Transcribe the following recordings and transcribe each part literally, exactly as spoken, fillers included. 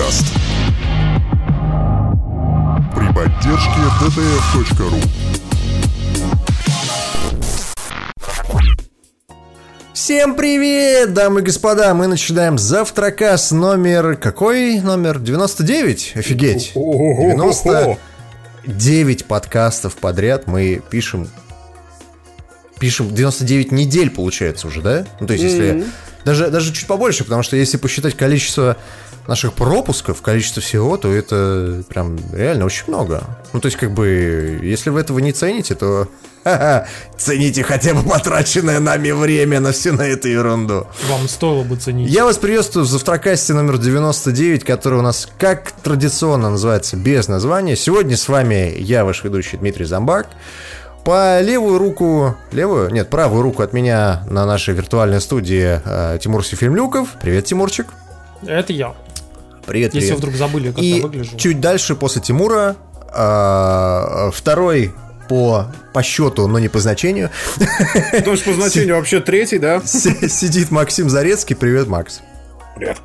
подкаст при поддержке ди ти эф точка ру. Всем привет, дамы и господа! Мы начинаем завтракас номер... Какой номер? девяносто девять? Офигеть! девяносто девять подкастов подряд мы пишем... Пишем девяносто девять недель, получается, уже, да? Ну, то есть, если... Mm-hmm. Даже, даже чуть побольше, потому что если посчитать количество наших пропусков, количество всего, то это прям реально очень много. Ну, то есть, как бы, если вы этого не цените, то... Ха-ха, цените хотя бы потраченное нами время на всю на эту ерунду. Вам стоило бы ценить. Я вас приветствую в завтракасте номер девяносто девять, который у нас, как традиционно, называется без названия. Сегодня с вами я, ваш ведущий Дмитрий Зомбак. По левую руку, левую? Нет, правую руку от меня на нашей виртуальной студии э, Тимур Сефимлюков. Привет, Тимурчик. Это я. Привет, Если привет. вдруг забыли, как И я выгляжу. Чуть дальше, после Тимура, э, второй по, по счету, но не по значению. Потому что по значению вообще третий, да? Сидит Максим Зарецкий. Привет, Макс. Привет.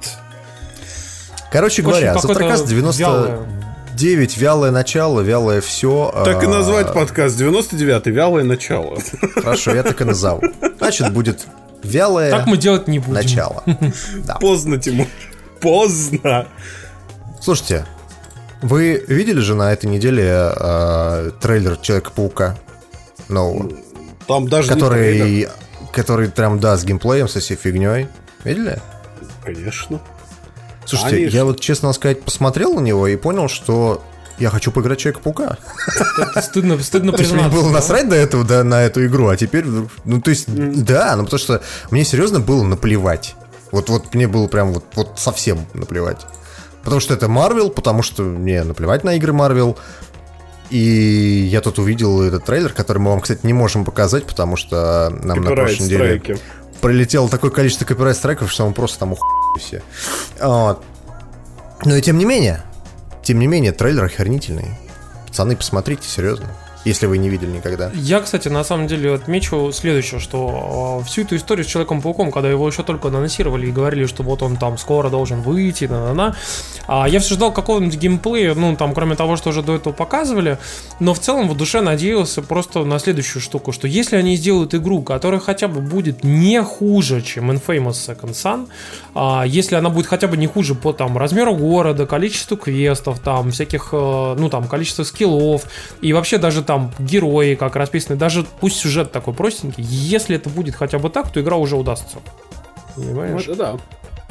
Короче говоря, завтракаст девяносто девять, вялое начало, вялое все. Так и назвать подкаст девяносто девятый, вялое начало. Хорошо, я так и назову. Значит, будет вялое так мы делать не будем. Начало. Да. Поздно, Тимур. Поздно. Слушайте, вы видели же на этой неделе э, трейлер Человека-паука нового? Там даже который, не трейлер. Который прям, да, с геймплеем, со всей фигней. Видели? Конечно. Слушайте, Конечно. я вот, честно сказать, посмотрел на него и понял, что я хочу поиграть в Человека-паука. Это стыдно, стыдно То есть мне признаться. было насрать до этого, да, на эту игру, а теперь, ну, то есть, да, ну, потому что мне серьезно было наплевать. Вот, вот мне было прям вот, вот совсем наплевать. Потому что это Marvel, потому что мне наплевать на игры Marvel. И я тут увидел этот трейлер, который мы вам, кстати, не можем показать, потому что нам на прошлой неделе прилетело такое количество копирайт-страйков, что мы просто там ухуели все. Вот. Но и тем не менее, тем не менее, трейлер охернительный. Пацаны, посмотрите, серьезно. Если вы не видели никогда. Я, кстати, на самом деле отмечу следующее, что э, всю эту историю с Человеком-пауком, когда его еще только анонсировали и говорили, что вот он там скоро должен выйти, на-на-на, а я все ждал какого-нибудь геймплея, ну, там, кроме того, что уже до этого показывали, но в целом в душе надеялся просто на следующую штуку, что если они сделают игру, которая хотя бы будет не хуже, чем Infamous Second Son, а если она будет хотя бы не хуже по там размеру города, количеству квестов, там, всяких, э, ну, там, количеству скиллов, и вообще даже там герои как расписаны, даже пусть сюжет такой простенький, если это будет хотя бы так, то игра уже удастся. Понимаешь? Это да.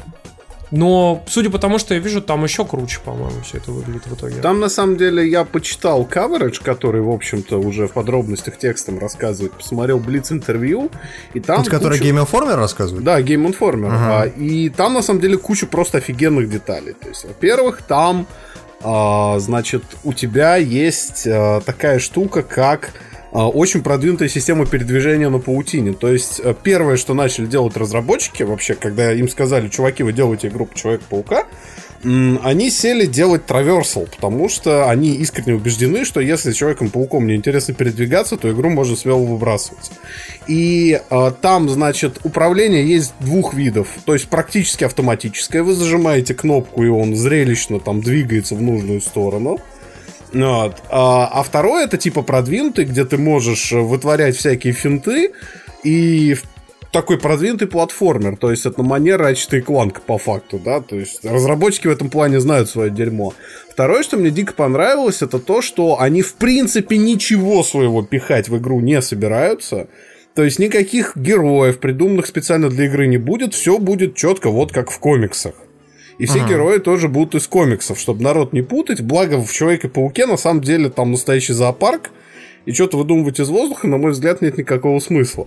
Но, судя по тому, что я вижу, там еще круче, по-моему, все это выглядит в итоге. Там, на самом деле, я почитал coverage, который, в общем-то, уже в подробностях текстом рассказывает. Посмотрел Блиц-интервью, и там... Вот, который куча... Game Informer рассказывает? Да, Game Informer. Ага. А, и там, на самом деле, куча просто офигенных деталей. То есть, во-первых, там, а, значит, у тебя есть а, такая штука, как... очень продвинутая система передвижения на паутине. То есть, первое, что начали делать разработчики, вообще, когда им сказали, чуваки, вы делаете игру по Человеку-паука, они сели делать траверсал, потому что они искренне убеждены, что если с Человеком-пауком неинтересно передвигаться, то игру можно смело выбрасывать. И а, там, значит, управление есть двух видов. То есть, практически автоматическое. Вы зажимаете кнопку, и он зрелищно там двигается в нужную сторону. Вот. А, а второе, это типа продвинутый, где ты можешь вытворять всякие финты, и такой продвинутый платформер. То есть это манера Ratchet и Clank по факту, да. То есть разработчики в этом плане знают свое дерьмо. Второе, что мне дико понравилось, это то, что они в принципе ничего своего пихать в игру не собираются. То есть никаких героев, придуманных специально для игры, не будет. Все будет четко вот как в комиксах. И все ага. герои тоже будут из комиксов, чтобы народ не путать. Благо, в Человеке-пауке на самом деле там настоящий зоопарк. И что-то выдумывать из воздуха, на мой взгляд, нет никакого смысла.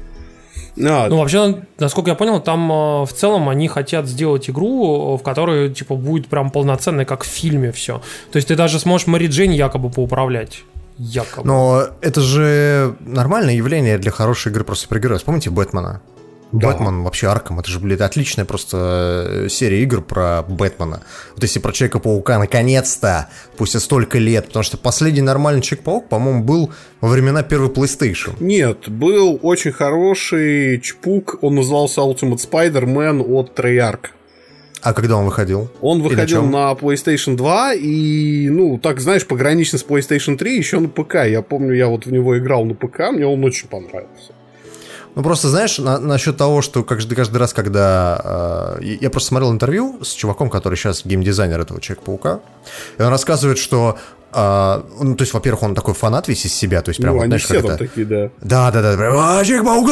А, ну, вообще, насколько я понял, там в целом они хотят сделать игру, в которой типа будет прям полноценной, как в фильме все. То есть ты даже сможешь Мэри Джейн якобы поуправлять. Якобы. Но это же нормальное явление для хорошей игры про супергероев. Помните Бэтмена? Да. Бэтмен, вообще Аркам, это же, блин, отличная просто серия игр про Бэтмена. Вот если про Человека-паука, наконец-то, спустя столько лет, потому что последний нормальный Человек-паук, по-моему, был во времена первой PlayStation. Нет, был очень хороший чпук, он назывался Ultimate Spider-Man от Treyarch. А когда он выходил? Он И на выходил чем? на PlayStation два и, ну, так, знаешь, погранично с PlayStation три, еще на ПК. Я помню, я вот в него играл на ПК, мне он очень понравился. Ну, просто, знаешь, на, насчет того, что каждый, каждый раз, когда... Э, я просто смотрел интервью с чуваком, который сейчас геймдизайнер этого Человека-паука, и он рассказывает, что... Э, ну, то есть, во-первых, он такой фанат весь из себя, то есть, прям, Ну, вот, они знаешь, все как там это... такие, да. Да-да-да, прям, а, Человек-паук,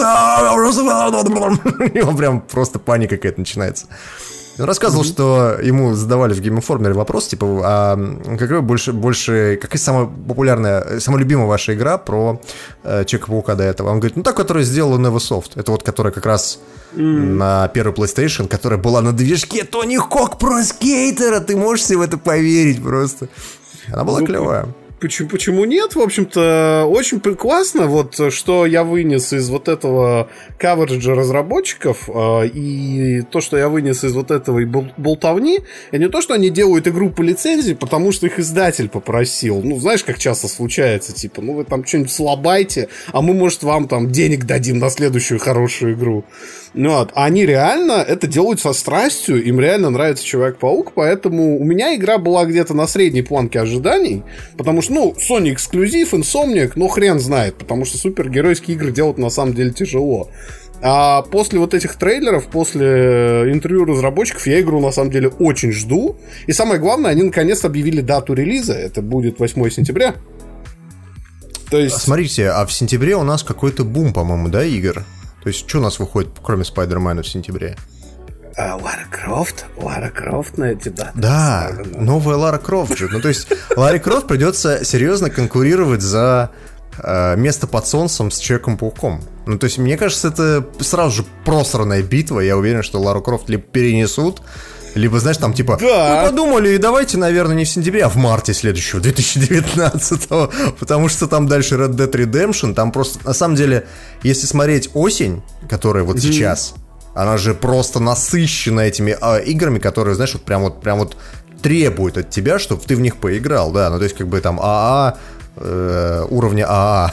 и он прям просто паника какая-то начинается. Он рассказывал, mm-hmm. что ему задавали в Game Informer вопрос, типа, а какая больше, больше, какая самая популярная, самая любимая ваша игра про э, Человека-паука до этого? Он говорит, ну, та, которую сделала Neversoft. Это вот, которая как раз mm-hmm. на первый PlayStation, которая была на движке Тони Хок Про Скейтера. Ты можешь себе в это поверить просто? Она была ну, клевая. Почему, почему нет? В общем-то, очень классно, вот, что я вынес из вот этого каверджа разработчиков э, и то, что я вынес из вот этого и бол- болтовни, это не то, что они делают игру по лицензии, потому что их издатель попросил. Ну, знаешь, как часто случается, типа, ну, вы там что-нибудь слабайте, а мы, может, вам там денег дадим на следующую хорошую игру. Вот. А они реально это делают со страстью, им реально нравится Человек-паук, поэтому у меня игра была где-то на средней планке ожиданий, потому что, ну, Sony эксклюзив, Insomniac, ну, хрен знает, потому что супергеройские игры делать на самом деле тяжело. А после вот этих трейлеров, после интервью разработчиков, я игру на самом деле очень жду. И самое главное, они наконец объявили дату релиза, это будет восьмое сентября. То есть... Смотрите, а в сентябре у нас какой-то бум, по-моему, да, игр? То есть, что у нас выходит, кроме Спайдермена в сентябре? А, Лара Крофт? Лара Крофт на эти даты. Да, новая Лара Крофт же. Ну, то есть, Ларе Крофт придется серьезно конкурировать за э, место под солнцем с Человеком-пауком. Ну, то есть, мне кажется, это сразу же просранная битва. Я уверен, что Лару Крофт либо перенесут, либо, знаешь, там типа, да. мы подумали, и давайте, наверное, не в сентябре, а в марте следующего, две тысячи девятнадцатого, потому что там дальше Red Dead Redemption, там просто, на самом деле, если смотреть осень, которая вот mm-hmm. сейчас, она же просто насыщена этими а, играми, которые, знаешь, вот прям вот, прям вот требуют от тебя, чтобы ты в них поиграл, да, ну то есть как бы там АА, э, уровня АА.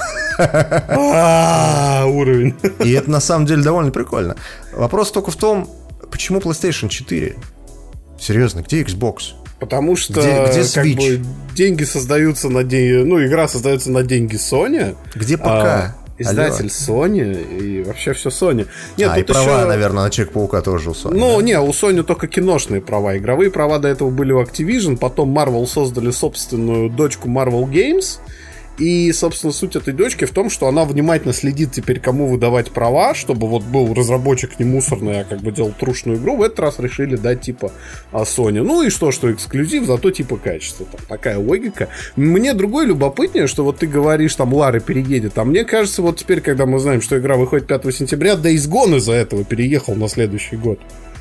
АА уровень. И это на самом деле довольно прикольно. Вопрос только в том, почему PlayStation четыре? Серьезно, где Xbox? Потому что где, где как бы, деньги создаются на деньги, ну, игра создается на деньги Sony. Где ПК? А, издатель Алло. Sony и вообще все Sony. Нет, а, и права, еще... наверное, на Человека-паука тоже у Sony. Ну, да? не, у Sony только киношные права. Игровые права до этого были у Activision, потом Marvel создали собственную дочку Marvel Games. И, собственно, суть этой дочки в том, что она внимательно следит теперь, кому выдавать права, чтобы вот был разработчик не мусорный, а как бы делал трушную игру. В этот раз решили дать типа Sony. Ну и что, что эксклюзив, зато типа качество. Там такая логика. Мне другое любопытнее, что вот ты говоришь, там Лара переедет. А мне кажется, вот теперь, когда мы знаем, что игра выходит пятого сентября, Days Gone из-за этого переехал на следующий год.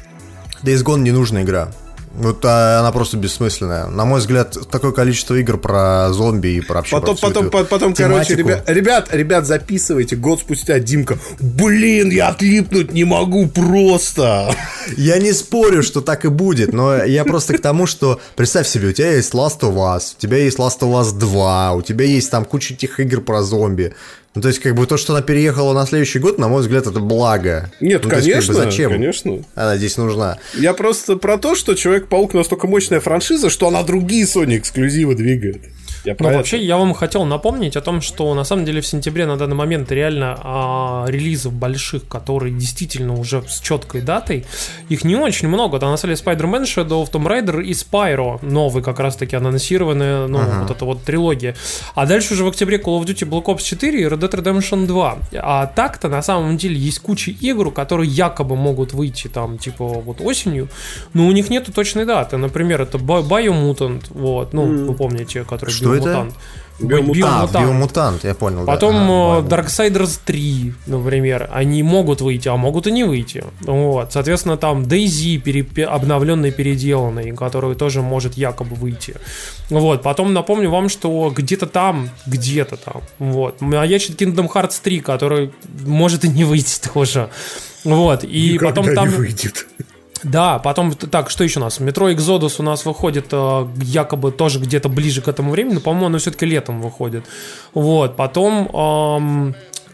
Days Gone не нужная игра. Вот а, она просто бессмысленная. На мой взгляд, такое количество игр про зомби и про вообще Потом, про потом, потом, потом короче, ребят, ребят, ребят, записывайте. Год спустя Димка: блин, я отлипнуть не могу просто. Я не спорю, что так и будет, но я просто к тому, что представь себе, у тебя есть Last of Us, у тебя есть Last of Us два, у тебя есть там куча этих игр про зомби. Ну, то есть, как бы, то, что она переехала на следующий год, на мой взгляд, это благо. Нет, ну, конечно, есть, как бы, зачем конечно. Она здесь нужна? Я просто про то, что Человек-паук настолько мощная франшиза, что она другие Sony эксклюзивы двигает. Я ну, вообще, я вам хотел напомнить о том, что на самом деле в сентябре на данный момент реально а, релизов больших, которые действительно уже с четкой датой, их не очень много. Там на самом деле Spider-Man, Shadow of Tomb Raider и Spyro, новый как раз таки анонсированная, ну, uh-huh. вот эта вот трилогия. А дальше уже в октябре Call of Duty Black Ops четыре и Red Dead Redemption два. А так-то на самом деле есть куча игр, которые якобы могут выйти там, типа, вот осенью, но у них нету точной даты. Например, это Biomutant, вот, ну, mm. вы помните, который Что Биомутант. Это? Биомутант. А, Биомутант, я понял. Потом да. Darksiders три, например, они могут выйти, а могут и не выйти. Вот. Соответственно, там DayZ пере... обновленный, переделанный, который тоже может якобы выйти. Вот. Потом напомню вам, что где-то там, где-то там, вот, маячит Kingdom Hearts три, который может и не выйти тоже. Вот. И никогда потом там не выйдет. Да, потом, так, что еще у нас? Metro Exodus у нас выходит э, якобы тоже где-то ближе к этому времени, но, по-моему, оно все-таки летом выходит. Вот, потом... Эм,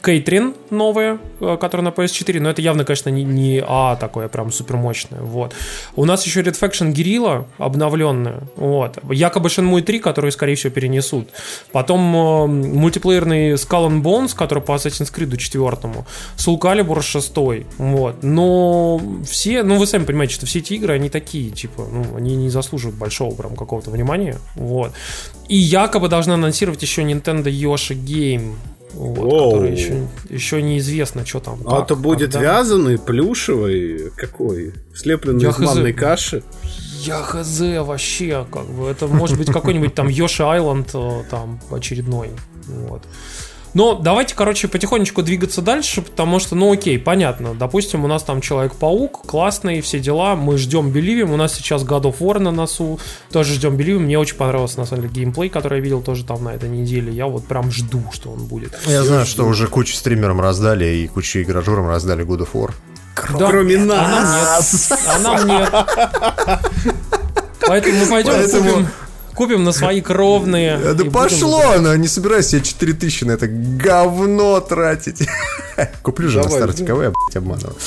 Кейтрин новая, которая на пи эс четыре, но это явно, конечно, не, не А такое прям супермощное. Вот. У нас еще Red Faction Guerrilla обновленная. Вот. Якобы Shenmue три, которую, скорее всего, перенесут. Потом э, мультиплеерный Skull and Bones, который по Assassin's Creed четвертому. Soul Calibur шесть. Вот. Но все, ну вы сами понимаете, что все эти игры, они такие, типа, ну, они не заслуживают большого прям какого-то внимания. Вот. И якобы должна анонсировать еще Nintendo Yoshi Game. Вот, который еще, еще неизвестно, что там. А как, это будет когда. Вязаный, плюшевый, какой? Слепленный Я из манной каши? Я хз вообще, как бы. Это может быть какой-нибудь там Yoshi Island там очередной. Вот. Но давайте, короче, потихонечку двигаться дальше, потому что, ну окей, понятно. Допустим, у нас там Человек-паук, классный, все дела, мы ждем Беливим. У нас сейчас God of War на носу, тоже ждем Беливим. Мне очень понравился, на самом деле, геймплей, который я видел тоже там на этой неделе. Я вот прям жду, что он будет. Я все знаю, жду. Что уже кучу стримерам раздали и кучу игражурам раздали God of War. Да, кроме нас. А нам нет. А нам нет. Поэтому мы пойдем Поэтому... купим... Купим на свои кровные. Да пошло будем... оно, не собирайся себе четыре тысячи на это говно тратить. Куплю же на старте, кого я, блядь, обманываю.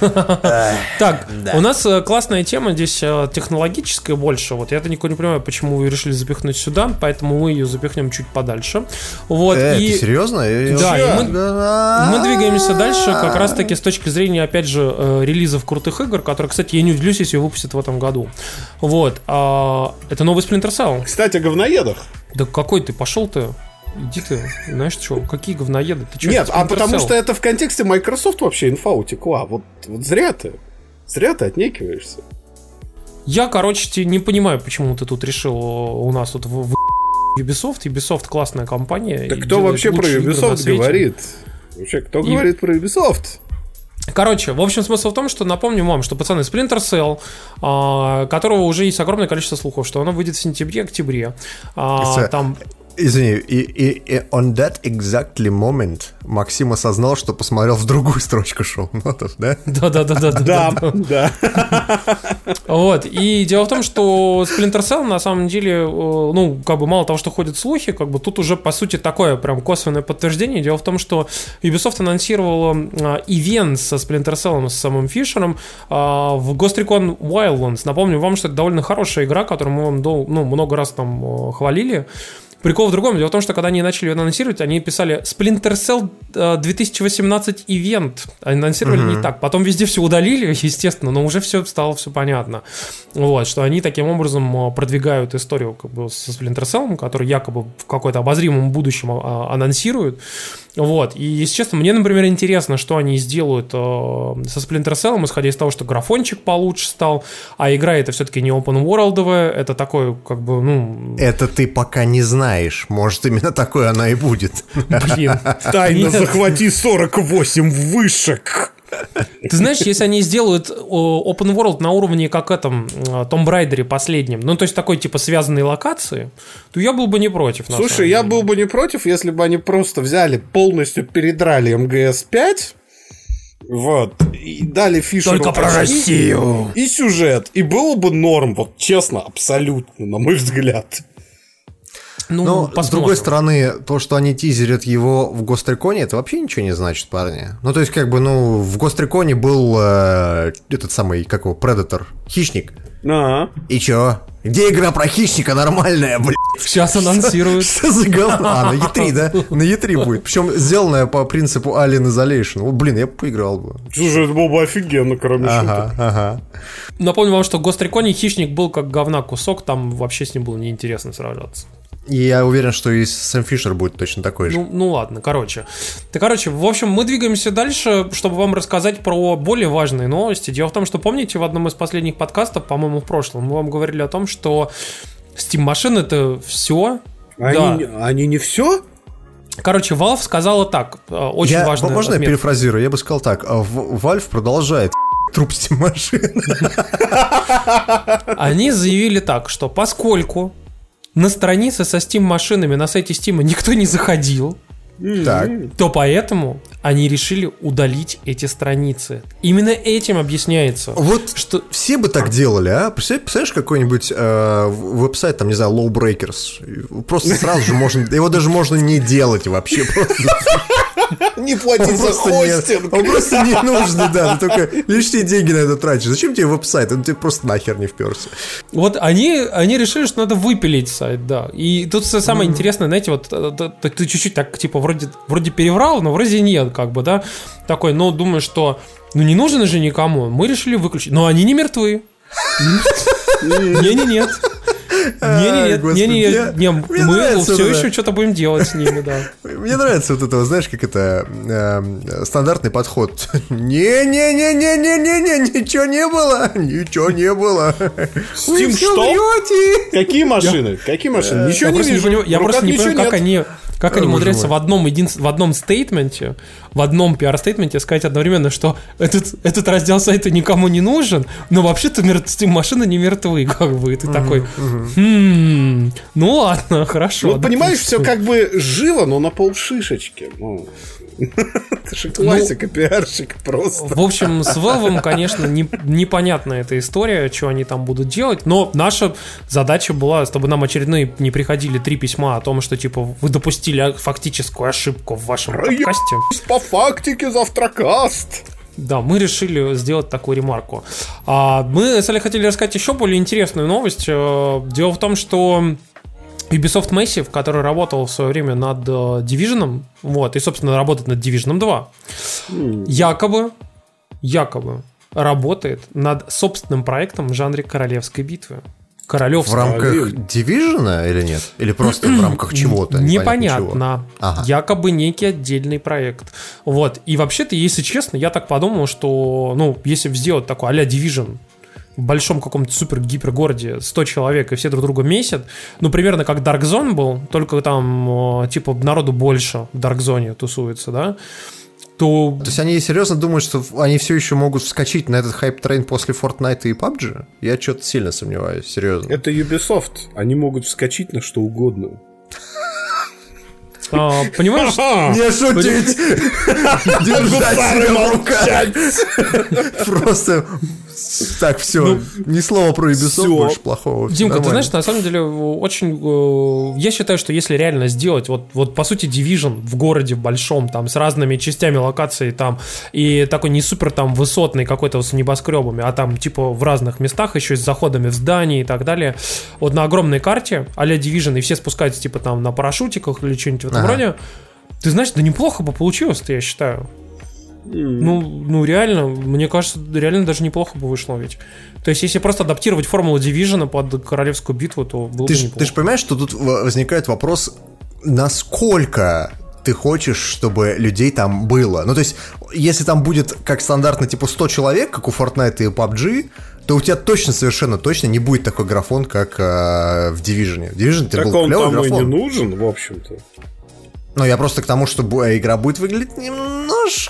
Так, у нас классная тема здесь технологическая больше. Вот я-то никого не понимаю, почему вы решили запихнуть сюда, поэтому мы ее запихнем чуть подальше. Вот. Э, ты серьезно? Да, и мы двигаемся дальше как раз-таки с точки зрения, опять же, релизов крутых игр, которые, кстати, я не удивлюсь, если ее выпустят в этом году. Вот. Это новый Splinter Cell. Кстати, о говноедах. Да какой ты? Пошел ты? Иди ты. Знаешь что? Какие говноеды? Ты чё, Нет, а потому что это в контексте Microsoft вообще инфа утекла. Вот, вот зря ты. Зря ты отнекиваешься. Я, короче, не понимаю, почему ты тут решил у нас тут в, в Ubisoft. Ubisoft классная компания. Да кто вообще про Ubisoft говорит? Вообще, кто и... говорит про Ubisoft? Короче, в общем, смысл в том, что напомню вам, что, пацаны, Splinter Cell, а, которого уже есть огромное количество слухов, что оно выйдет в сентябре-октябре. А, там... Извини, и, и, и on that exactly moment Максим осознал, что посмотрел в другую строчку шоу-нотов, да? Да-да-да. Да, да. Вот, и дело в том, что Splinter Cell, на самом деле, ну, как бы мало того, что ходят слухи, как бы тут уже, по сути, такое прям косвенное подтверждение. Дело в том, что Ubisoft анонсировала ивент со Splinter Cell, с самым Фишером в Ghost Recon Wildlands. Напомню вам, что это довольно хорошая игра, которую мы вам ну, много раз там хвалили. Прикол в другом. Дело в том, что когда они начали ее анонсировать, они писали Splinter Cell две тысячи восемнадцать ивент. Анонсировали mm-hmm. не так. Потом везде все удалили, естественно, но уже все стало все понятно. Вот, что они таким образом продвигают историю как бы, со Splinter Cell, который якобы в какой-то обозримом будущем анонсируют. Вот. И, если честно, мне, например, интересно, что они сделают э, со Splinter Cell, исходя из того, что графончик получше стал, а игра это все-таки не open-world'овая, это такой, как бы, ну... Это ты пока не знаешь. Может, именно такой она и будет. Блин. Тайно захвати сорок восемь вышек. Ты знаешь, если они сделают open world на уровне, как этом Tomb Raider последнем, ну, то есть такой, типа, связанной локации, то я был бы не против. Слушай, я был бы не против, если бы они просто взяли, полностью передрали эм гэ эс пять, вот, и дали Фишеру... Только про Россию! И сюжет, и было бы норм, вот, честно, абсолютно, на мой взгляд. Ну, но, с другой стороны, то, что они тизерят его в Ghost Recon, это вообще ничего не значит, парни. Ну, то есть, как бы, ну, в Ghost Recon был э, этот самый, как его, Predator, хищник. А-а. И чё? Где игра про хищника нормальная, блядь? Сейчас анонсируют. Что за говно? А, на и три, да? На и три будет. Причем сделанная по принципу Alien Isolation. Вот, блин, я бы поиграл бы. Слушай, это было бы офигенно, кроме ага, шуток. Ага. Напомню вам, что в Ghost Recon хищник был как говна кусок, там вообще с ним было неинтересно сражаться. И я уверен, что и Сэм Фишер будет точно такой же. Ну, ну ладно, короче. Так, короче, в общем, мы двигаемся дальше, чтобы вам рассказать про более важные новости. Дело в том, что, помните, в одном из последних подкастов, по-моему, в прошлом, мы вам говорили о том, что Steam-машины это все. Они, да. они не все? Короче, Valve сказала так, очень я, важно. Можно отметить. Я перефразирую? Я бы сказал так, Valve продолжает труп Steam-машин. Они заявили так, что поскольку на странице со Steam-машинами на сайте Steam никто не заходил, так. то поэтому они решили удалить эти страницы. Именно этим объясняется. Вот что все бы так делали, а? Представляешь, какой-нибудь э, веб-сайт, там, не знаю, Lowbreakers. Просто сразу же можно... Его даже можно не делать вообще. Просто Не плати за хостинг. Он просто не нужный, да. Ты только лишние деньги на это тратишь. Зачем тебе веб-сайт? Он тебе просто нахер не вперся. Вот они, они решили, что надо выпилить сайт, да. И тут самое mm. интересное, знаете, вот ты, ты чуть-чуть так, типа, вроде, вроде переврал, но вроде нет, как бы, да. Такой, но думаю, что, ну, не нужен же никому. Мы решили выключить. Но они не мертвы. Не-не-нет. Не-не-нет, не, мы все еще что-то будем делать с ними, да. Мне нравится вот это, знаешь, как это э, стандартный подход. Не-не-не-не-не-не-не, ничего не было, ничего не было. Steam, что? Какие машины? Какие машины? Ничего не вижу. Я просто не понимаю, как они... Как они умудряются в одном, един... в одном стейтменте, в одном пиар-стейтменте сказать одновременно, что этот, этот раздел сайта никому не нужен, но вообще-то мертв... машины не мертвы, как бы. И ты mm-hmm, такой, хм, ну ладно, хорошо. Ну, понимаешь, все как бы живо, но на полшишечки. Ну... Это же классика, ну, пиарщик просто. В общем, с Valve, конечно, не, непонятная эта история, что они там будут делать. Но наша задача была, чтобы нам очередные не приходили три письма о том, что, типа, вы допустили фактическую ошибку в вашем подкасте. По фактике завтракаст. Да, мы решили сделать такую ремарку. а, Мы с Олей хотели рассказать еще более интересную новость. Дело в том, что Ubisoft Massive, который работал в свое время над Division, вот, и, собственно, работает над Division два, mm. якобы, якобы работает над собственным проектом в жанре королевской битвы. Королевской. В рамках Division или нет? Или просто в рамках чего-то? Непонятно. Ага. Якобы некий отдельный проект. Вот. И вообще-то, если честно, я так подумал, что, ну, если сделать такой а-ля Division в большом каком-то супер-гипер городе, сто человек, и все друг друга месят, ну, примерно как Dark Zone был, только там, типа, народу больше в Dark Zone тусуется, да, то... То есть они серьезно думают, что они все еще могут вскочить на этот хайп-трейн после Fortnite и пабг? Я что-то сильно сомневаюсь, серьезно. Это Ubisoft, они могут вскочить на что угодно. А, понимаешь? Не шутить! Держать себя в руках! Просто... Так, все, ну, ни слова про Ubisoft больше плохого. Димка, ты знаешь, на самом деле, очень... Я считаю, что если реально сделать, вот, вот по сути, Division в городе в большом, там, с разными частями локации, там, и такой не супер там высотный какой-то с небоскребами, а там, типа, в разных местах, еще и с заходами в здания и так далее, вот на огромной карте а-ля Division, и все спускаются, типа, там, на парашютиках или что-нибудь в этом ага. роде, ты знаешь, да неплохо бы получилось-то, я считаю. Ну, ну, реально, мне кажется, реально даже неплохо бы вышло ведь. То есть, если просто адаптировать формулу Division под королевскую битву, то было ты бы ж, неплохо. Ты же понимаешь, что тут возникает вопрос, насколько ты хочешь, чтобы людей там было. Ну, то есть, если там будет, как стандартно, типа сто человек, как у Fortnite и пабг, то у тебя точно, совершенно точно не будет такой графон, как э, в Division. В Division так был он клевый там графон. И не нужен, в общем-то. Но я просто к тому, что игра будет выглядеть немножко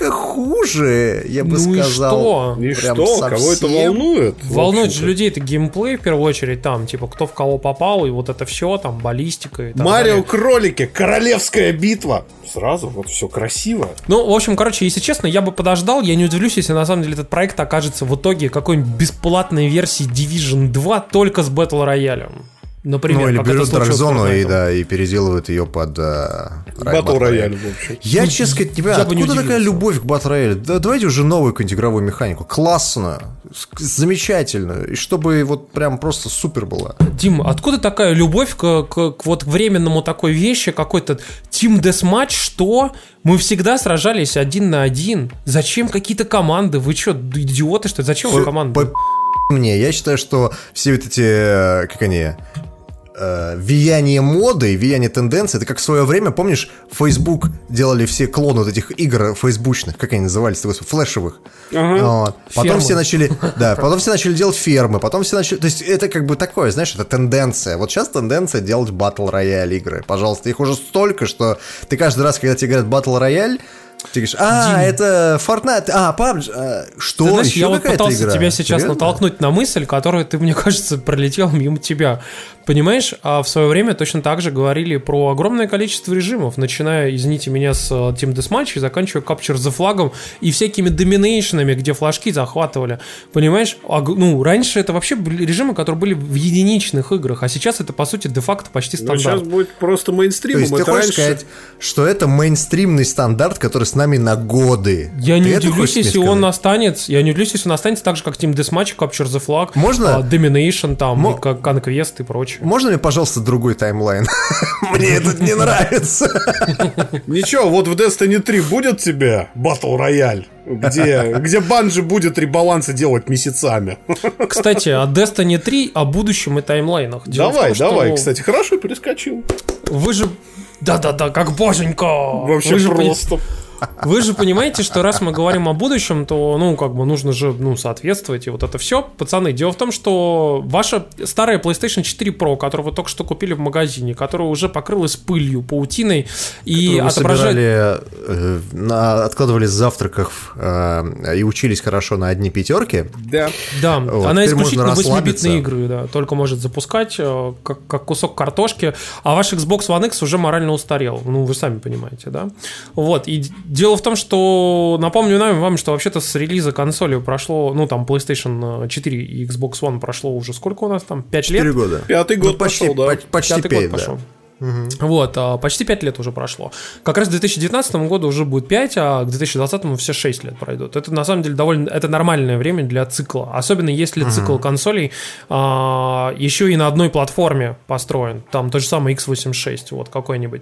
хуже, я бы ну сказал. И что? И что? Совсем. Кого это волнует? Волнует же людей это геймплей, в первую очередь, там, типа, кто в кого попал, и вот это все, там, баллистика и так Марио далее. Кролики, королевская битва. Сразу, вот все красиво. Ну, в общем, короче, если честно, я бы подождал, я не удивлюсь, если на самом деле этот проект окажется в итоге какой-нибудь бесплатной версией Division два только с Battle Royale. Например, ну, или как берут это Драгзону и, да, и переделывают ее под Battle Royale, в общем. Я, честно сказать, не понимаю, откуда такая любовь к Battle Royale? Да, давайте уже новую какую-нибудь игровую механику. Классную, замечательную. И чтобы вот прям просто супер была. Дим, откуда такая любовь к, к, к вот временному такой вещи, какой-то Team Deathmatch, что мы всегда сражались один на один? Зачем какие-то команды? Вы что, идиоты, что ли? Зачем вы команды? Мне, я считаю, что все вот эти, как они... Э, влияние моды, влияние тенденций. Это как в свое время, помнишь, Facebook делали все клоны вот этих игр фейсбучных, как они назывались, флешевых. Ага. Вот. Потом фермы. все начали, да, потом все начали делать фермы, потом все начали, то есть это как бы такое, знаешь, это тенденция. Вот сейчас тенденция делать Battle Royale игры. Пожалуйста, их уже столько, что ты каждый раз, когда тебе говорят Battle Royale, ты говоришь, а, Дим. это Fortnite, а, пабг, а, что? Ты знаешь, еще я вот пытался игра? тебя сейчас Серьезно? натолкнуть на мысль, которую ты, мне кажется, пролетел мимо тебя. Понимаешь, а в свое время точно так же говорили про огромное количество режимов, начиная, извините меня, с Team Deathmatch и заканчивая Capture the Flag и всякими доминейшенами, где флажки захватывали. Понимаешь, а, ну, раньше это вообще были режимы, которые были в единичных играх, а сейчас это, по сути, де-факто почти стандарт. Но сейчас будет просто мейнстримом. То есть ты хочешь раньше... сказать, что это мейнстримный стандарт, который с нами на годы? Я ты не удивлюсь, если он останется, я не удивлюсь, если он останется так же, как Team Deathmatch, Capture the Flag, можно? Domination, там, Мо... Conquest и прочее. Можно мне, пожалуйста, другой таймлайн? Мне этот не нравится. Ничего, вот в Destiny три будет тебе Battle Royale, где, где Bungie будет ребалансы делать месяцами. Кстати, о Destiny три, о будущем и таймлайнах. Дело давай, том, давай, что... кстати, хорошо перескочил. Вы же... Да-да-да, как боженька. Вообще Вы просто... Же... Вы же понимаете, что раз мы говорим о будущем, то, ну, как бы нужно же, ну, соответствовать, и вот это все. Пацаны, дело в том, что ваша старая PlayStation четыре Pro, которую вы только что купили в магазине, которая уже покрылась пылью, паутиной, и отображает... Собирали, э, на, откладывали с завтраков э, и учились хорошо на одни пятерки. Да. Да, вот, она исключительно восьмибитные игры, да, только может запускать, э, как, как кусок картошки, а ваш Xbox One X уже морально устарел, ну, вы сами понимаете, да? Вот, и дело в том, что, напомню вам, что вообще-то с релиза консоли прошло, ну, там, PlayStation четыре и Xbox One прошло уже сколько у нас там? пять лет? четыре года. Пятый год ну, почти, пошел, да. Почти Пятый пять, год да. пошел. Угу. Вот, почти пять лет уже прошло. Как раз к две тысячи девятнадцатому году уже будет пять, а к две тысячи двадцатому все шесть лет пройдут. Это на самом деле довольно, это нормальное время для цикла. Особенно если угу. цикл консолей а, еще и на одной платформе построен. Там то же самое икс восемьдесят шесть, вот какой-нибудь.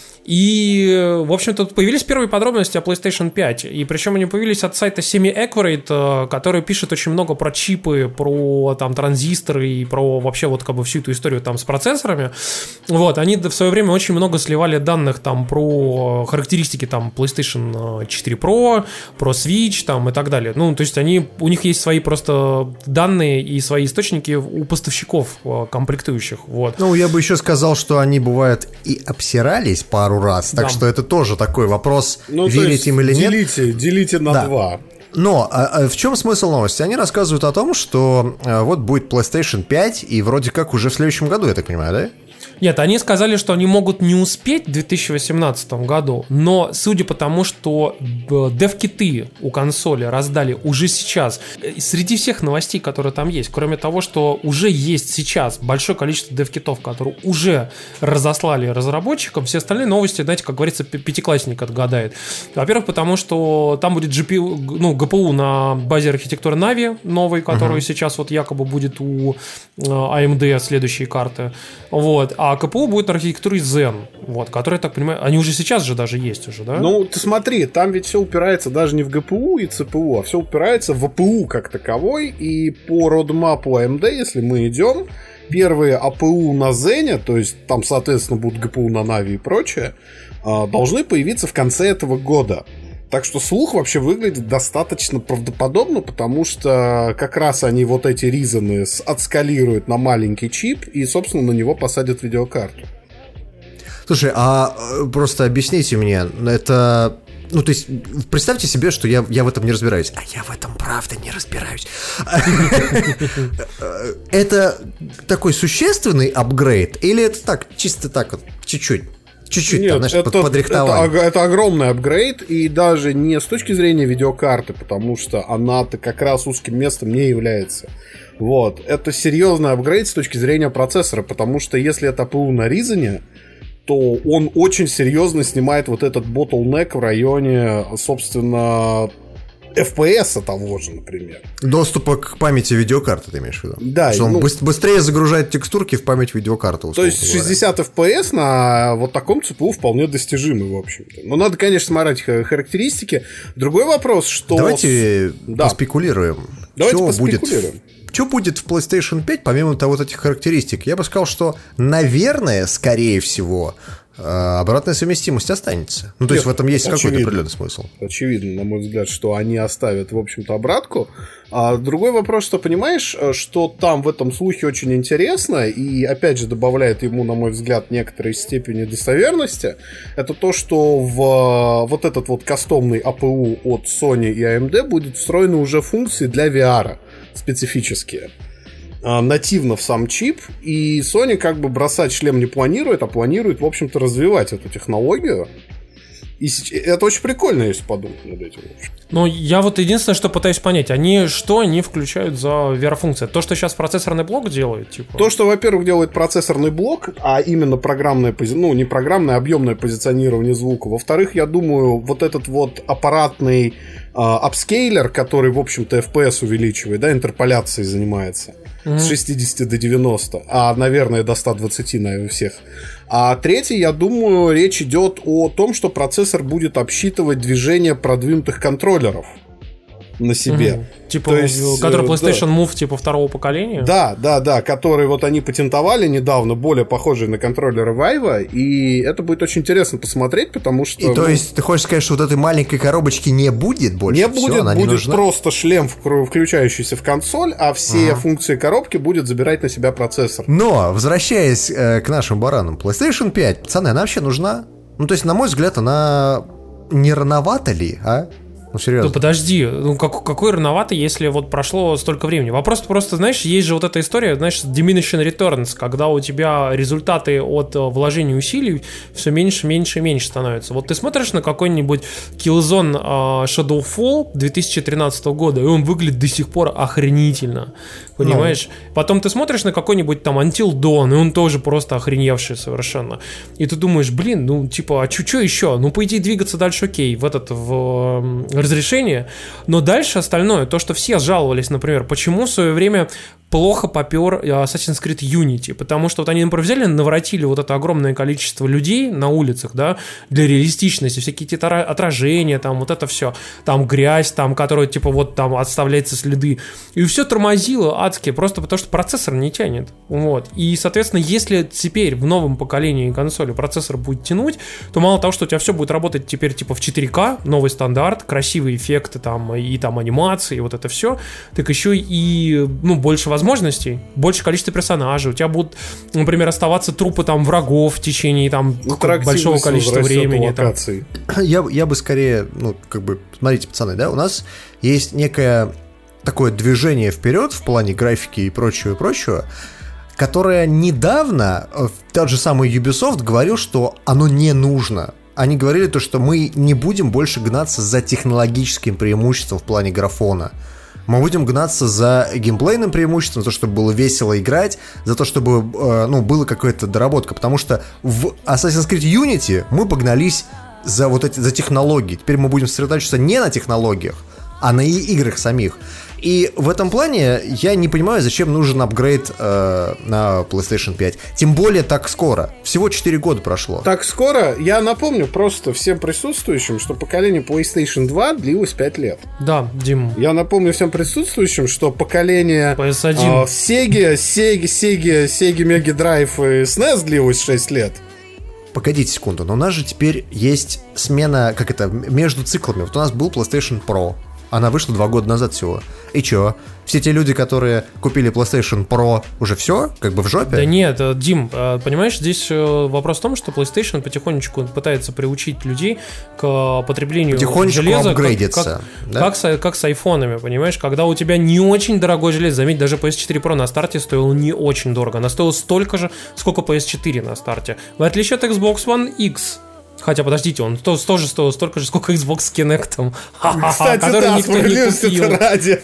И, в общем-то, тут появились первые подробности о PlayStation пять. И причем они появились от сайта Semi-Accurate, который пишет очень много про чипы, про там транзисторы и про вообще вот как бы всю эту историю там с процессорами. Вот, они в свое время очень много сливали данных там про характеристики там PlayStation четыре Pro, про Switch там и так далее. Ну, то есть они, у них есть свои просто данные и свои источники у поставщиков комплектующих. Вот. Ну, я бы еще сказал, что они, бывает, и обсирались пару раз, так да. что это тоже такой вопрос, ну, верить им или делите, нет. Делите на да. два. Но а, а в чем смысл новости? Они рассказывают о том, что а, вот будет PlayStation пять, и вроде как уже в следующем году, я так понимаю, да? Нет, они сказали, что они могут не успеть в две тысячи восемнадцатом году, но судя по тому, что дев-киты у консоли раздали уже сейчас, среди всех новостей, которые там есть, кроме того, что уже есть сейчас большое количество дев-китов, которые уже разослали разработчикам, все остальные новости, знаете, как говорится, пятиклассник отгадает. Во-первых, потому что там будет джи пи ю, ну, джи пи ю на базе архитектуры Navi новый, который uh-huh. сейчас вот якобы будет у эй эм ди следующие карты. Вот. А ка пи ю будет на архитектуре Zen, вот, которые, я так понимаю, они уже сейчас же даже есть уже, да? Ну, ты смотри, там ведь все упирается даже не в джи пи ю и си пи ю, а все упирается в эй пи ю как таковой, и по родмапу эй эм ди, если мы идем, первые эй пи ю на Zen, то есть там, соответственно, будут джи пи ю на Navi и прочее, должны появиться в конце этого года. Так что слух вообще выглядит достаточно правдоподобно, потому что как раз они вот эти ризаны отскалируют на маленький чип и, собственно, на него посадят видеокарту. Слушай, а просто объясните мне, это... Ну, то есть, представьте себе, что я, я в этом не разбираюсь. А я в этом правда не разбираюсь. Это такой существенный апгрейд? Или это так, чисто так вот, чуть-чуть? Чуть-чуть, Нет, там, знаешь, это, подрихтовали. Это, это огромный апгрейд, и даже не с точки зрения видеокарты, потому что она-то как раз узким местом не является. Вот. Это серьезный апгрейд с точки зрения процессора, потому что если это эй пи ю на Ryzen, то он очень серьезно снимает вот этот bottleneck в районе, собственно, эф пи эс того же, например. Доступа к памяти видеокарты, ты имеешь в виду? Да. Что он ну, быстрее загружает текстурки в память видеокарты. То есть шестьдесят эф пи эс на вот таком си пи ю вполне достижимы, в общем-то. Но надо, конечно, смотреть характеристики. Другой вопрос, что... Давайте да. поспекулируем. Давайте что поспекулируем. Будет... Что будет в PlayStation пять, помимо того, вот этих характеристик? Я бы сказал, что, наверное, скорее всего, обратная совместимость останется. Ну, то Нет, есть в этом есть очевидно. Какой-то определенный смысл. Очевидно, на мой взгляд, что они оставят, в общем-то, обратку. А другой вопрос, что, понимаешь, что там в этом слухе очень интересно, и, опять же, добавляет ему, на мой взгляд, некоторой степени достоверности, это то, что в вот этот вот кастомный эй пи ю от Sony и эй эм ди будет встроены уже функции для ви ар специфические. а, нативно в сам чип, и Sony как бы бросать шлем не планирует, а планирует, в общем-то, развивать эту технологию. И это очень прикольно, если подумать над этим. Ну, я вот единственное, что пытаюсь понять, они что они включают за ви ар-функции? То, что сейчас процессорный блок делает? Типа? То, что, во-первых, делает процессорный блок, а именно программное, ну, не программное, а объемное позиционирование звука. Во-вторых, я думаю, вот этот вот аппаратный апскейлер, который, в общем-то, эф пи эс увеличивает, да, интерполяцией занимается. Mm-hmm. С шестидесяти до девяноста, а, наверное, до ста двадцати, наверное, всех. А третий, я думаю, речь идет о том, что процессор будет обсчитывать движение продвинутых контроллеров на себе. Угу. Типа, есть, который PlayStation да. Move типа второго поколения? Да, да, да, который вот они патентовали недавно, более похожий на контроллеры Vive, и это будет очень интересно посмотреть, потому что... И ну, то есть ты хочешь сказать, что вот этой маленькой коробочки не будет больше? Не будет, Всё, будет не просто шлем, включающийся в консоль, а все ага. функции коробки будет забирать на себя процессор. Но, возвращаясь э, к нашим баранам, PlayStation пять, пацаны, она вообще нужна? Ну, то есть, на мой взгляд, она не рановата ли, а? Ну, серьезно. Ну, подожди, ну, как, какой рановато, если вот прошло столько времени? Вопрос просто, знаешь, есть же вот эта история, знаешь, diminishing returns, когда у тебя результаты от вложения усилий все меньше, меньше и меньше становятся. Вот ты смотришь на какой-нибудь Killzone uh, Shadowfall две тысячи тринадцатого года, и он выглядит до сих пор охренительно, понимаешь? Ну. Потом ты смотришь на какой-нибудь там Until Dawn, и он тоже просто охреневший совершенно. И ты думаешь, блин, ну, типа, а что еще? Ну, по идее, двигаться дальше окей, в этот, в разрешение, но дальше остальное, то, что все жаловались, например, почему в свое время плохо попер Assassin's Creed Unity, потому что вот они, например, взяли, наворотили вот это огромное количество людей на улицах, да, для реалистичности, всякие эти отражения, там, вот это все, там, грязь, там, которая, типа, вот там оставляется следы, и все тормозило адски, просто потому что процессор не тянет, вот, и, соответственно, если теперь в новом поколении консоли процессор будет тянуть, то мало того, что у тебя все будет работать теперь, типа, в четыре ка, новый стандарт, красивые эффекты, там, и там анимации, и вот это все, так еще и, ну, больше возможностей, возможностей, большее количество персонажей. У тебя будут, например, оставаться трупы там врагов в течение там большого количества времени. Там. Я, я бы скорее, ну, как бы, смотрите, пацаны, да, у нас есть некое такое движение вперед в плане графики и прочего, и прочего, которое недавно тот же самый Ubisoft говорил, что оно не нужно. Они говорили то, что мы не будем больше гнаться за технологическим преимуществом в плане графона. Мы будем гнаться за геймплейным преимуществом, за то, чтобы было весело играть, за то, чтобы э, ну, была какая-то доработка. Потому что в Assassin's Creed Unity мы погнались за, вот эти, за технологии. Теперь мы будем сосредоточиться не на технологиях, а на играх самих. И в этом плане я не понимаю, зачем нужен апгрейд э, на PlayStation пять. Тем более так скоро. Всего четыре года прошло. Так скоро? Я напомню просто всем присутствующим, что поколение PlayStation два длилось пять лет. Да, Дим. Я напомню всем присутствующим, что поколение пи эс один. Э, Sega, Sega, Sega, Sega Mega Drive и эс эн и эс длилось шесть лет. Погодите секунду, но у нас же теперь есть смена, как это, между циклами. Вот у нас был PlayStation Pro. Она вышла два года назад всего. И чё? Все те люди, которые купили PlayStation Pro, уже все? Как бы в жопе? Да нет, Дим, понимаешь, здесь вопрос в том, что PlayStation потихонечку пытается приучить людей к потреблению потихонечку железа. апгрейдится. Как, да? как, с, как с айфонами, понимаешь? Когда у тебя не очень дорогое железо, заметь, даже пи эс четыре Pro на старте стоила не очень дорого. Она стоила столько же, сколько пи эс четыре на старте. В отличие от Xbox One X. Хотя, подождите, он тоже стоил столько же, сколько Xbox с Kinect'ом. Кстати, да, никто не купил. Ради.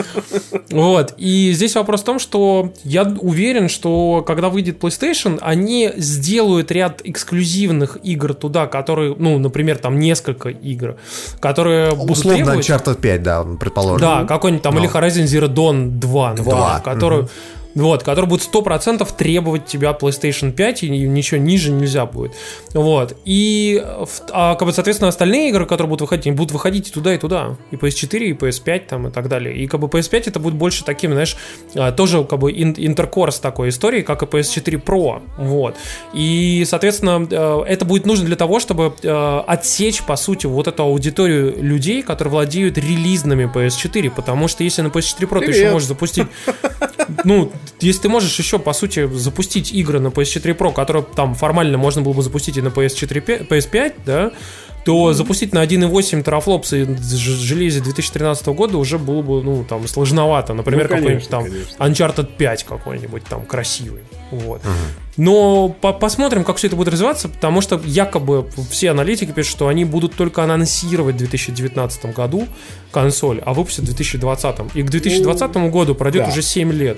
Вот. И здесь вопрос в том, что я уверен, что когда выйдет PlayStation, они сделают ряд эксклюзивных игр туда, которые, ну, например, там несколько игр, которые будут условно требовать... Uncharted пять, да, предположим. Да, какой-нибудь там, или Horizon Zero Dawn два, например, который... Вот, который будет сто процентов требовать тебя от PlayStation пять, и ничего ниже нельзя будет. Вот. И, а, как бы, соответственно, остальные игры, которые будут выходить, они будут выходить и туда, и туда. И пи эс четыре, и пи эс пять, там, и так далее. И, как бы, пи эс пять это будет больше таким, знаешь, тоже, как бы, интеркорс такой истории, как и пи эс четыре Pro. Вот. И, соответственно, это будет нужно для того, чтобы отсечь, по сути, вот эту аудиторию людей, которые владеют релизными пи эс четыре. Потому что если на пи эс четыре Pro Привет. Ты еще можешь запустить... Ну, если ты можешь еще, по сути, запустить игры на пи эс четыре Pro, которые там формально можно было бы запустить и на пи эс четыре, пи эс пять, да, то запустить на один и восемь терафлопсы в железе две тысячи тринадцатого года уже было бы, ну, там, сложновато. Например, ну, конечно, какой-нибудь там конечно. Uncharted пять какой-нибудь там красивый. Вот. Угу. Но по- посмотрим, как все это будет развиваться, потому что якобы все аналитики пишут, что они будут только анонсировать в две тысячи девятнадцатом году консоль, а выпустят в две тысячи двадцатом. И к две тысячи двадцатому году пройдет да. уже семь лет.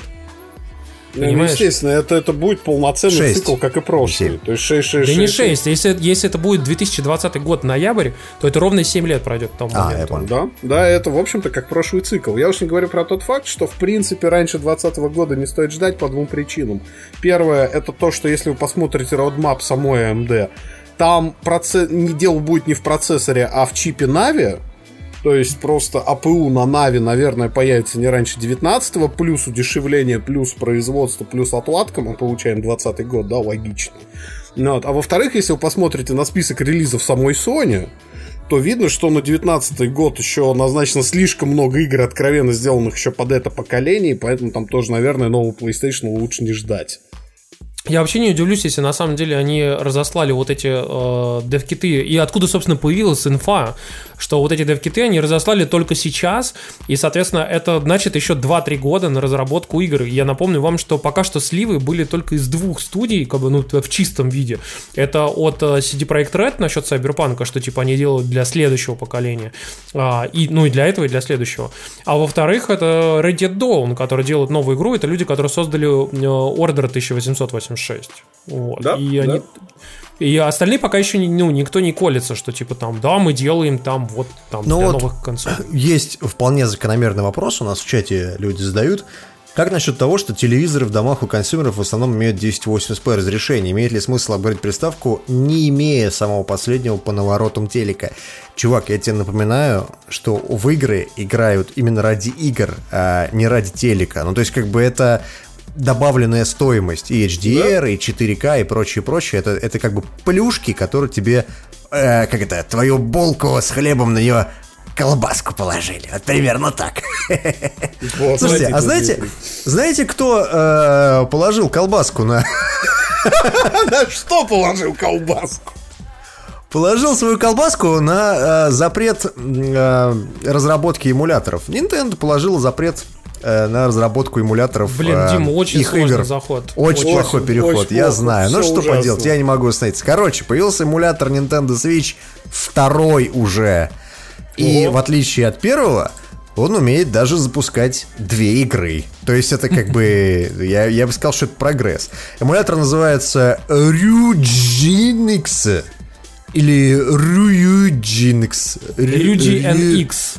Ну, естественно, это, это будет полноценный шесть. Цикл, как и прошлый. семь. То есть шесть, шесть, да шесть, не шесть. Если, если это будет две тысячи двадцатый год, ноябрь, то это ровно семь лет пройдет к тому а, моменту. Да, да, это, в общем-то, как прошлый цикл. Я уж не говорю про тот факт, что, в принципе, раньше двадцатого года не стоит ждать по двум причинам. Первое, это то, что если вы посмотрите roadmap самой эй эм ди, там процесс... не дело будет не в процессоре, а в чипе Navi. То есть просто эй пи ю на Navi, наверное, появится не раньше девятнадцатого, плюс удешевление, плюс производство, плюс отладка. Мы получаем двадцатый год, да, логично. Вот. А во-вторых, если вы посмотрите на список релизов самой Sony, то видно, что на девятнадцатый год еще назначено слишком много игр, откровенно сделанных еще под это поколение, поэтому там тоже, наверное, нового PlayStation лучше не ждать. Я вообще не удивлюсь, если на самом деле они разослали вот эти э, дев-киты. И откуда, собственно, появилась инфа, что вот эти дев-киты они разослали только сейчас. И, соответственно, это значит еще два-три года на разработку игр. И я напомню вам, что пока что сливы были только из двух студий, как бы, ну, в чистом виде. Это от э, си ди Projekt Red насчет Cyberpunk, что типа они делают для следующего поколения. А, и, ну и для этого, и для следующего. А во-вторых, это Red Dead Dawn, который делает новую игру. Это люди, которые создали э, Order тысяча восемьсот восемьдесят шесть. Вот. Да, и, да. они, и остальные пока еще ну, никто не колется, что типа там, да, мы делаем там вот там ну для вот новых консолей. Есть вполне закономерный вопрос, у нас в чате люди задают. Как насчет того, что телевизоры в домах у консюмеров в основном имеют тысяча восемьдесят пэ разрешение? Имеет ли смысл апгрейдить приставку, не имея самого последнего по наворотам телека? Чувак, я тебе напоминаю, что в игры играют именно ради игр, а не ради телека. Ну, то есть, как бы это добавленная стоимость и эйч ди ар, да? И четыре ка, и прочее, прочее. Это, это как бы плюшки, которые тебе, э, как это, твою булку с хлебом на нее колбаску положили. Вот примерно так. Вот, слушайте, а знаете, знаете, кто э, положил колбаску на... Что положил колбаску? Положил свою колбаску на э, запрет э, разработки эмуляторов. Nintendo положила запрет на разработку эмуляторов. Блин, э, Дима, очень их сложный игр. заход. Очень, очень плохой переход, очень я плохо, знаю. Ну что ужасно. поделать, я не могу остановиться. Короче, появился эмулятор Nintendo Switch второй уже. И О. в отличие от первого, он умеет даже запускать две игры. То есть это как бы... Я, я бы сказал, что это прогресс. Эмулятор называется Ryujinx. Или Ryujinx. Ryuji эн икс.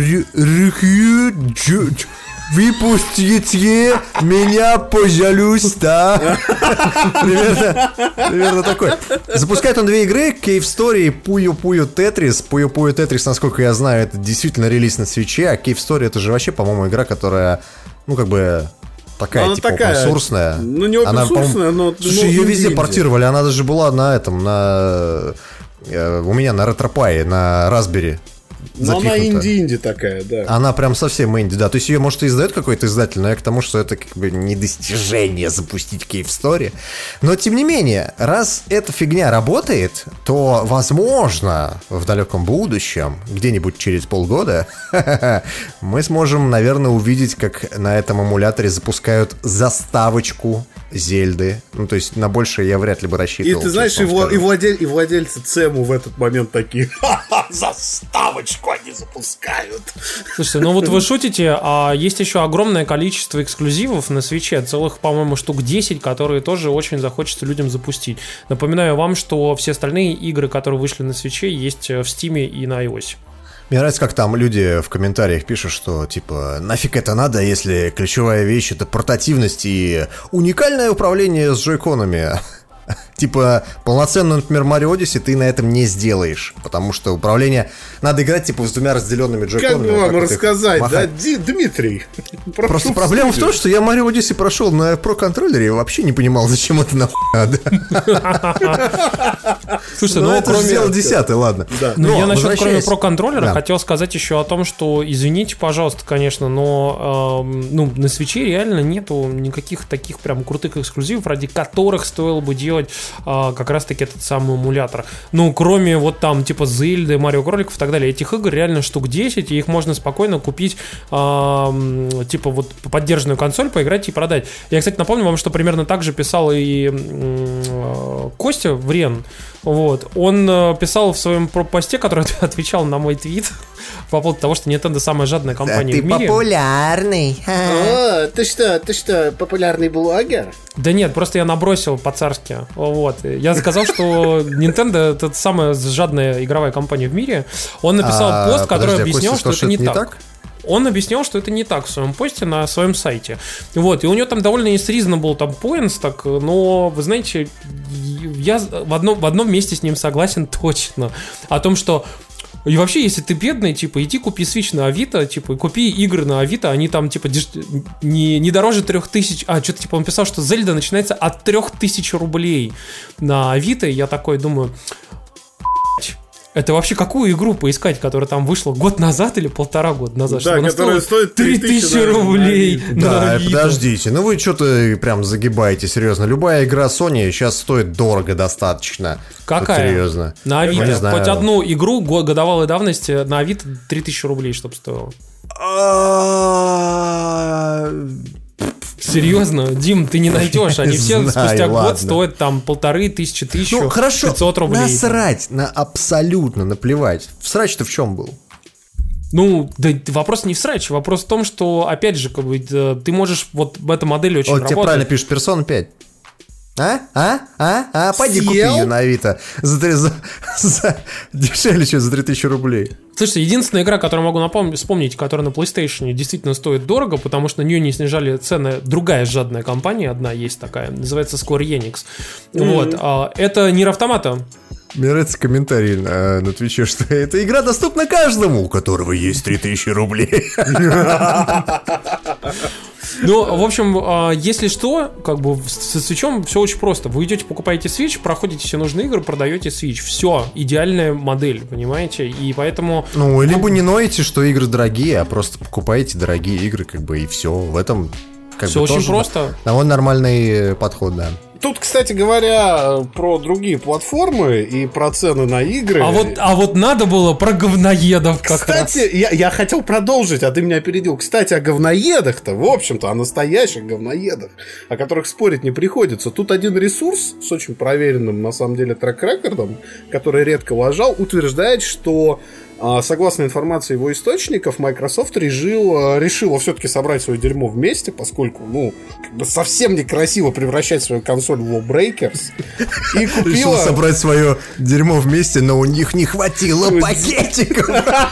Ryujinx. Выпустите меня, пожалуйста. примерно, примерно такой. Запускает он две игры: Cave Story и Puyo Puyo Tetris. Puyo Puyo Tetris, насколько я знаю, это действительно релиз на свитче. А Cave Story это же вообще, по-моему, игра, которая, ну, как бы такая, ну, типа, open-source'ная. Ну, не open-source'ная, но... Слушай, ее везде портировали. Она даже была на этом, на... У меня на RetroPie, на Raspberry. Но она инди-инди такая, да. Она прям совсем инди, да. То есть ее, может, и издает какой-то издатель, но я к тому, что это как бы не достижение запустить Cave Story. Но, тем не менее, раз эта фигня работает, то, возможно, в далеком будущем, где-нибудь через полгода, мы сможем, наверное, увидеть, как на этом эмуляторе запускают заставочку Зельды. Ну, то есть на большее я вряд ли бы рассчитывал. И ты знаешь, и, вла- и, владель- и владельцы Цему в этот момент такие: ха-ха, заставочку они запускают. Слушайте, ну вот вы шутите, а есть еще огромное количество эксклюзивов на Свитче, целых, по-моему, штук десять, которые тоже очень захочется людям запустить. Напоминаю вам, что все остальные игры, которые вышли на Свитче, есть в Steam и на iOS. Мне нравится, как там люди в комментариях пишут, что, типа, нафиг это надо, если ключевая вещь — это портативность и уникальное управление с джойконами. Типа, полноценную, например, Mario Odyssey ты на этом не сделаешь, потому что управление... Надо играть, типа, с двумя разделенными джойконами. Как бы вам вот рассказать, да, Ди- Дмитрий? Просто проблема в том, что я Mario Odyssey прошел на Pro-контроллере и вообще не понимал, зачем это нахуй надо. Слушай, ну, ну, это же сделал десятый, ладно. Ну, я насчет, кроме Pro-контроллера, хотел сказать еще о том, что, извините, пожалуйста, конечно, но ну, на Switch'е реально нету никаких таких прям крутых эксклюзивов, ради которых стоило бы делать а, как раз-таки этот самый эмулятор. Ну, кроме вот там типа Зельды, Марио Кроликов и так далее, этих игр реально штук десять, и их можно спокойно купить, а, типа вот поддержанную консоль, поиграть и продать. Я, кстати, напомню вам, что примерно так же писал и м- Костя Врен. Вот. Он писал в своем посте, который отвечал на мой твит по поводу того, что Nintendo самая жадная компания да в мире. Ты популярный. О, ты что, ты что, популярный блогер? Да нет, просто я набросил по-царски. Вот. Я сказал, что Nintendo это самая жадная игровая компания в мире. Он написал А, пост, который подожди, объяснял, Костя что сказал, это не, не так. так? Он объяснял, что это не так в своем посте на своем сайте. Вот, и у него там довольно есть reasonable там points, так, но, вы знаете, я в одном, в одном месте с ним согласен точно. О том, что и вообще, если ты бедный, типа, иди купи Switch на Авито, типа, и купи игры на Авито, они там, типа, деш... не, не дороже трех тысяч, а, что-то, типа, он писал, что Зельда начинается от трех тысяч рублей на Авито, и я такой думаю... Это вообще какую игру поискать, которая там вышла год назад или полтора года назад? Да, которая стоит три тысячи рублей. Да, подождите, ну вы что-то прям загибаете, серьезно. Любая игра Sony сейчас стоит дорого достаточно. Какая? Вот серьезно. На Авито. Не знаю. Хоть одну игру годовалой давности на Авито три тысячи рублей, чтобы стоило. Серьезно, Дим, ты не найдешь. Они все Знаю, спустя ладно. год стоят там полторы тысячи, тысячу, Ну хорошо, пятьсот рублей. насрать, на абсолютно наплевать. Срач-то в чем был? Ну, да вопрос не в сраче, вопрос в том, что, опять же, как бы, ты можешь вот в этой модели очень Вот работать. тебе правильно пишет Persona пять. А? А? А? А? Пойди купи Съел? ее на Авито. За, три- за, за- дешевле, чем за три тысячи рублей. Слушайте, единственная игра, которую могу напомнить, вспомнить, которая на PlayStation действительно стоит дорого, потому что на нее не снижали цены. Другая жадная компания, одна есть такая, называется Square Enix. Mm-hmm. Вот, а, это Нир Автомата. Мне нравится комментарий на, на Твиче, что эта игра доступна каждому, у которого есть три тысячи рублей. Ну, в общем, а, если что, как бы со свитчом все очень просто. Вы идете, покупаете Switch, проходите все нужные игры, продаете Switch. Все, идеальная модель, понимаете? И поэтому... Ну, либо не ноете, что игры дорогие, а просто покупаете дорогие игры, как бы, и все. В этом как Все бы очень тоже просто. довольно нормальный подход, да. Тут, кстати говоря, про другие платформы и про цены на игры. А вот, а вот надо было про говноедов как Кстати, раз. я, я хотел продолжить, а ты меня опередил. Кстати, о говноедах-то, в общем-то, о настоящих говноедах, о которых спорить не приходится. Тут один ресурс с очень проверенным, на самом деле, трек-рекордом, который редко лажал, утверждает, что, согласно информации его источников, Microsoft решил, решила все-таки собрать свое дерьмо вместе, поскольку, ну, как бы совсем некрасиво превращать свою консоль в Lawbreakers. И Решил купила... собрать свое дерьмо вместе, но у них не хватило пакетиков.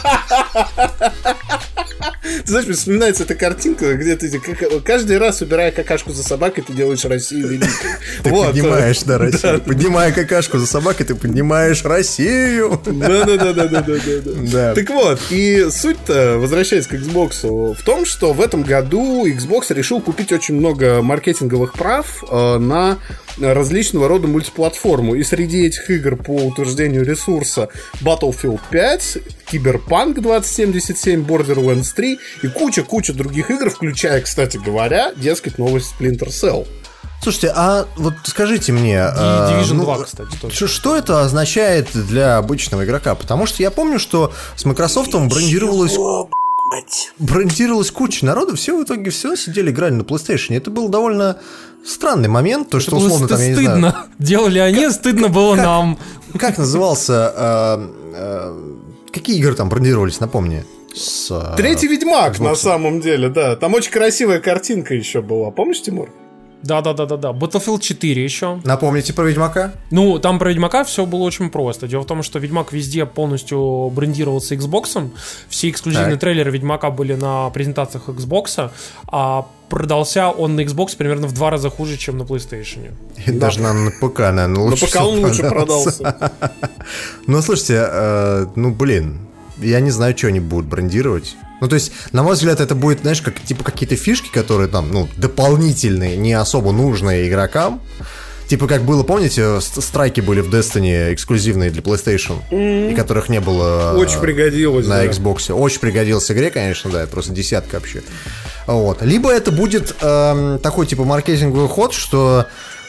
Ты знаешь, мне вспоминается эта картинка, где ты как- каждый раз, убирая какашку за собакой, ты делаешь Россию великой. Ты Вот. поднимаешь, да, Россию. Поднимая какашку за собакой, ты поднимаешь Россию. Да-да-да-да-да-да. Да. Так вот, и суть-то, возвращаясь к Xbox, в том, что в этом году Xbox решил купить очень много маркетинговых прав э, на различного рода мультиплатформу. И среди этих игр, по утверждению ресурса, Battlefield пять, Cyberpunk двадцать семьдесят семь, Borderlands три и куча-куча других игр, включая, кстати говоря, дескать, новость Splinter Cell. Слушайте, а вот скажите мне... И а, Division ну, два, кстати, тоже. Что, что это означает для обычного игрока? Потому что я помню, что с Microsoft брендировалось... брендировалась куча народу, все в итоге все сидели, играли на PlayStation. Это был довольно странный момент, то, что Было условно там, я не знаю... стыдно. Делали они, стыдно было нам. Как назывался... э, э, какие игры там брендировались, напомни? С, э, Третий Ведьмак, Xbox. на самом деле, да. Там очень красивая картинка еще была. Помнишь, Тимур? Да-да-да-да-да. Battlefield четыре еще. Напомните про Ведьмака? Ну, там про Ведьмака все было очень просто. Дело в том, что Ведьмак везде полностью брендировался Xbox. Все эксклюзивные Так. трейлеры Ведьмака были на презентациях Xbox, а продался он на Xbox примерно в два раза хуже, чем на PlayStation. И даже на, на ПК, наверное, На лучше ПК он всего лучше продался. Ну, слушайте, э, ну, блин, я не знаю, что они будут брендировать. Ну, то есть, на мой взгляд, это будет, знаешь, как типа какие-то фишки, которые там, ну, дополнительные, не особо нужные игрокам. Типа, как было, помните, ст- страйки были в Destiny эксклюзивные для PlayStation, и которых не было э, Очень пригодилось, на да. Xbox. Очень пригодился игре, конечно, да, это просто десятка вообще. Вот. Либо это будет эм, такой, типа, маркетинговый ход, что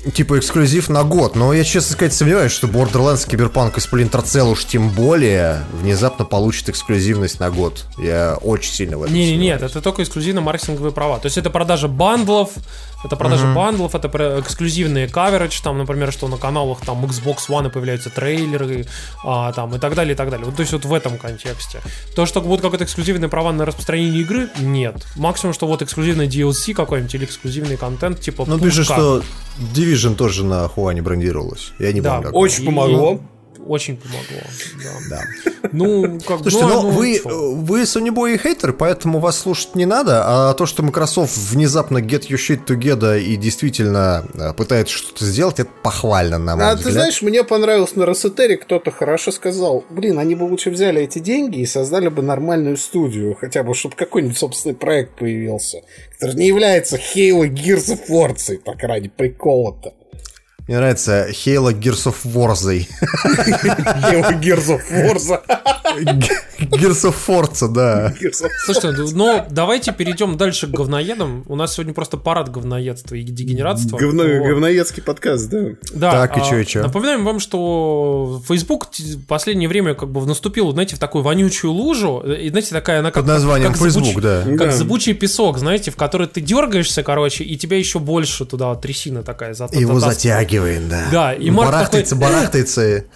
типа эксклюзив на год. Но я, честно сказать, сомневаюсь, что Borderlands, Cyberpunk и Splinter Cell уж тем более внезапно получит эксклюзивность на год. Я очень сильно в этом Не, не, сомневаюсь. нет, это только эксклюзивно маркетинговые права. То есть это продажа бандлов, это продажа uh-huh. бандлов, это про- эксклюзивные каверидж, там, например, что на каналах там Xbox One появляются трейлеры, а, там, и так далее, и так далее. Вот, то есть вот в этом контексте. То, что будут какие-то эксклюзивные права на распространение игры, нет. Максимум, что вот эксклюзивный ди эл си какой-нибудь или эксклюзивный контент, типа Ну, пишет, что Division тоже на Хуане брендировалась. Я не Да, помню. как. Очень И- помогло. Очень помогло. Да. Да. Ну, как бы. Слушайте, ну, но ну, вы, чё? вы Sony Boy и хейтер, поэтому вас слушать не надо. А то, что Microsoft внезапно get your shit together и действительно э, пытается что-то сделать, это похвально, на мой А взгляд. ты знаешь, мне понравилось на Росетере, кто-то хорошо сказал, блин, они бы лучше взяли эти деньги и создали бы нормальную студию, хотя бы, чтобы какой-нибудь собственный проект появился, который не является Halo, Gears of War, так ради прикола-то. Мне нравится Halo Gears of Warzay. Halo, Gears of War. Gears of Forza, да. Слушайте, ну давайте перейдем дальше к говноедам. У нас сегодня просто парад говноедства и дегенератства. Говно, Вот. Говноедский подкаст, да. Да, Так, и а, чё, и чё? Напоминаем вам, что Facebook в последнее время как бы наступил, знаете, в такую вонючую лужу. И, знаете, такая она как... Под названием как Facebook, зыбучий- да. Как Да. зыбучий песок, знаете, в который ты дергаешься, короче, и тебя еще больше туда трясина такая за Его затягивает, да. Да, и Марк барахтается, такой- барахтается.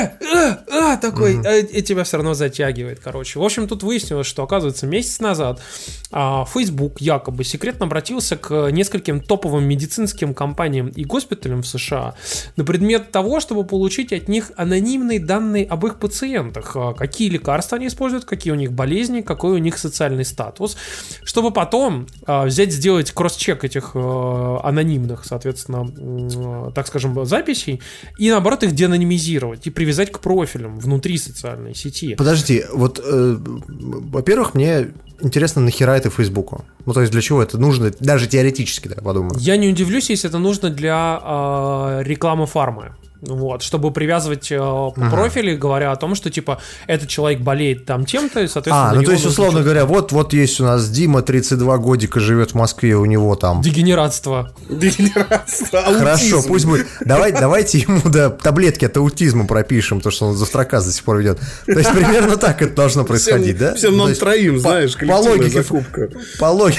а, такой, а, и тебя все равно затягивает, короче. В общем, тут выяснилось, что, оказывается, месяц назад а, Facebook якобы секретно обратился к нескольким топовым медицинским компаниям и госпиталям в США на предмет того, чтобы получить от них анонимные данные об их пациентах. А, какие лекарства они используют, какие у них болезни, какой у них социальный статус, чтобы потом а, взять, сделать кросс-чек этих а, анонимных, соответственно, м, так скажем, записей, и наоборот их деанонимизировать и привязать к профилям внутри социальной сети. Подожди, вот, э, во-первых, мне интересно, нахера это Фейсбуку? Ну, то есть, для чего это нужно, даже теоретически, да, подумаю. Я не удивлюсь, если это нужно для э, рекламы фармы. Вот, чтобы привязывать э, Ага. профили, говоря о том, что типа этот человек болеет там тем-то, и, соответственно, А, на ну него то есть, нужно условно что-то- говоря, вот, вот есть у нас Дима, тридцать два годика, живет в Москве, у него там... Дегенератство. Дегенератство, Хорошо, аутизм. пусть будет. Давай, давайте ему, да, таблетки от аутизма пропишем, то, что он завтракас до сих пор ведет. То есть, примерно так это должно происходить, да? Всем То нам есть, троим, знаешь, по коллективная логике- закупка. По логике...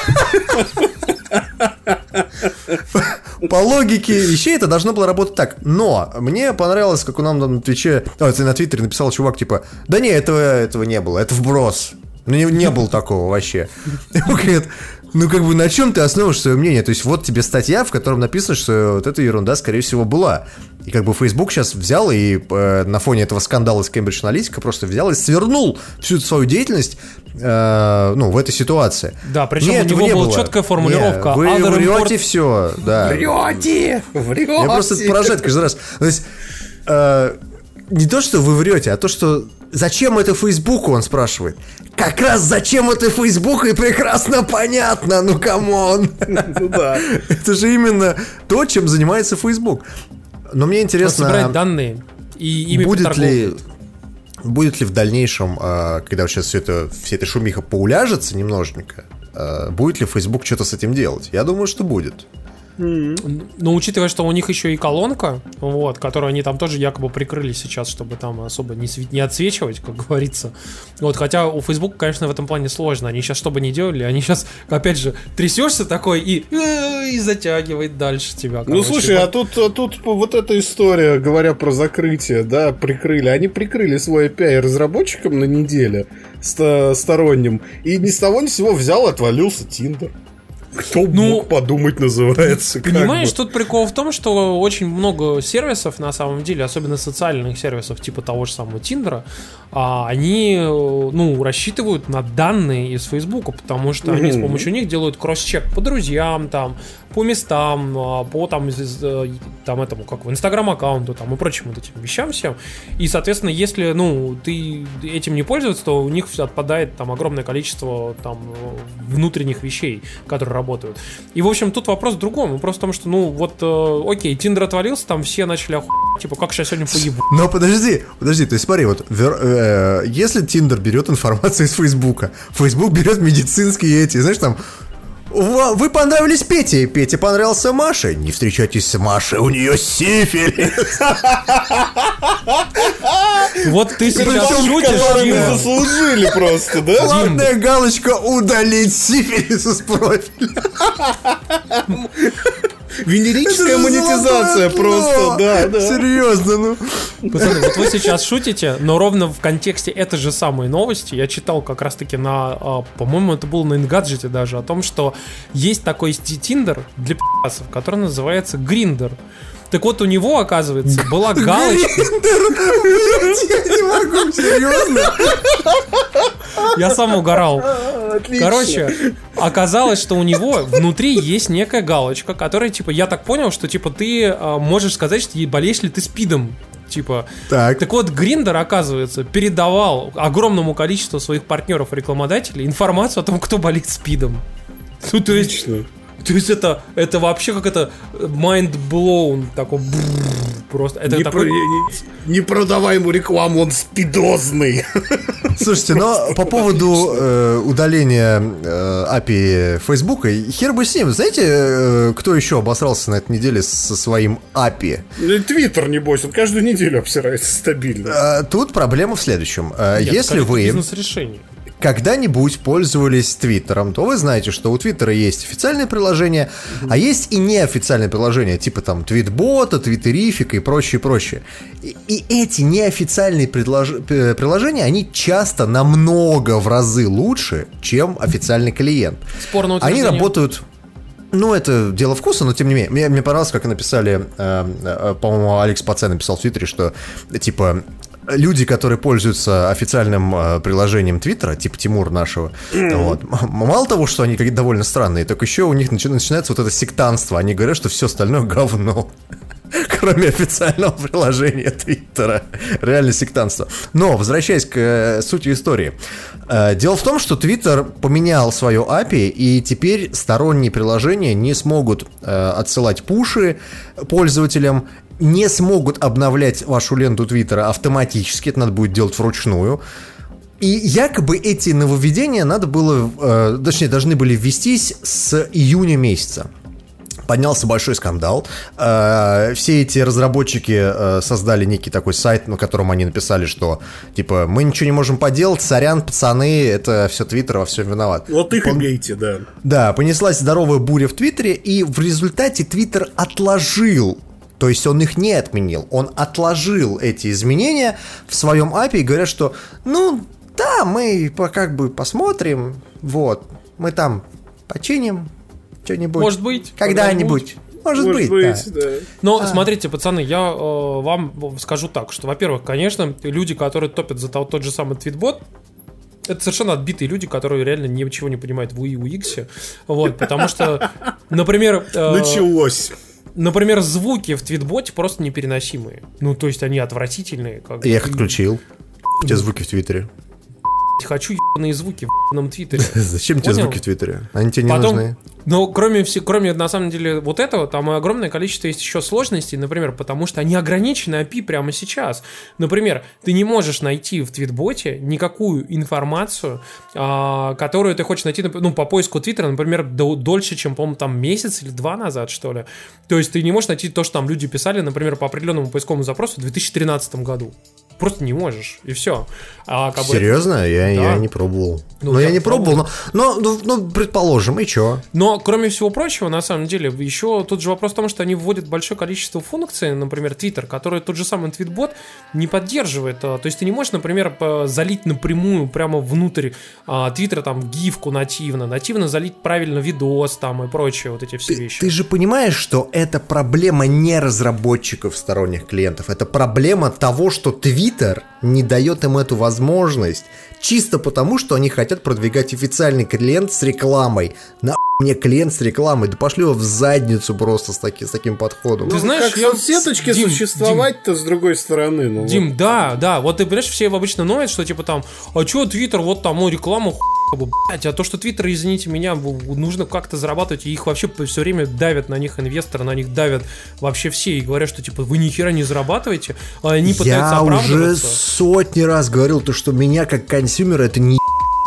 По логике вещей это должно было работать так. Но мне понравилось, как у нас на Твиче, а, это на Твиттере написал чувак, типа, да не, этого, этого не было, это вброс. Ну, не, не было такого вообще. И он говорит, ну, как бы, на чем ты основываешь свое мнение? То есть, вот тебе статья, в котором написано, что вот эта ерунда, скорее всего, была. И как бы Facebook сейчас взял и э, на фоне этого скандала с Cambridge Analytica просто взял и свернул всю эту свою деятельность, э, ну, в этой ситуации. Да, причем Нет, у него не была было. четкая формулировка. Не, вы Other врете import- все, да. Врете! Врете! Я просто поражает каждый раз. То есть, э, не то, что вы врете, а то, что зачем это Фейсбуку, он спрашивает. Как раз зачем это Фейсбуку и прекрасно понятно, ну камон. Ну да. Это же именно то, чем занимается Facebook. Но мне Он интересно, собирает данные и ими будет ли, поторговывает. будет ли в дальнейшем, э, когда вот сейчас все это, вся эта шумиха поуляжется немножечко, э, будет ли Facebook что-то с этим делать? Я думаю, что будет. Но учитывая, что у них еще и колонка, вот, которую они там тоже якобы прикрыли сейчас, чтобы там особо не, сви- не отсвечивать, как говорится. Вот, хотя у Facebook, конечно, в этом плане сложно. Они сейчас что бы ни делали, они сейчас, опять же, трясешься такой и, и затягивает дальше тебя. Ну короче. слушай, а тут, а тут вот эта история, говоря про закрытие, да, прикрыли. Они прикрыли свой эй пи ай разработчикам на неделе ста- сторонним, и ни с того ни с сего взял и отвалился Тиндер. Кто Ну, мог подумать, называется. как Понимаешь, бы. тут прикол в том, что очень много сервисов, на самом деле, особенно социальных сервисов, типа того же самого Тиндера, а, они, э, ну, рассчитывают на данные из Фейсбука, потому что они с помощью них делают кросс-чек по друзьям, там, по местам, а, по там, из- из, э, там этому, как в Инстаграм-аккаунту, там, и прочим вот этим вещам всем. И, соответственно, если, ну, ты этим не пользуешься, то у них отпадает там огромное количество там внутренних вещей, которые работают. И, в общем, тут вопрос в другом. Вопрос в том, что, ну, вот, э, окей, Тиндер отвалился, там все начали охуеть, типа, как сейчас сегодня поебу. Но подожди, подожди, то есть смотри, вот вер- э, если Тиндер берет информацию из Фейсбука, Фейсбук берет медицинские эти, знаешь, там Вы понравились Пете, Пете понравился Маше. Не встречайтесь с Машей, у нее сифилис. Вот ты сейчас шутишь, Которые Дима. мы заслужили просто, да? Платная галочка удалить сифилис из профиля. Венерическая монетизация просто, да, да. Серьезно, ну. Пацаны, вот вы сейчас шутите, но ровно в контексте этой же самой новости я читал как раз-таки на, а, по-моему, это было на Engadget даже, о том, что есть такой тиндер для пи***сов, который называется Grindr. Так вот, у него, оказывается, была галочка. Я не могу, серьезно. Я сам угорал. Отлично. Короче, оказалось, что у него внутри есть некая галочка, которая, типа, я так понял, что, типа, ты а, можешь сказать, что болеешь ли ты спидом. Типа, Так. так вот, Grindr, оказывается, передавал огромному количеству своих партнеров-рекламодателей информацию о том, кто болеет спидом. Ну, то есть, Отлично. то есть это, это вообще как это mind blown, такой бррр, просто. Это Не, такой... про- не- не продавай ему рекламу, он спидозный. Слушайте, но по поводу э, удаления э, эй пи ай Фейсбука, хер бы с ним. Знаете, э, кто еще обосрался на этой неделе со своим эй пи ай? Твиттер, небось, он каждую неделю обсирается стабильно. Э, Тут проблема в следующем. Э, Нет, Если скажите, вы бизнес-решение. когда-нибудь пользовались Твиттером, то вы знаете, что у Твиттера есть официальное приложение, mm-hmm. а есть и неофициальное приложение, типа там Твитбота, Твиттерифика и прочее, прочее. И, и эти неофициальные предлож... приложения, они часто намного в разы лучше, чем официальный клиент. Спорное Они утверждение. работают... Ну, это дело вкуса, но тем не менее. Мне, мне понравилось, как написали, э, э, по-моему, Алекс Пацай написал в Твиттере, что, типа... Люди, которые пользуются официальным э, приложением Твиттера, типа Тимур нашего, mm-hmm. вот, м- мало того, что они какие-то довольно странные, так еще у них начи- начинается вот это сектантство. Они говорят, что все остальное говно, кроме официального приложения Твиттера. Реально сектантство. Но, возвращаясь к э, сути истории. Э, дело в том, что Твиттер поменял свое эй пи ай, и теперь сторонние приложения не смогут э, отсылать пуши пользователям, не смогут обновлять вашу ленту Твиттера автоматически, это надо будет делать вручную. И якобы эти нововведения надо было, э, точнее, должны были ввестись с июня месяца. Поднялся большой скандал. Э, все эти разработчики э, создали некий такой сайт, на котором они написали, что типа мы ничего не можем поделать, сорян, пацаны, это все Твиттер во всем виноват. Вот их Пон... имейте, да. Да, понеслась здоровая буря в Твиттере, и в результате Твиттер отложил. То есть он их не отменил, он отложил эти изменения в своем эй пи ай и говорят, что ну да, мы как бы посмотрим, вот, мы там починим что-нибудь. Может быть. Когда-нибудь. Может, Может быть, быть, да. да. Но а. смотрите, пацаны, я э, вам скажу так, что, во-первых, конечно, люди, которые топят за тот, тот же самый твитбот, это совершенно отбитые люди, которые реально ничего не понимают в ю экс. Вот, потому что, например... Э, Началось. Например, звуки в твитботе просто непереносимые. Ну, то есть они отвратительные. Как Я их отключил. У тебя звуки в Твиттере. Хочу ебаные звуки в ебаном Твиттере. Зачем тебе Понял? звуки в Твиттере? Они тебе не Потом, нужны. но кроме, все, кроме, на самом деле, вот этого, там огромное количество есть еще сложностей, например, потому что они ограничены эй пи ай прямо сейчас. Например, ты не можешь найти в твитботе никакую информацию, а, которую ты хочешь найти, ну, по поиску Твиттера, например, до, дольше, чем, по-моему, там месяц или два назад, что ли. То есть ты не можешь найти то, что там люди писали, например, по определенному поисковому запросу в две тысячи тринадцатом году. Просто не можешь, и все. А, как бы, Серьезно? Я, Да. я не пробовал. Ну, Ну, я я не пробовал, но, но, ну, ну, предположим, и чё? Но, кроме всего прочего, на самом деле, еще тут же вопрос в том, что они вводят большое количество функций, например, Twitter, который тот же самый твитбот не поддерживает. То есть ты не можешь, например, залить напрямую прямо внутрь Твиттера там гифку нативно, нативно залить правильно видос там и прочие вот эти все Ты, вещи. ты же понимаешь, что это проблема не разработчиков сторонних клиентов, это проблема того, что Твиттер не дает им эту возможность, чисто потому, что они хотят продвигать официальный клиент с рекламой. На мне клиент с рекламой, да пошли его в задницу просто с, таки, с таким подходом. Ты Ну, знаешь, как я- соцсеточки Дим, существовать-то с другой стороны. Ну, Дим, вот. да, да, вот ты понимаешь, все обычно ноют, что типа там, а чё Твиттер, вот там, ну, рекламу хуй, блядь, а то, что Твиттер, извините меня, нужно как-то зарабатывать, и их вообще все время давят на них инвесторы, на них давят вообще все, и говорят, что типа вы ни хера не зарабатываете, а они пытаются Я уже оправдываться. сотни раз говорил, то, что меня как консюмера это не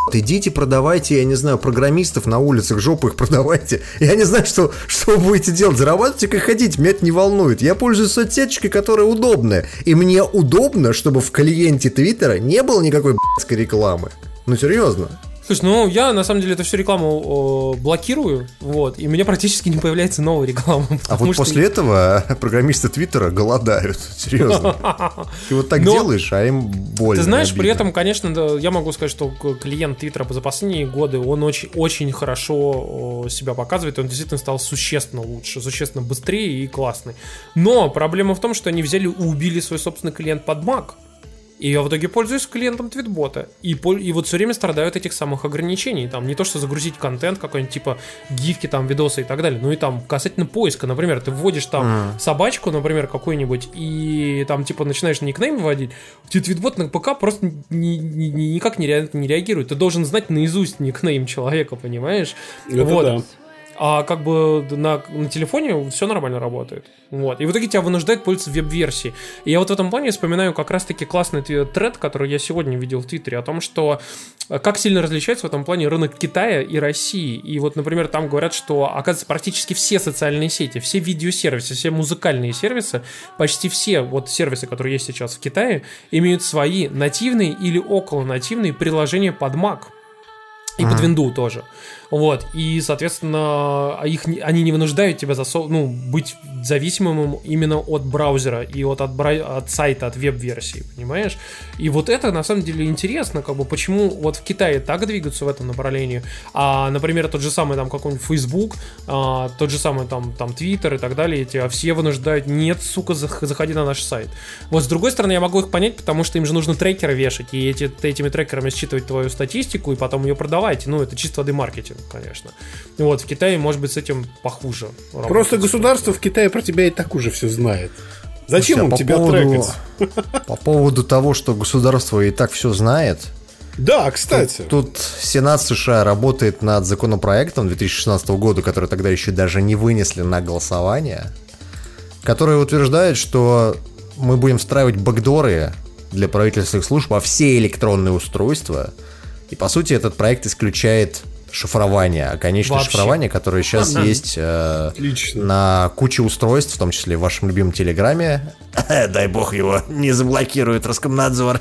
идите продавайте, я не знаю, программистов на улицах, жопу их продавайте. Я не знаю, что, что вы будете делать. Зарабатывайте, как хотите, меня это не волнует. Я пользуюсь соцсеточкой, которая удобная. И мне удобно, чтобы в клиенте Твиттера не было никакой б***ской рекламы. Ну, серьезно. Слушай, ну я на самом деле эту всю рекламу э, блокирую, вот, и у меня практически не появляется новая реклама. А вот что... после этого программисты Твиттера голодают, серьезно. Ты вот так Но... делаешь, а им больно. Ты знаешь, обидно. При этом, конечно, да, я могу сказать, что клиент Твиттера за последние годы, он очень, очень хорошо себя показывает, он действительно стал существенно лучше, существенно быстрее и классный. Но проблема в том, что они взяли и убили свой собственный клиент под Mac. И я в итоге пользуюсь клиентом твитбота. И, и вот все время страдаю от этих самых ограничений. Там не то, что загрузить контент какой-нибудь, типа гифки, там, видосы и так далее. Ну и там касательно поиска, например, ты вводишь там mm. собачку, например, какую-нибудь, и там типа начинаешь никнейм вводить, тебе твитбот на ПК просто ни, ни, ни, никак не, ре, не реагирует. Ты должен знать наизусть никнейм человека, понимаешь? Это вот. Да. А как бы на, на телефоне все нормально работает. Вот. И в итоге тебя вынуждает пользоваться веб-версией. И я вот в этом плане вспоминаю как раз-таки классный тред, который я сегодня видел в Твиттере, о том, что как сильно различается в этом плане рынок Китая и России. И вот, например, там говорят, что, оказывается, практически все социальные сети, все видеосервисы, все музыкальные сервисы, почти все вот сервисы, которые есть сейчас в Китае, имеют свои нативные или около нативные приложения под Mac. И mm-hmm. под Windows тоже. Вот. И, соответственно, их, они не вынуждают тебя засов... ну, быть зависимым именно от браузера и от, от, бра... от сайта, от веб-версии, понимаешь? И вот это, на самом деле, интересно, как бы, почему вот в Китае так двигаются в этом направлении, а, например, тот же самый там какой-нибудь Facebook, а, тот же самый там, там Twitter и так далее, тебя все вынуждают, нет, сука, заходи на наш сайт. Вот, с другой стороны, я могу их понять, потому что им же нужно трекеры вешать, и эти, этими трекерами считывать твою статистику, и потом ее продавать. Ну, это чисто воды маркетинг, конечно. Вот, в Китае, может быть, с этим похуже. Просто государство в Китае про тебя и так уже все знает. Зачем им тебя поводу, трекать? По поводу того, что государство и так все знает. Да, кстати. Тут, тут Сенат США работает над законопроектом две тысячи шестнадцатого года, который тогда еще даже не вынесли на голосование, который утверждает, что мы будем встраивать бэкдоры для правительственных служб во все электронные устройства. И, по сути, этот проект исключает шифрование, а конечное Вообще. шифрование, которое сейчас есть э, на куче устройств, в том числе в вашем любимом Телеграме. Дай бог его не заблокирует Роскомнадзор.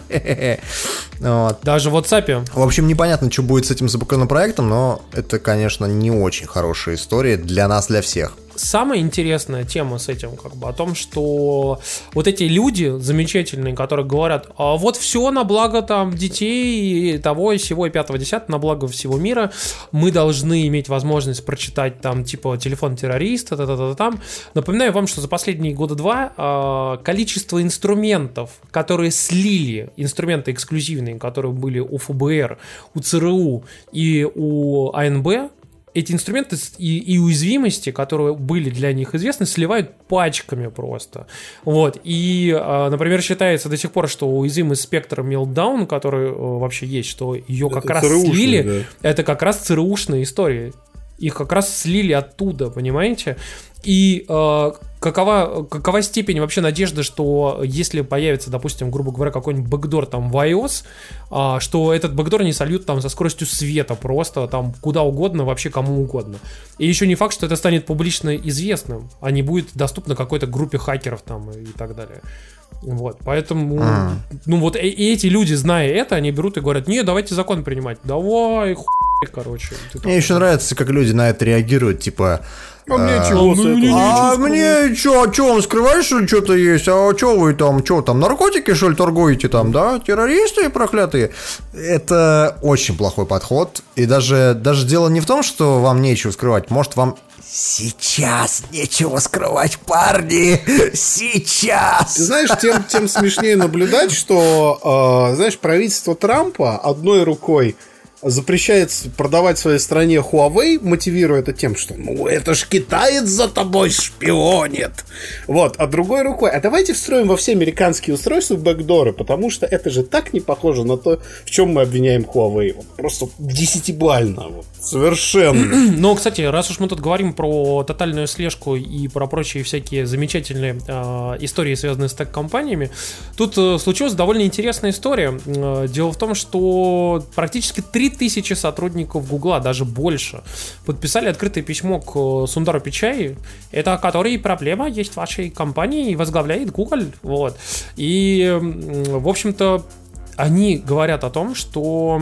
Вот. Даже в WhatsApp. В общем, непонятно, что будет с этим законопроектом, но это, конечно, не очень хорошая история для нас, для всех. Самая интересная тема с этим, как бы, о том, что вот эти люди замечательные, которые говорят, а вот все на благо там детей, и того, и сего, и пятого, десятого, на благо всего мира, мы должны иметь возможность прочитать там, типа, телефон террориста, та-та-та-та там. Напоминаю вам, что за последние года два э, количество инструментов, которые слили, инструменты эксклюзивные, которые были у эф бэ эр, у цэ эр у и у а эн бэ, эти инструменты и, и уязвимости, которые были для них известны, сливают пачками просто. Вот. И, например, считается до сих пор, что уязвимый спектр Meltdown, который вообще есть, что ее как раз слили, да. Это как раз цэ эр у-шная история. Их как раз слили оттуда, понимаете? И э, какова, какова степень вообще надежды, что если появится, допустим, грубо говоря, какой-нибудь бэкдор там в iOS, э, что этот бэкдор не сольют там со скоростью света просто там куда угодно, вообще кому угодно. И еще не факт, что это станет публично известным, а не будет доступно какой-то группе хакеров там и так далее. Вот, поэтому, а. ну вот и, и эти люди, зная это, они берут и говорят, не, давайте закон принимать, давай, хуй, короче. Мне еще нравится, как люди на это реагируют, типа... А мне а, чего? Ну, мне а мне что, что, он скрываешь, что что-то есть? А что вы там, что там, наркотики, что ли, торгуете там, да? Террористы проклятые? Это очень плохой подход. И даже, даже дело не в том, что вам нечего скрывать. Может, вам сейчас нечего скрывать, парни. Сейчас. Ты знаешь, тем, тем смешнее наблюдать, что, э, знаешь, правительство Трампа одной рукой запрещает продавать в своей стране Huawei, мотивируя это тем, что ну это ж китаец за тобой шпионит. Вот, а другой рукой, а давайте встроим во все американские устройства бэкдоры, потому что это же так не похоже на то, в чем мы обвиняем Huawei. Вот, просто десятибально. Вот, совершенно. Но, кстати, раз уж мы тут говорим про тотальную слежку и про прочие всякие замечательные э, истории, связанные с тег-компаниями, тут э, случилась довольно интересная история. Э, дело в том, что практически тридцать тысячи сотрудников Гугла, даже больше, подписали открытое письмо к Сундару Пичай, это который проблема есть в вашей компании и возглавляет Google. Вот. И, в общем-то, они говорят о том, что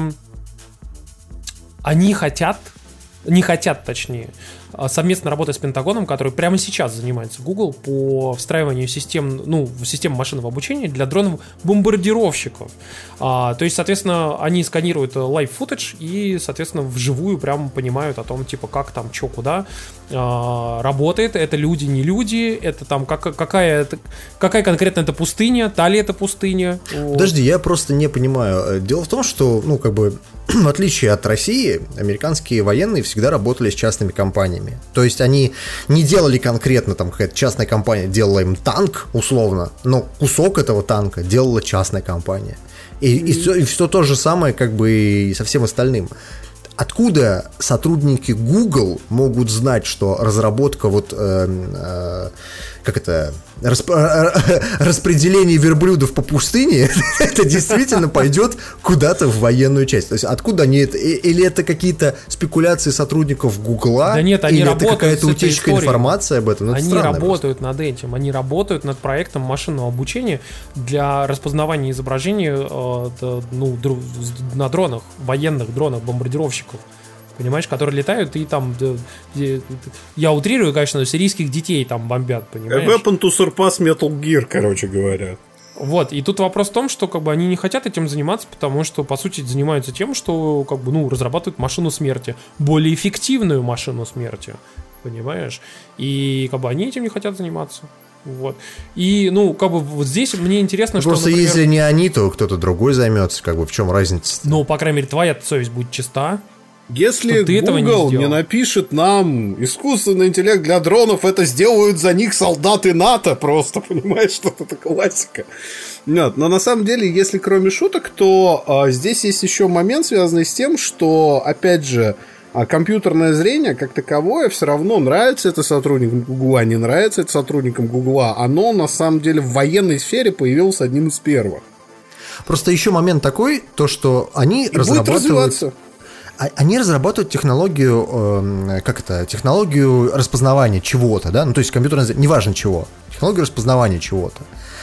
они хотят, не хотят, точнее, совместно работать с Пентагоном, который прямо сейчас занимается Google по встраиванию систем, ну, систем машинного обучения для дронов-бомбардировщиков. А, то есть, соответственно, они сканируют лайв-футаж и, соответственно, вживую прямо понимают о том, типа, как там, что, куда а, работает. Это люди, не люди, это там как, какая, какая конкретно это пустыня, та ли это пустыня. Подожди, я просто не понимаю. Дело в том, что, ну, как бы, в отличие от России, американские военные всегда работали с частными компаниями. То есть они не делали конкретно, там какая-то частная компания делала им танк, условно, но кусок этого танка делала частная компания. И, и, все, и все то же самое как бы и со всем остальным. Откуда сотрудники Google могут знать, что разработка вот э, э, как это расп... распределение верблюдов по пустыне это действительно пойдет куда-то в военную часть? То есть откуда они это? Или это какие-то спекуляции сотрудников Гугла? Да нет, они или работают это какая-то утечка информации об этом? Ну, они работают просто над этим. Они работают над проектом машинного обучения для распознавания изображений э, ну, на дронах, военных дронах, бомбардировщиков. Понимаешь, которые летают и там, я утрирую, конечно, сирийских детей там бомбят, понимаешь? A weapon to surpass Metal Gear, короче говоря. Вот, и тут вопрос в том, что как бы они не хотят этим заниматься, потому что, по сути, занимаются тем, что как бы, ну, разрабатывают машину смерти, более эффективную машину смерти, понимаешь? И как бы они этим не хотят заниматься. Вот. И, ну, как бы вот здесь мне интересно, просто что, например, если не они, то кто-то другой займется, как бы в чем разница? Ну, по крайней мере, твоя совесть будет чиста. Если Google не, не напишет нам искусственный интеллект для дронов, это сделают за них солдаты НАТО, просто, понимаешь, что это классика. Нет, но на самом деле, если кроме шуток, то а, здесь есть еще момент, связанный с тем, что, опять же, а компьютерное зрение, как таковое, все равно нравится это сотрудникам Гугла, не нравится это сотрудникам Гугла. Оно, на самом деле, в военной сфере появилось одним из первых. Просто еще момент такой, то, что они И разрабатывают... Они разрабатывают технологию, э, как это, технологию распознавания чего-то, да, ну то есть компьютерное зрение, неважно чего, технологию распознавания чего-то.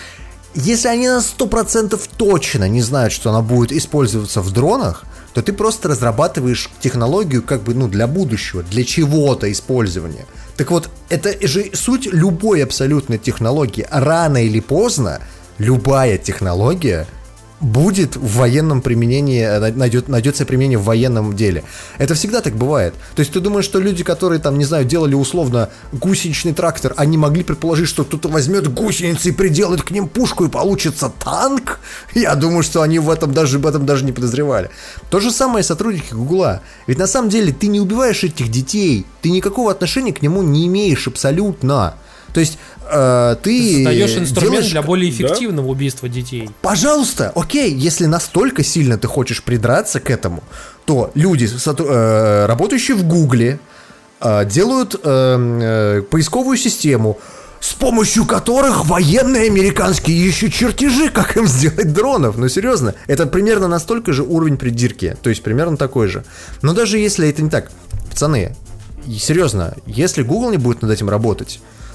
Если они на сто процентов точно не знают, что она будет использоваться в дронах, то ты просто разрабатываешь технологию как бы, ну, для будущего, для чего-то использования. Так вот, это же суть любой абсолютной технологии. Рано или поздно любая технология будет в военном применении, найдет, найдется применение в военном деле. Это всегда так бывает. То есть ты думаешь, что люди, которые там, не знаю, делали условно гусеничный трактор, они могли предположить, что кто-то возьмет гусеницы и приделает к ним пушку и получится танк? Я думаю, что они в этом даже, в этом даже не подозревали. То же самое сотрудники Гугла. Ведь на самом деле ты не убиваешь этих детей, ты никакого отношения к нему не имеешь абсолютно. То есть э, ты, ты создаешь инструмент делаешь... для более эффективного да? убийства детей. Пожалуйста, окей, если настолько сильно ты хочешь придраться к этому, то люди, э, работающие в Гугле, э, делают э, э, поисковую систему, с помощью которых военные американские ищут чертежи, как им сделать дронов. Ну, серьезно, это примерно настолько же уровень придирки, то есть примерно такой же. Но даже если это не так, пацаны, серьезно, если Google не будет над этим работать,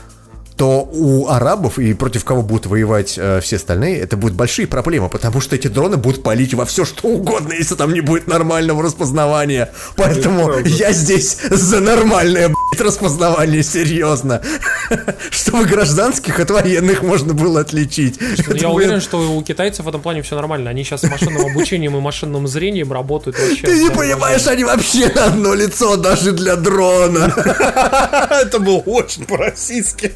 то у арабов, и против кого будут воевать э, все остальные, это будут большие проблемы, потому что эти дроны будут палить во все что угодно, если там не будет нормального распознавания. Поэтому я здесь за нормальное, блядь, распознавание, серьезно. Чтобы гражданских от военных можно было отличить. Я уверен, что у китайцев в этом плане все нормально. Они сейчас с машинным обучением и машинным зрением работают вообще. Ты не понимаешь, они вообще на одно лицо даже для дрона. Это было очень по-российски.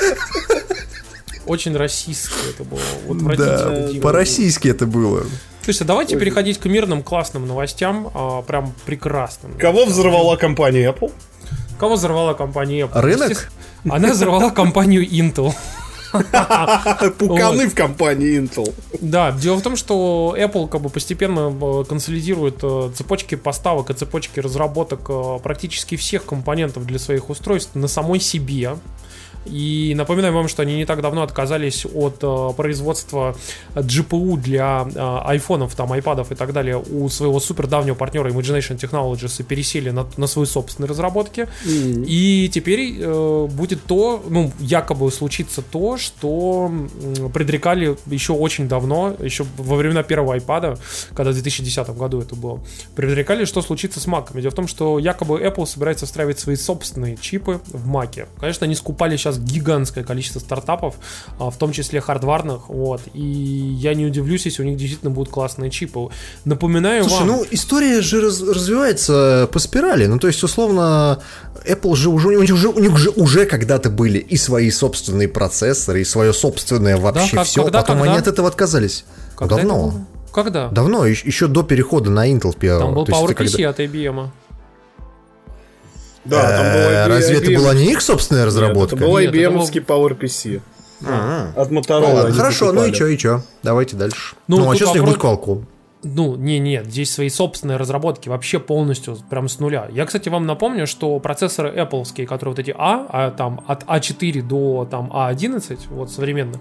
Очень российское это было. Да, по-российски это было. Слушайте, давайте Ой. переходить к мирным классным новостям. а, Прям прекрасным. Кого взорвала компания Apple? Кого взорвала компания Apple? Рынок? Она взорвала компанию Intel. Пуканы в компании Intel. Да, дело в том, что Apple как бы постепенно консолидирует цепочки поставок и цепочки разработок практически всех компонентов для своих устройств на самой себе. И напоминаю вам, что они не так давно отказались от э, производства джи пи ю для э, айфонов, там, айпадов и так далее у своего супер давнего партнера Imagination Technologies и пересели на, на свои собственные разработки. Mm-hmm. И теперь э, будет то, ну, якобы случится то, что э, предрекали еще очень давно, еще во времена первого айпада, когда в две тысячи десятом году это было, предрекали, что случится с маками. Дело в том, что якобы Apple собирается встраивать свои собственные чипы в маке. Конечно, они скупали сейчас гигантское количество стартапов, в том числе хардварных, вот, и я не удивлюсь, если у них действительно будут классные чипы. Напоминаю Слушай, вам... ну, история же раз, развивается по спирали, ну, то есть, условно, Apple же уже, у них уже, у них уже, уже когда-то были и свои собственные процессоры, и свое собственное вообще да, как, все, когда, потом когда? они от этого отказались. Когда Давно. это было? Когда? Давно, еще до перехода на Intel первого. Там был То есть, PowerPC когда... от ай би эм. Да, там была разве это была не их собственная разработка? Это был Нет, ай би эм-овский это был- PowerPC. А-а. От Ну, Motorola. ладно, они хорошо, ну и покупали. чё, и чё? Давайте дальше. Ну, Ну, а тут что с них будет вопрос- Qualcomm? Ну, не-не, здесь свои собственные разработки, вообще полностью, прям с нуля. Я, кстати, вам напомню, что процессоры Apple'ские, которые вот эти А, а там от а четыре до там а одиннадцать, вот современных,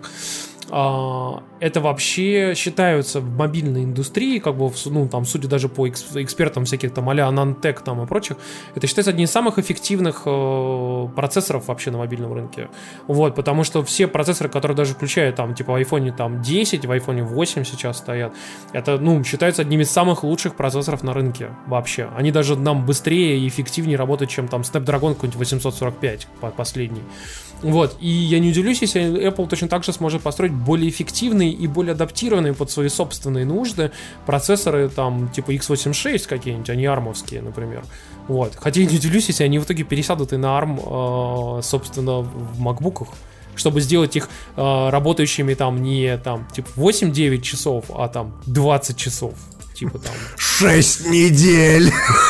а, это вообще считаются в мобильной индустрии, как бы, в- ну, там, судя даже по экс- экспертам всяких там а-ля Nantec там и прочих, это считается одним из самых эффективных э, процессоров вообще на мобильном рынке. Вот, потому что все процессоры, которые даже включают там, типа в айфоне там десять, в айфоне восемь сейчас стоят, это, ну, считаются одним из самых лучших процессоров на рынке вообще. Они даже нам быстрее и эффективнее работают, чем там Snapdragon какой-нибудь восемьсот сорок пять по- последний. Вот, и я не удивлюсь, если Apple точно так же сможет построить более эффективные и более адаптированные под свои собственные нужды процессоры, там, типа икс восемьдесят шесть какие-нибудь, а не армовские, например. Вот, хотя я не удивлюсь, если они в итоге пересядут и на ARM, э, собственно, в макбуках, чтобы сделать их э, работающими там не там, типа, восемь-девять часов, а там двадцать часов. Типа там. Шесть недель!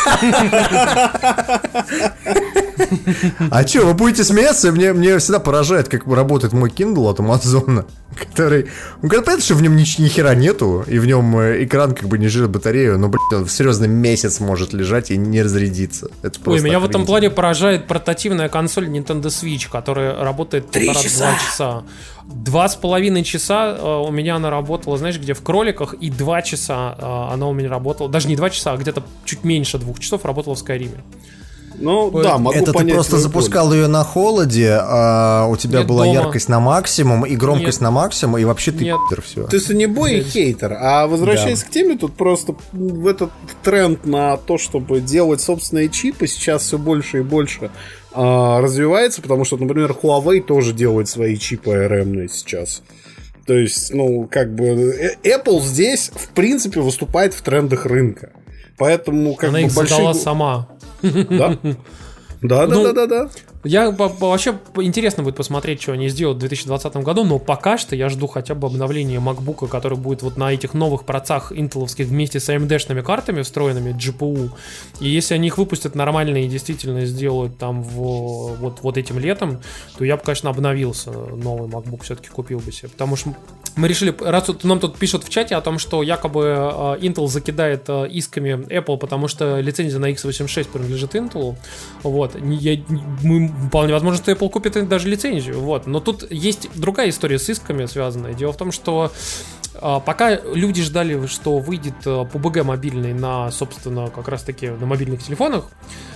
А что, вы будете смеяться? Мне, мне всегда поражает, как работает мой Kindle от Амазона, который... Ну, понятно, что в нем ни, ни хера нету, и в нем экран как бы не жрет батарею, но, блядь, он серьезно месяц может лежать и не разрядиться. Это Ой, просто меня в этом охренительно. плане поражает портативная консоль Nintendo Switch, которая работает полтора-два часа. Два с половиной часа э, у меня она работала, знаешь, где в кроликах, и два часа э, она у меня работала, даже не два часа, а где-то чуть меньше двух часов работала в Скайриме. Ну, Ой, да, могу Это ты понять просто твою запускал ее на холоде, а у тебя Нет, была дома. яркость на максимум и громкость Нет. на максимум, и вообще ты Нет. пидор, все. боль. Ты санебой и хейтер. А возвращаясь к теме, тут просто в этот тренд на то, чтобы делать собственные чипы, сейчас все больше и больше а, развивается, потому что, например, Huawei тоже делает свои чипы эй ар эм-ные сейчас. То есть, ну, как бы э- Apple здесь, в принципе, выступает в трендах рынка. Поэтому, как Она бы, их большие... задала сама. Да? Да, да, Ну, да, да, да. Я по- по- вообще по- интересно будет посмотреть, что они сделают в две тысячи двадцатом году, но пока что я жду хотя бы обновления MacBook, который будет вот на этих новых процессах интеловских вместе с эй эм ди-шными картами встроенными, джи пи ю. И если они их выпустят нормально и действительно сделают там в, вот, вот этим летом, то я бы, конечно, обновился, новый MacBook все-таки купил бы себе. Потому что мы решили, раз тут, нам тут пишут в чате о том, что якобы э, Intel закидает э, исками Apple, потому что лицензия на икс восемьдесят шесть принадлежит Intel. Вот. Я, мы, вполне возможно, что Apple купит даже лицензию. Вот. Но тут есть другая история с исками связанная. Дело в том, что э, пока люди ждали, что выйдет э, пи ю би джи мобильный на, собственно, как раз-таки на мобильных телефонах,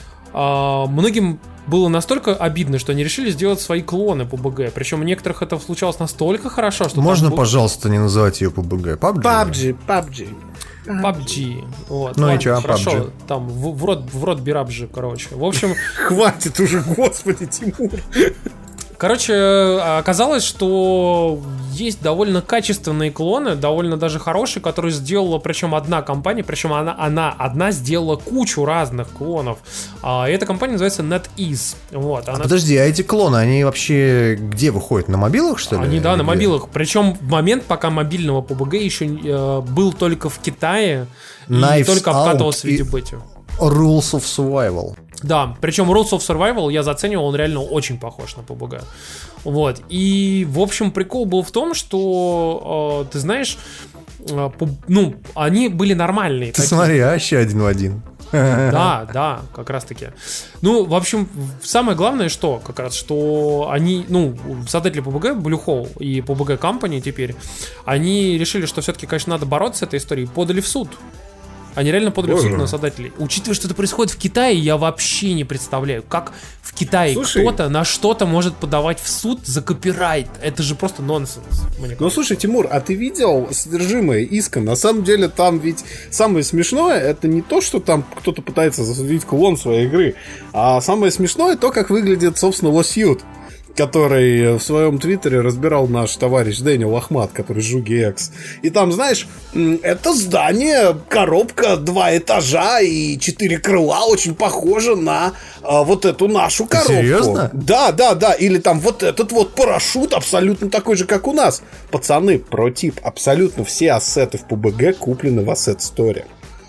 Uh, многим было настолько обидно, что они решили сделать свои клоны пи ю би джи. Причем у некоторых это случалось настолько хорошо, что Можно, там был пожалуйста, не называть ее пи ю би джи? пабг? пабг, пабг. пи ю би джи. Вот, Ну и ладно, чё, хорошо. пабг? Там в, в рот, в рот бирабжи, короче. В общем, Хватит уже, господи, Тимур. короче, оказалось, что есть довольно качественные клоны, довольно даже хорошие, которые сделала, причем одна компания, причем она, она одна сделала кучу разных клонов. А эта компания называется NetEase. Вот, она... А подожди, а эти клоны, они вообще где выходят? На мобилах, что ли? Они, да, Или на где? мобилах. Причем в момент, пока мобильного пи ю би джи еще э, был только в Китае и Knives только обкатывался в Out и- видеобете. Rules of Survival. Да, причем Rules of Survival я заценивал, он реально очень похож на пи ю би джи. Вот. И, в общем, прикол был в том, что, э, ты знаешь, э, пу- ну, они были нормальные. Ты такие. смотри, а, вообще один в один. Да, да, как раз таки. Ну, в общем, самое главное, что как раз, что они, ну, создатели пэ бэ гэ, Blue Hole и пэ бэ гэ Company теперь, они решили, что все-таки, конечно, надо бороться с этой историей, подали в суд. Они реально подали в суд на создателей. Учитывая, что это происходит в Китае, я вообще не представляю, как в Китае слушай, кто-то на что-то может подавать в суд за копирайт. Это же просто нонсенс. Ну слушай, Тимур, а ты видел содержимое иска? На самом деле там ведь самое смешное, это не то, что там кто-то пытается засудить клон своей игры, а самое смешное то, как выглядит, собственно, лосьют, который в своем твиттере разбирал наш товарищ Дэниел Ахмат, который Жуги Экс. И там, знаешь, это здание, коробка, два этажа и четыре крыла, очень похоже на а, вот эту нашу коробку. Серьезно? Да, да, да. Или там вот этот вот парашют абсолютно такой же, как у нас. Пацаны, про тип, абсолютно все ассеты в пэ бэ гэ куплены в Asset Store.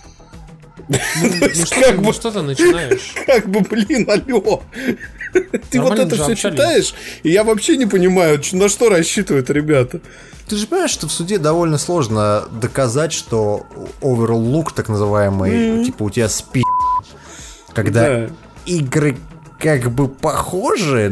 Ну, ну, что, ну что ты начинаешь? Как бы, блин, алло. Ты вот это все читаешь, и я вообще не понимаю, на что рассчитывают ребята. Ты же понимаешь, что в суде довольно сложно доказать, что overall look, так называемый, mm-hmm. типа у тебя спи, когда да. игры как бы похожи,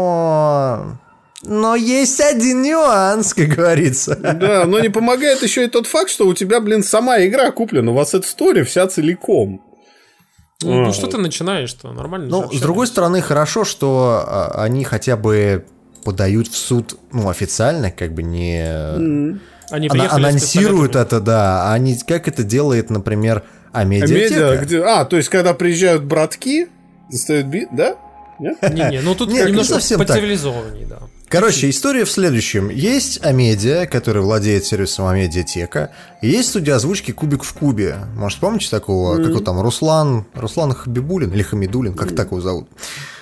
но... Но есть один нюанс, как говорится. Да, но не помогает еще и тот факт, что у тебя, блин, сама игра куплена в Asset Store вся целиком. Ну, ну что ты начинаешь-то? Нормально. Ну, с другой стороны, хорошо, что а, они хотя бы подают в суд, ну, официально, как бы не... Mm. Они ана- анонсируют это, да. Они, как это делает, например, Амедиатека. Амедиа, где... А, то есть, когда приезжают братки, достают бит, да? Не-не, ну тут Нет, немножко поцивилизованнее, да. Короче, история в следующем. Есть Амедиа, который владеет сервисом Амедиатека, и есть студия озвучки «Кубик в кубе». Может, помните такого? Mm-hmm. Как его там? Руслан? Руслан Хабибулин или Хамидулин? Как mm-hmm. так его зовут?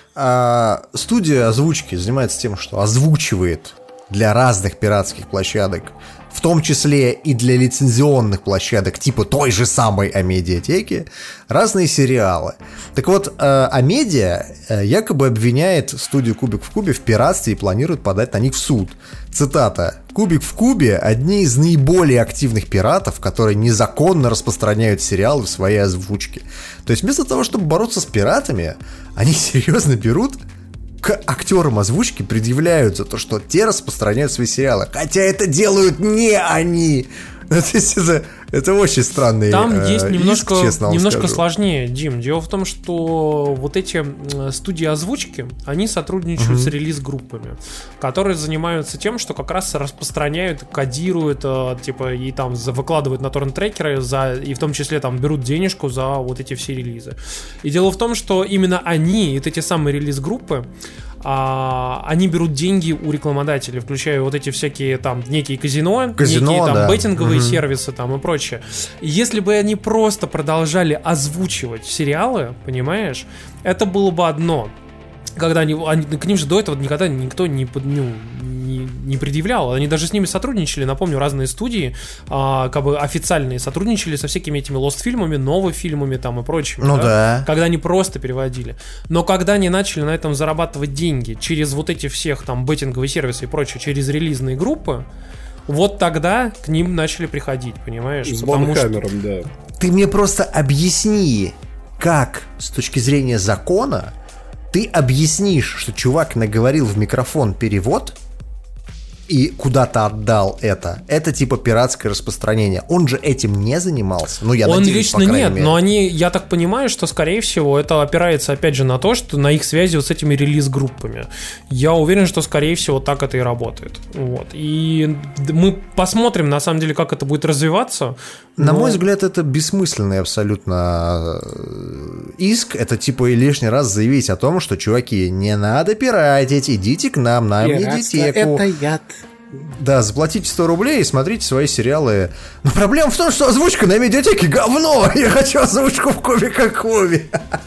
А, студия озвучки занимается тем, что озвучивает для разных пиратских площадок, в том числе и для лицензионных площадок, типа той же самой Амедиатеки, разные сериалы. Так вот, Амедиа якобы обвиняет студию «Кубик в кубе» в пиратстве и планирует подать на них в суд. Цитата. «Кубик в кубе» — одни из наиболее активных пиратов, которые незаконно распространяют сериалы в своей озвучке. То есть вместо того, чтобы бороться с пиратами, они серьезно берут... к актерам озвучки предъявляют за то, что те распространяют свои сериалы. Хотя это делают не они. То есть это, это очень странный Там э, есть немножко, иск, честно вам немножко скажу. сложнее, Дим. Дело в том, что вот эти студии озвучки, они сотрудничают uh-huh. с релиз-группами, которые занимаются тем, что как раз распространяют, кодируют, типа, и там выкладывают на торрент-трекеры, за, и в том числе там берут денежку за вот эти все релизы. И дело в том, что именно они, вот эти самые релиз-группы, А, они берут деньги у рекламодателей, включая вот эти всякие там некие казино, казино некие там да. беттинговые угу. сервисы там и прочее. Если бы они просто продолжали озвучивать сериалы, понимаешь, это было бы одно. Когда они, они к ним же до этого никогда никто не, ну, не, не предъявлял. Они даже с ними сотрудничали, напомню, разные студии, а, как бы официальные, сотрудничали со всякими этими лост-фильмами, новофильмами там и прочими. Ну да? да. Когда они просто переводили. Но когда они начали на этом зарабатывать деньги через вот эти всех там беттинговые сервисы и прочее, через релизные группы, вот тогда к ним начали приходить, понимаешь? С бонкамером, что... да. Ты мне просто объясни, как с точки зрения закона ты объяснишь, что чувак наговорил в микрофон перевод и куда-то отдал это. Это типа пиратское распространение. Он же этим не занимался. Ну, я Он надеюсь, лично по крайней нет, мере. но они, я так понимаю, что, скорее всего, это опирается, опять же, на то, что на их связи вот с этими релиз-группами. Я уверен, что, скорее всего, так это и работает. Вот. И мы посмотрим, на самом деле, как это будет развиваться. На но... мой взгляд, это бессмысленный абсолютно иск. Это типа и лишний раз заявить о том, что, чуваки, не надо пиратить, идите к нам на Амедиатеку. Это яд. Да, заплатите сто рублей и смотрите свои сериалы. Но проблема в том, что озвучка на Амедиатеке говно. Я хочу озвучку в Кубика Кубе.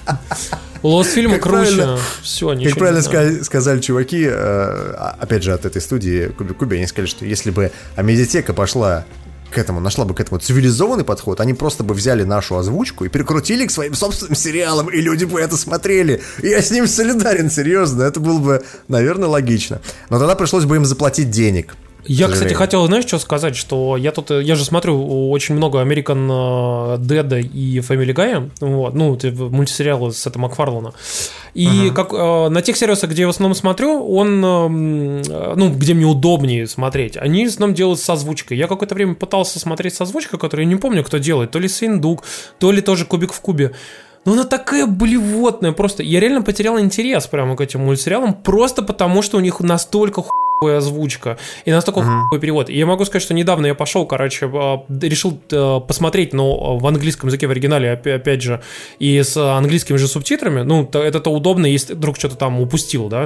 Лос-фильмы круче. Все, Как правильно ска- сказали чуваки, э, опять же, от этой студии Кубик Кубе, они сказали, что если бы Амедиатека пошла к этому, нашла бы к этому цивилизованный подход, они просто бы взяли нашу озвучку и прикрутили к своим собственным сериалам, и люди бы это смотрели. Я с ним солидарен, серьезно, это было бы, наверное, логично. Но тогда пришлось бы им заплатить денег. Я, кстати, хотел, знаешь, что сказать, что я тут, я же смотрю очень много American Dad и Family Guy, вот, ну, мультсериалы с этого Макфарлана. И uh-huh. как э, на тех сервисах, где я в основном смотрю, он, э, ну, где мне удобнее смотреть, они в основном делают с озвучкой. Я какое-то время пытался смотреть с озвучкой, которую я не помню, кто делает, то ли Синдук, то ли тоже Кубик в кубе. Но она такая блевотная просто. Я реально потерял интерес прямо к этим мультсериалам, просто потому, что у них настолько хуевая озвучка и настолько uh-huh. хуевый перевод. И я могу сказать, что недавно я пошел, короче, решил посмотреть, но в английском языке, в оригинале, опять же, и с английскими же субтитрами. Ну, это-то удобно, если вдруг что-то там упустил, да.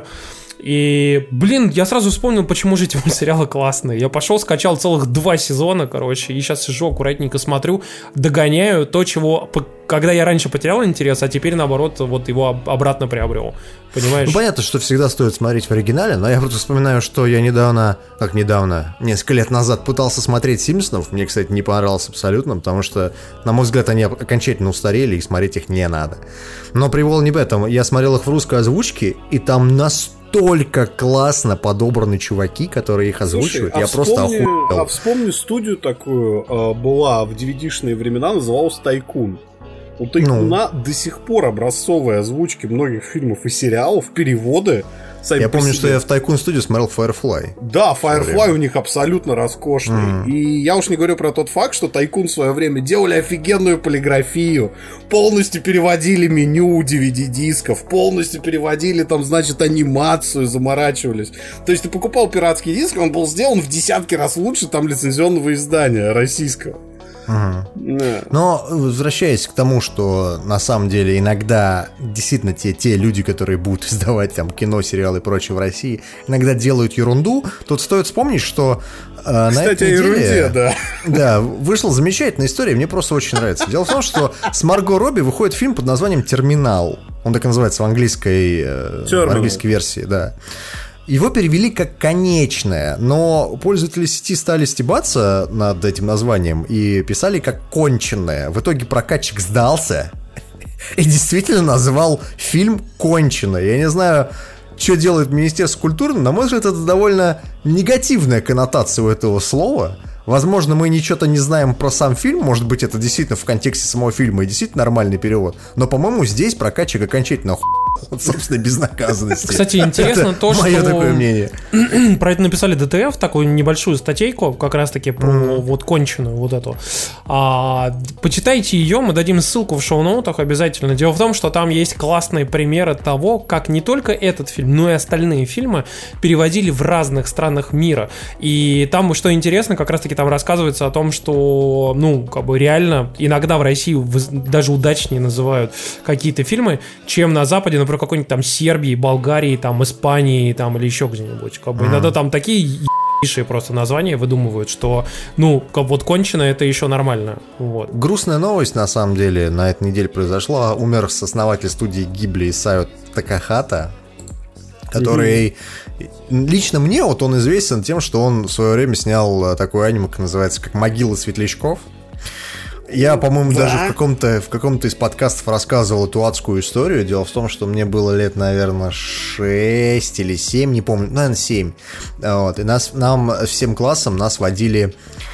И, блин, я сразу вспомнил, почему же эти мультсериалы классные. Я пошел, скачал целых два сезона, короче, и сейчас сижу, аккуратненько смотрю, догоняю то, чего... Когда я раньше потерял интерес, а теперь, наоборот, вот его обратно приобрел. Понимаешь? Ну, понятно, что всегда стоит смотреть в оригинале, но я просто вспоминаю, что я недавно, как недавно, несколько лет назад пытался смотреть «Симпсонов». Мне, кстати, не понравилось абсолютно, потому что, на мой взгляд, они окончательно устарели, и смотреть их не надо. Но привол не в этом. Я смотрел их в русской озвучке, и там настолько классно подобраны чуваки, которые их озвучивают. Слушай, я а просто вспомни, охуел. А вспомни студию такую, э, была в ди ви ди-шные времена, называлась «Тайкун». У Тайкуна ну. до сих пор образцовые озвучки многих фильмов и сериалов, переводы. Я помню, что я в Тайкун студию смотрел Firefly. Да, Firefly у них абсолютно роскошный. Mm. И я уж не говорю про тот факт, что Тайкун в свое время делали офигенную полиграфию, полностью переводили меню ди ви ди-дисков, полностью переводили там, значит, анимацию, заморачивались. То есть ты покупал пиратский диск, он был сделан в десятки раз лучше там лицензионного издания российского. Угу. Yeah. Но возвращаясь к тому, что на самом деле иногда действительно те, те люди, которые будут издавать там кино, сериалы и прочее в России, иногда делают ерунду, тут стоит вспомнить, что э, на Кстати, этой неделе, ерунде, да. Да, вышла замечательная история, мне просто очень нравится. Дело в том, что с Марго Робби выходит фильм под названием «Терминал». Он так и называется в английской, э, в английской версии, да. Его перевели как «конечное», но пользователи сети стали стебаться над этим названием и писали как «конченое». В итоге прокатчик сдался и действительно назвал фильм «Конченое». Я не знаю, что делает Министерство культуры, но, на мой взгляд, это довольно негативная коннотация у этого слова. Возможно, мы ничего-то не знаем про сам фильм, может быть, это действительно в контексте самого фильма и действительно нормальный перевод, но, по-моему, здесь прокатчик окончательно охуел от собственной безнаказанности. Кстати, интересно то, что... мое такое мнение. Про это написали ди ти эф, такую небольшую статейку, как раз-таки про mm-hmm. вот конченую вот эту. А, почитайте ее, мы дадим ссылку в шоу-ноутах обязательно. Дело в том, что там есть классные примеры того, как не только этот фильм, но и остальные фильмы переводили в разных странах мира. И там, что интересно, как раз-таки там рассказывается о том, что, ну, как бы реально иногда в России даже удачнее называют какие-то фильмы, чем на Западе, например, какой-нибудь там Сербии, Болгарии, там Испании, там или еще где-нибудь. Как бы mm-hmm. иногда там такие ебейшие просто названия выдумывают, что, ну, как вот кончено, это еще нормально. Вот. Грустная новость, на самом деле, на этой неделе произошла. Умер сооснователь студии Гибли Исайо Такахата, который... Mm-hmm. Лично мне вот он известен тем, что он в свое время снял такое аниме, как называется, как «Могила светлячков». Я, по-моему, да. даже в каком-то, в каком-то из подкастов рассказывал эту адскую историю. Дело в том, что мне было лет, наверное, шесть или семь, не помню, наверное, семь. Вот. И нас, нам всем классом нас водили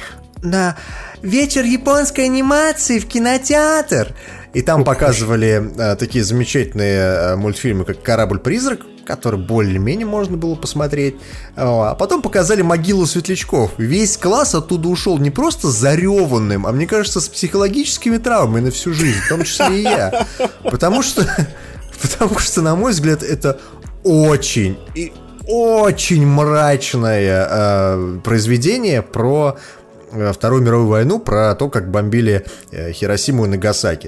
на вечер японской анимации в кинотеатр. И там показывали э, такие замечательные э, мультфильмы, как «Корабль-призрак», который более-менее можно было посмотреть. А потом показали «Могилу светлячков». Весь класс оттуда ушел не просто зареванным, а, мне кажется, с психологическими травмами на всю жизнь, в том числе и я. Потому что, потому что, на мой взгляд, это очень и очень мрачное э, произведение про э, Вторую мировую войну, про то, как бомбили э, Хиросиму и Нагасаки.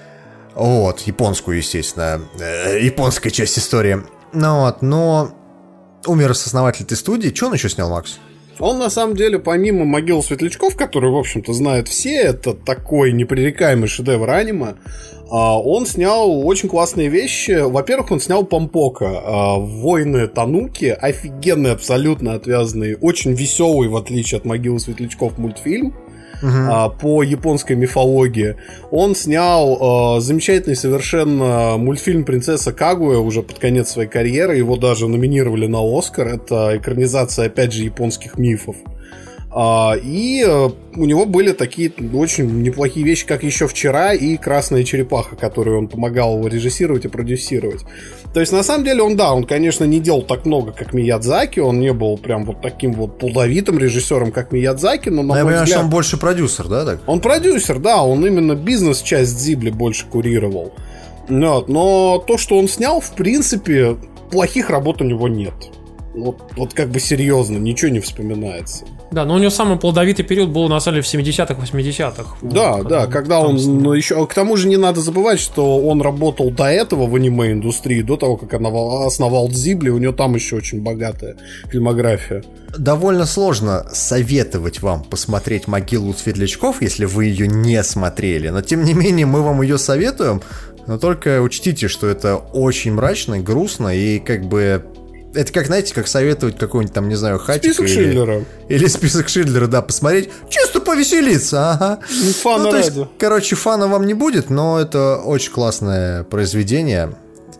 Вот, японскую, естественно, э, японская часть истории. Ну вот, но умер сооснователь этой студии. Что он еще снял, Макс? Он, на самом деле, помимо «Могил светлячков», который, в общем-то, знают все, это такой непререкаемый шедевр аниме, он снял очень классные вещи. Во-первых, он снял «Помпоко», «Войны Тануки», офигенный, абсолютно отвязанный, очень веселый, в отличие от «Могилы светлячков», мультфильм. uh-huh. по японской мифологии. Он снял э, замечательный совершенно мультфильм «Принцесса Кагуя» уже под конец своей карьеры. Его даже номинировали на «Оскар». Это экранизация, опять же, японских мифов. Uh, и uh, у него были такие очень неплохие вещи, как «Еще вчера» и «Красная черепаха», которую он помогал его режиссировать и продюсировать. То есть, на самом деле, он, да, он, конечно, не делал так много, как Миядзаки, он не был прям вот таким вот плодовитым режиссером, как Миядзаки, но, на но я мой понимаю, взгляд... что он больше продюсер, да? Так? Он продюсер, да, он именно бизнес-часть Зибли больше курировал. Вот, но то, что он снял, в принципе, плохих работ у него нет. Вот, вот как бы серьезно, ничего не вспоминается. Да, но у него самый плодовитый период был, на самом деле, в семидесятых, восьмидесятых. Да, вот, да, когда он, ну, еще, к тому же не надо забывать, что он работал до этого в аниме-индустрии, до того, как он основал Дзибли, у него там еще очень богатая фильмография. Довольно сложно советовать вам посмотреть «Могилу светлячков», если вы ее не смотрели, но тем не менее мы вам ее советуем, но только учтите, что это очень мрачно, грустно и как бы... Это как, знаете, как советовать какой-нибудь там, не знаю, хатик список или, Шиндлера. Или список Шиндлера, да, посмотреть, чисто повеселиться, ага. Фана ну, то есть, ради. короче, фана вам не будет, но это очень классное произведение.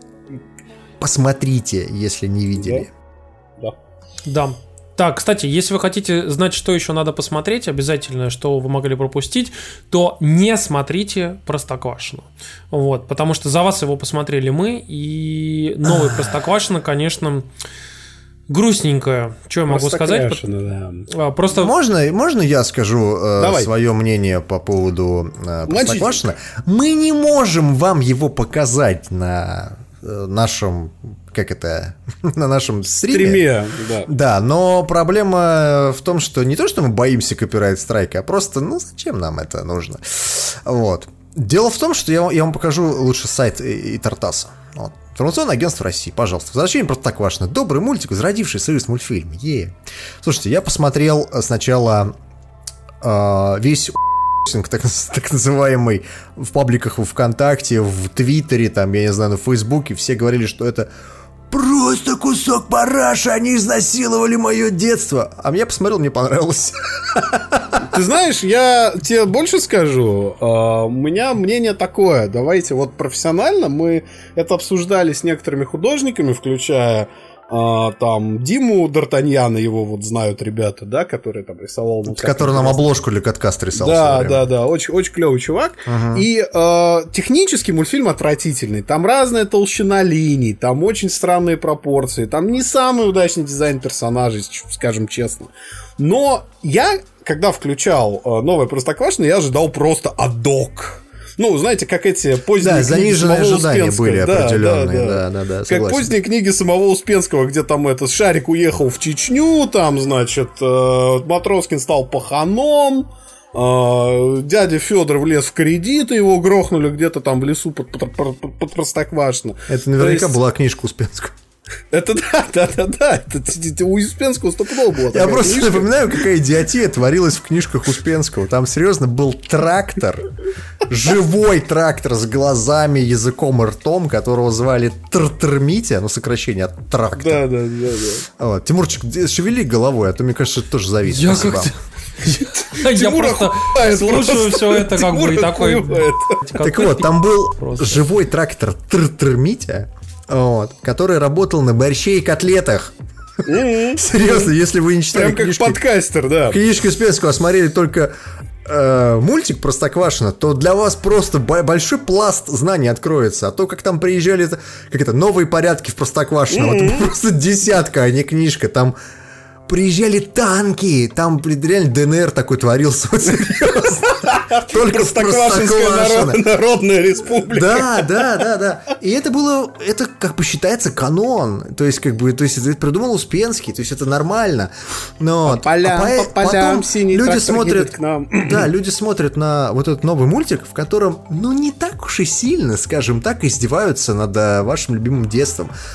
Посмотрите, если не видели. Да. Да. Так, кстати, если вы хотите знать, что еще надо посмотреть, обязательно, что вы могли пропустить, то не смотрите «Простоквашино». Вот, потому что за вас его посмотрели мы, и новый «Простоквашино», конечно, грустненькое. Что я могу сказать? Да. Просто... Можно, можно я скажу э, свое мнение по поводу э, «Простоквашино»? Мы не можем вам его показать на э, нашем... Как это? На нашем стриме. Стриме, да. Да, но проблема в том, что не то, что мы боимся копирайт-страйка, а просто, ну, зачем нам это нужно? Вот. Дело в том, что я, я вам покажу лучше сайт Итартаса. Вот. Информационное агентство России, пожалуйста. «Возвращение Простоквашино». Добрый мультик, зародивший союз мультфильм. Е. Слушайте, я посмотрел сначала э, весь Так, так называемый в пабликах в ВКонтакте, в Твиттере, там, я не знаю, на Фейсбуке, все говорили, что это просто кусок параша, они изнасиловали мое детство. А я посмотрел, мне понравилось. Ты знаешь, я тебе больше скажу. У меня мнение такое. Давайте вот профессионально мы это обсуждали с некоторыми художниками, включая А, там Диму Д'Артаньяна, его вот знают ребята, да, который там рисовал. Ну, который нам обложку для каткаст рисовал. Да, да, да, очень, очень клевый чувак. Uh-huh. И э, технически мультфильм отвратительный. Там разная толщина линий, там очень странные пропорции, там не самый удачный дизайн персонажей, скажем честно. Но я, когда включал э, новое Простоквашино, я ожидал просто адок. Ну, знаете, как эти поздние да, книги заниженные самого ожидания Успенского. были да, определенные, да, да, да. да, да, как согласен. поздние книги самого Успенского, где там этот Шарик уехал в Чечню, там, значит, э, Матроскин стал паханом, э, дядя Федор влез в кредит, и его грохнули где-то там в лесу под, под, под, под Простоквашино. Это наверняка есть... была книжка Успенского. Это да, да, да, да. Это у Успенского стопудово было. Я просто книжка. Напоминаю, какая идиотия творилась в книжках Успенского. Там серьезно был трактор, живой трактор с глазами, языком и ртом, которого звали Тр-Тр-Митя, ну сокращение от трактор. Да, да, да, да. Вот. Тимурчик, шевели головой, а то мне кажется, это тоже зависит. Я как-то... Я просто слушаю все это как бы и такой... Так вот, там был живой трактор Тр-Тр-Митя, вот, который работал на борще и котлетах. Серьезно, если вы не читали прям книжки, как подкастер, да. Книжки Успенского, а смотрели только э, мультик Простоквашино, то для вас просто большой пласт знаний откроется. А то, как там приезжали, как это, новые порядки в Простоквашино, mm-hmm. вот просто десятка, а не книжка. Там приезжали танки, там реально ДНР такой творился, вот серьезно. Только Простоквашинская народная республика. Да, да, да, да. И это было, это как бы считается канон. То есть, как бы, то есть, это придумал Успенский, то есть это нормально. Но по полям, а по полям, синий люди трактор смотрят, к нам. Да, люди смотрят на вот этот новый мультик, в котором, ну, не так уж и сильно, скажем так, издеваются над вашим любимым детством.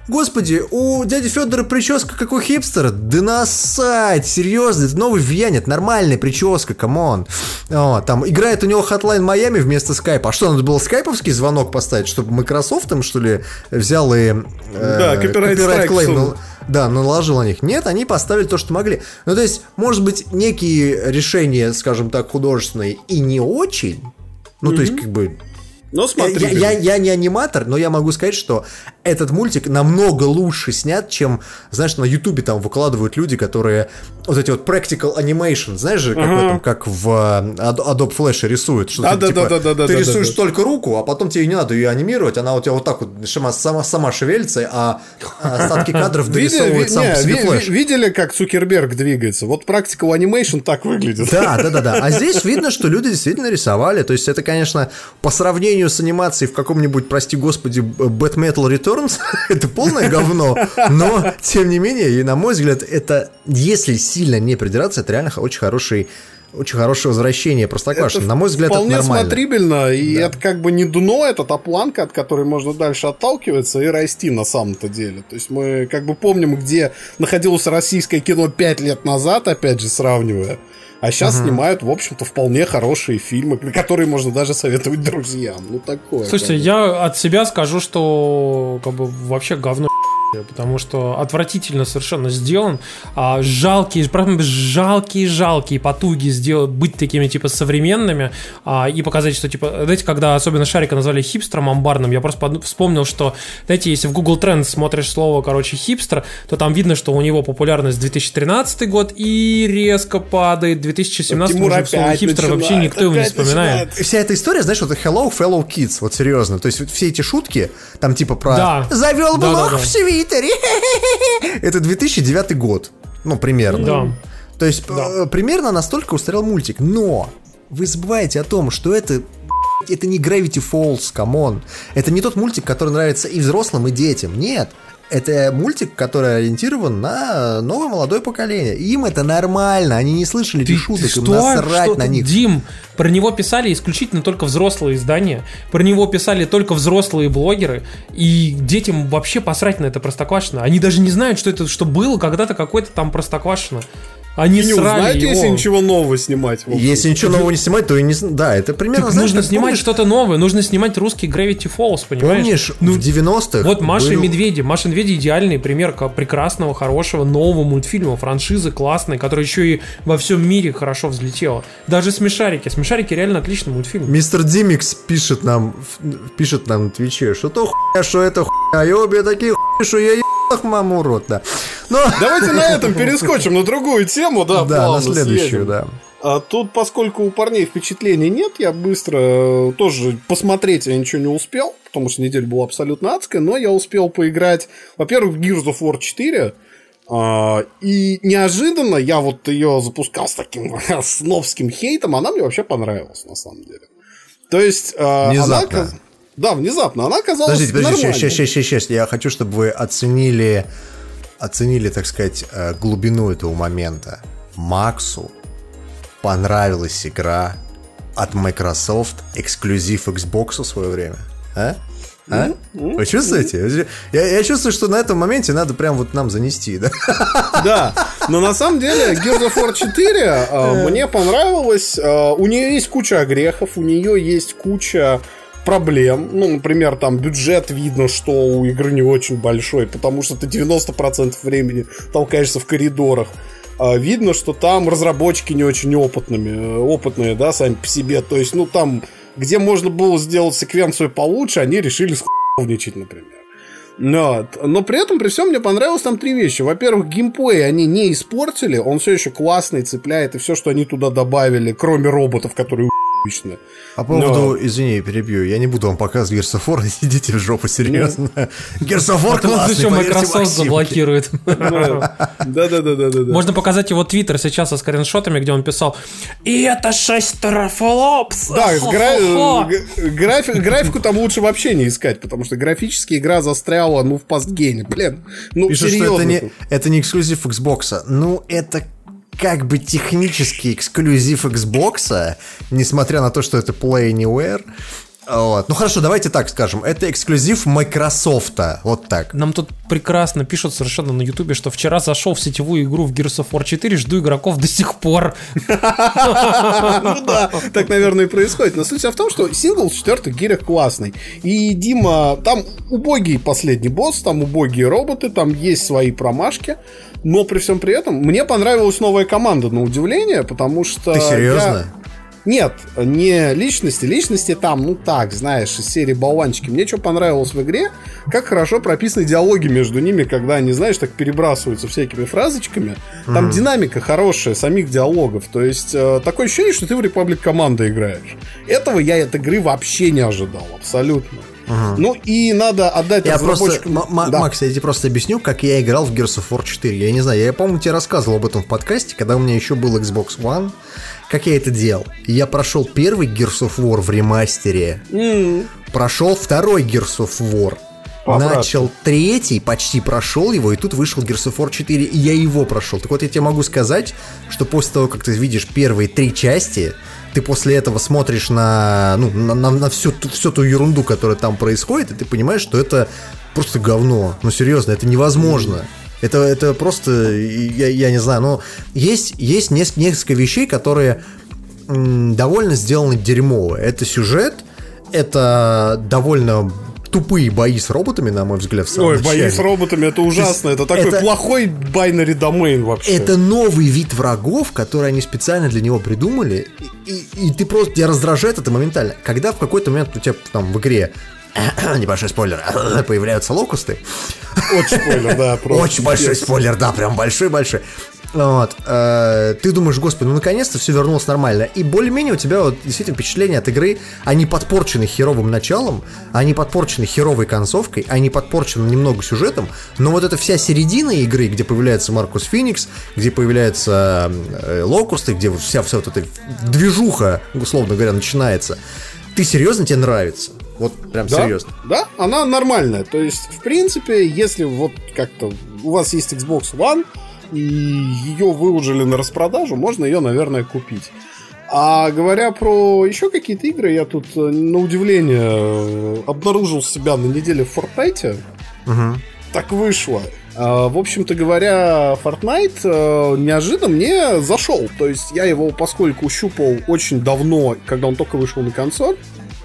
Господи, у дяди Федора прическа как у хипстера. Да насать, серьезно, это новый Вьянь, это нормальная прическа, камон. О, там играет у него Hotline Miami вместо скайпа. А что, надо было скайповский звонок поставить, чтобы Microsoft там, что ли, взял и... Э, да, копирайт клейм. Ну, да, наложил на них. Нет, они поставили то, что могли. Ну, то есть, может быть, некие решения, скажем так, художественные и не очень. Ну, mm-hmm. то есть, как бы... Но смотри, я, я, я не аниматор, но я могу сказать, что этот мультик намного лучше снят, чем, знаешь, на Ютубе там выкладывают люди, которые вот эти вот practical animation, знаешь же, как, ага. в этом, как в Adobe Flash рисуют, что а, ты, да, типа, да, да, да, ты да, рисуешь да, да. только руку, а потом тебе не надо ее анимировать, она у тебя вот так вот сама, сама шевелится, а остатки кадров дорисовывает сам по себе Flash. Видели, как Цукерберг двигается? Вот practical animation так выглядит. Да, да, да, да. А здесь видно, что люди действительно рисовали. То есть это, конечно, по сравнению с анимацией в каком-нибудь, прости господи, Bad Metal Returns, это полное говно. Но, тем не менее, и на мой взгляд, это, если сильно не придираться, это реально очень хороший Очень хорошее возвращение Простоквашино. На мой взгляд, это нормально. Вполне смотрибельно, и да. это как бы не дно, это та планка, от которой можно дальше отталкиваться и расти на самом-то деле. То есть мы как бы помним, где находилось российское кино пять лет назад, опять же, сравнивая. А сейчас угу. снимают, в общем-то, вполне хорошие фильмы, которые можно даже советовать друзьям. Ну, такое. Слушайте, я от себя скажу, что как бы вообще говно, потому что отвратительно совершенно сделан, а жалкие, жалкие, жалкие потуги сделать, быть такими типа современными а, и показать, что типа, знаете, когда особенно Шарика назвали хипстером амбарным, я просто вспомнил, что, знаете, если в Google Trends смотришь слово, короче, хипстер, то там видно, что у него популярность две тысячи тринадцатый год и резко падает, две тысячи семнадцатый уже слово хипстер вообще никто его не вспоминает. Начинает. Вся эта история, знаешь, вот hello fellow kids, вот серьезно, то есть все эти шутки, там типа про да. завел да, блог да, да. в свете. Это две тысячи девятый год. Ну, примерно. Да. То есть, да. примерно настолько устарел мультик. Но вы забываете о том, что это это не Gravity Falls, камон. Это не тот мультик, который нравится и взрослым, и детям. Нет. Это мультик, который ориентирован на новое молодое поколение. Им это нормально, они не слышали этих шуток, им насрать что на них. Дим, про него писали исключительно только взрослые издания, про него писали только взрослые блогеры, и детям вообще посрать на это Простоквашино. Они даже не знают, что это, что было когда-то какой-то там Простоквашино. Они не срали узнаете, его. если ничего нового снимать. Если ничего нового не снимать, то и не... Да, это примерно... Так знаешь, нужно как снимать помнишь... что-то новое, нужно снимать русский Gravity Falls, понимаешь? Помнишь, ну, в девяностых... Вот Маша был... и Медведи. Маша и Медведи идеальный пример прекрасного, хорошего, нового мультфильма, франшизы классной, которая еще и во всем мире хорошо взлетела. Даже Смешарики. Смешарики реально отличный мультфильм. Мистер Димикс пишет нам, пишет нам на Твиче, что то хуйня, что это хуйня, и обе такие хуйни, что я ебах маму рот, да. Но... Давайте на этом перескочим на другую тему, да, да, на следующую, да. А тут, поскольку у парней впечатлений нет, я быстро тоже посмотреть я ничего не успел, потому что неделя была абсолютно адская, но я успел поиграть, во-первых, в Gears of War четыре, и неожиданно я вот ее запускал с таким снобским хейтом, она мне вообще понравилась, на самом деле. То есть... Внезапно. Она... Да, внезапно. Она оказалась подождите, подождите, нормальной. Сейчас, сейчас, сейчас. Я хочу, чтобы вы оценили, оценили, так сказать, глубину этого момента. Максу понравилась игра от Microsoft, эксклюзив Xbox в свое время. А? А? Mm-hmm. Вы чувствуете? Mm-hmm. Я, я чувствую, что на этом моменте надо прям вот нам занести, да? Да, но на самом деле Gears of War четыре э, мне понравилось. Э, у нее есть куча огрехов, у нее есть куча проблем. Ну, например, там бюджет видно, что у игры не очень большой, потому что ты девяносто процентов времени толкаешься в коридорах. Видно, что там разработчики не очень опытными, опытные, да, сами по себе. То есть, ну, там, где можно было сделать секвенцию получше, они решили схуевничать, например. Но, но при этом, при всем, мне понравилось там три вещи. Во-первых, геймплей они не испортили, он все еще классный, цепляет, и все, что они туда добавили, кроме роботов, которые уебищные. По поводу, но... извини, перебью, я не буду вам показывать Gears of War, идите в жопу, серьезно. Gears of War классный, еще Microsoft заблокирует. Да-да-да. Можно показать его твиттер сейчас со скриншотами, где он писал: «И это шесть терафлопс!» Да, графику там лучше вообще не искать, потому что графически игра застряла, ну, в постгейне, блин. Ну, пишут, что это не эксклюзив Xbox. Ну, это... как бы технический эксклюзив Xbox, несмотря на то, что это Play Anywhere, Вот. Ну хорошо, давайте так скажем. Это эксклюзив Microsoft. Вот так. Нам тут прекрасно пишут совершенно на Ютубе, что вчера зашел в сетевую игру в Gears of War четыре, жду игроков до сих пор. Ну да, так, наверное, и происходит. Но суть вся в том, что сингл в четвертых гирях классный. И, Дима, там убогий последний босс, там убогие роботы, там есть свои промашки. Но при всем при этом мне понравилась новая команда, на удивление, потому что... Ты серьезно? Я... Нет, не личности. Личности там, ну так, знаешь, из серии болванчики. Мне что понравилось в игре, как хорошо прописаны диалоги между ними, когда они, знаешь, так перебрасываются всякими фразочками. Там mm-hmm. динамика хорошая самих диалогов. То есть э, такое ощущение, что ты в Republic Commando играешь. Этого я от игры вообще не ожидал, абсолютно. Uh-huh. Ну и надо отдать я разработчикам... Просто, М- да. Макс, я тебе просто объясню, как я играл в Gears of War четыре. Я не знаю, я, по-моему, тебе рассказывал об этом в подкасте, когда у меня еще был Xbox One. Как я это делал? Я прошел первый Gears of War в ремастере, mm. прошел второй Gears of War, Обратно. начал третий, почти прошел его, и тут вышел Gears of War четыре, и я его прошел. Так вот, я тебе могу сказать, что после того, как ты видишь первые три части, ты после этого смотришь на, ну, на, на, на всю, всю ту ерунду, которая там происходит, и ты понимаешь, что это просто говно. Ну, серьезно, это невозможно. Mm. Это, это просто, я, я не знаю, но есть, есть несколько вещей, которые м, довольно сделаны дерьмово. Это сюжет, это довольно тупые бои с роботами, на мой взгляд, в самом Ой, начале. бои с роботами, это ужасно. Это такой это, плохой binary domain вообще. Это новый вид врагов, который они специально для него придумали. И, и, и ты просто, тебя раздражает это моментально. Когда в какой-то момент у тебя там в игре небольшой спойлер, появляются локусты. Очень спойлер, да. Очень большой спойлер, да, прям большой-большой. Вот. Э, ты думаешь, господи, ну наконец-то все вернулось нормально. И более-менее у тебя вот действительно впечатление от игры, они подпорчены херовым началом, они подпорчены херовой концовкой, они подпорчены немного сюжетом, но вот эта вся середина игры, где появляется Маркус Феникс, где появляются э, локусты, где вся, вся вот эта движуха, условно говоря, начинается. Ты серьезно, тебе нравится? Вот прям да, серьезно. Да, она нормальная. То есть, в принципе, если вот как-то у вас есть Xbox One, и ее выложили на распродажу, можно ее, наверное, купить. А говоря про еще какие-то игры, я тут, на удивление, обнаружил себя на неделе в Fortnite. Угу. Так вышло. В общем-то говоря, Fortnite неожиданно мне зашел. То есть я его, поскольку щупал очень давно, когда он только вышел на консоль,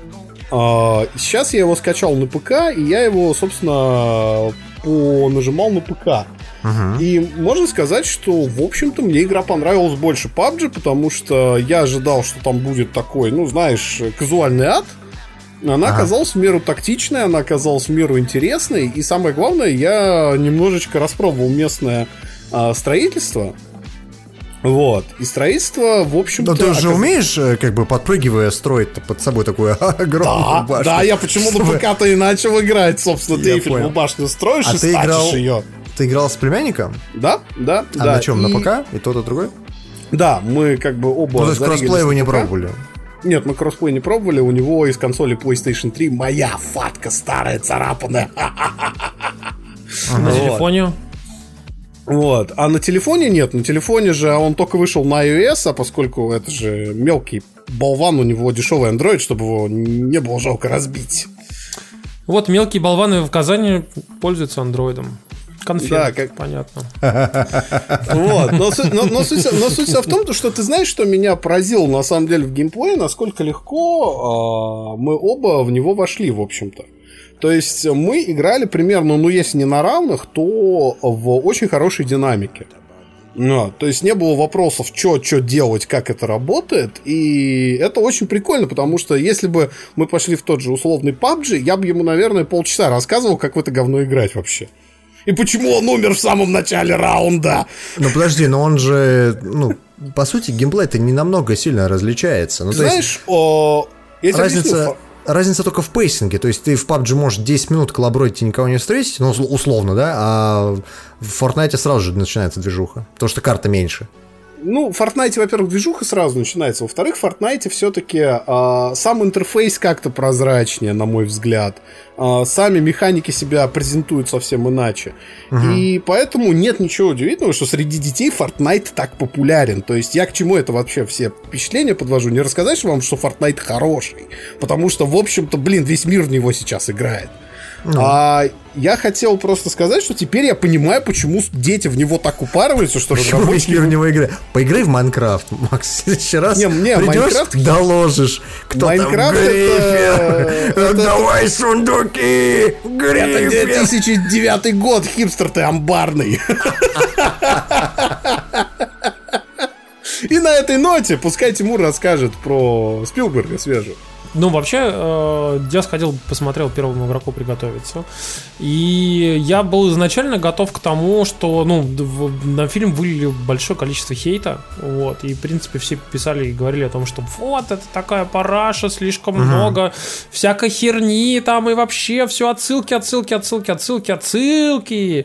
сейчас я его скачал на ПК, и я его, собственно, понажимал на ПК. Uh-huh. И можно сказать, что, в общем-то, мне игра понравилась больше пабг, потому что я ожидал, что там будет такой, ну, знаешь, казуальный ад. Она uh-huh. оказалась в меру тактичной, она оказалась в меру интересной. И самое главное, я немножечко распробовал местное а, строительство. Вот. И строительство, в общем-то... Но ты оказ... же умеешь, как бы, подпрыгивая, строить под собой такую огромную да, башню? Да, я почему на ПК-то и начал играть. Собственно, ты Эйфелеву башню строишь а и стачишь играл... ее. Ты играл с племянником? Да, да. А да. на чем, и... на ПК? И тот, и другой? Да, мы как бы оба... Ну, то есть кроссплей вы не пробовали? Нет, мы кроссплей не пробовали. У него из консоли PlayStation три моя фатка старая, царапанная. На телефоне? Вот. А на телефоне нет. На телефоне же он только вышел на iOS, а поскольку это же мелкий болван, у него дешевый Android, чтобы его не было жалко разбить. Вот мелкие болваны в Казани пользуются андроидом. Конфет, да, как... понятно. Вот. Но, но, но, суть, но суть в том, что ты знаешь, что меня поразило на самом деле в геймплее, насколько легко э, мы оба в него вошли, в общем-то. То есть мы играли примерно, ну если не на равных, то в очень хорошей динамике. No, то есть не было вопросов, что делать, как это работает. И это очень прикольно, потому что если бы мы пошли в тот же условный пабг, я бы ему, наверное, полчаса рассказывал, как в это говно играть вообще. И почему он умер в самом начале раунда. Ну подожди, но он же, ну, по сути, геймплей-то не намного сильно различается. Ну, знаешь, есть, о, я тебе разница... объясню. Разница только в пейсинге. То есть ты в пабг можешь десять минут коллаборить и никого не встретить, ну, условно, да, а в Fortnite сразу же начинается движуха, потому что карта меньше. Ну, в Fortnite, во-первых, движуха сразу начинается. Во-вторых, в Fortnite все-таки э, сам интерфейс как-то прозрачнее, на мой взгляд. Э, сами механики себя презентуют совсем иначе. Угу. И поэтому нет ничего удивительного, что среди детей Fortnite так популярен. То есть я к чему это вообще все впечатления подвожу? Не рассказать же вам, что Fortnite хороший. Потому что, в общем-то, блин, весь мир в него сейчас играет. Ну. А я хотел просто сказать, что теперь я понимаю, почему дети в него так упарываются, что почему разработчики... в него играют. Поиграй в Майнкрафт, Макс. В следующий раз не, не, придешь, Майнкрафт... доложишь, кто Майнкрафт там Гриффин. Это... Давай сундуки, Гриффин. Это две тысячи девятый год, хипстер ты амбарный. И на этой ноте пускай Тимур расскажет про Спилберга свежего. Ну, вообще, э, я сходил, посмотрел первому игроку приготовиться. И я был изначально готов к тому, что, ну, в, на фильм вылили большое количество хейта. Вот. И, в принципе, все писали и говорили о том, что вот, это такая параша, слишком uh-huh. много всякой херни там, и вообще все отсылки, отсылки, отсылки, отсылки, отсылки.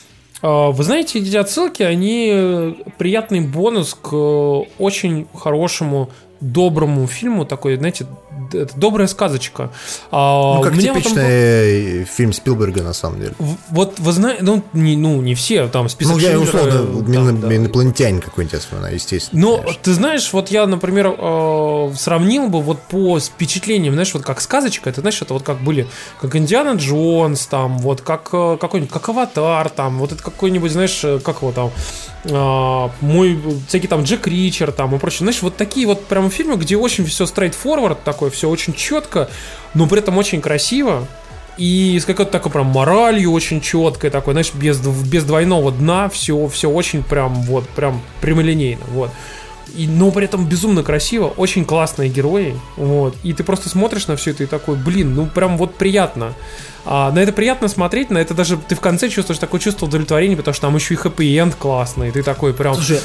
Вы знаете, эти отсылки, они приятный бонус к очень хорошему, доброму фильму, такой, знаете, это добрая сказочка. Ну, как Мне типичный потом... фильм Спилберга, на самом деле. Вот, вы знаете, ну не, ну, не все, там список Ну, я, Шиндлера, условно, там, да. инопланетянин какой-нибудь, естественно. Но, конечно. ты знаешь, вот я, например, э, сравнил бы вот по впечатлениям, знаешь, вот как сказочка, это, знаешь, это вот как были, как Индиана Джонс, там, вот как какой-нибудь, как Аватар, там, вот это какой-нибудь, знаешь, как его там, э, мой, всякий там Джек Ричер, там, и прочее, знаешь, вот такие вот прям фильмы, где очень все straightforward такое, все очень четко, но при этом очень красиво. И с какой-то такой прям моралью очень четкой такой, знаешь, без, без двойного дна, все, все очень прям вот, прям прямолинейно, вот. И, но при этом безумно красиво, очень классные герои, вот. И ты просто смотришь на все это и такой, блин, ну прям вот приятно. А, на это приятно смотреть, на это даже ты в конце чувствуешь такое чувство удовлетворения, потому что там еще и хэппи-энд классный, ты такой прям... Слушай,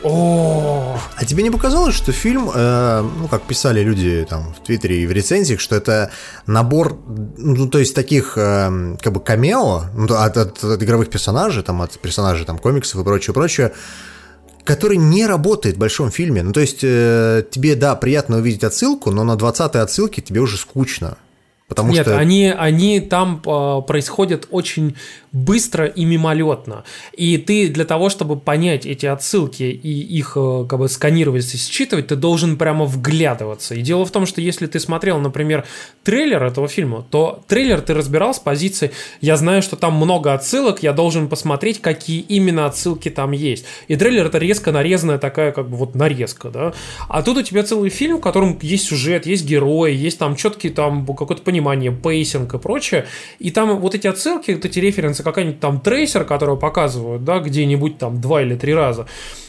о, а тебе не показалось, что фильм, э, ну, как писали люди там в Твиттере и в рецензиях, что это набор, ну, то есть таких, э, как бы, камео, ну, от, от, от игровых персонажей, там, от персонажей там, комиксов и прочее, прочее, который не работает в большом фильме. Ну, то есть э, тебе, да, приятно увидеть отсылку, но на двадцатой отсылке тебе уже скучно. Потому Нет, что... они, они там э, происходят очень быстро и мимолетно. И ты для того, чтобы понять эти отсылки и их э, как бы сканировать и считывать, ты должен прямо вглядываться. И дело в том, что если ты смотрел, например, трейлер этого фильма, то трейлер ты разбирал с позиции «я знаю, что там много отсылок, я должен посмотреть, какие именно отсылки там есть». И трейлер — это резко нарезанная такая как бы вот нарезка, да. А тут у тебя целый фильм, в котором есть сюжет, есть герои, есть там четкий там какой-то понимание, пейсинг и прочее. И там вот эти отсылки, вот эти референсы, какая-нибудь там трейсер, которого показывают, да, где-нибудь там два или три раза,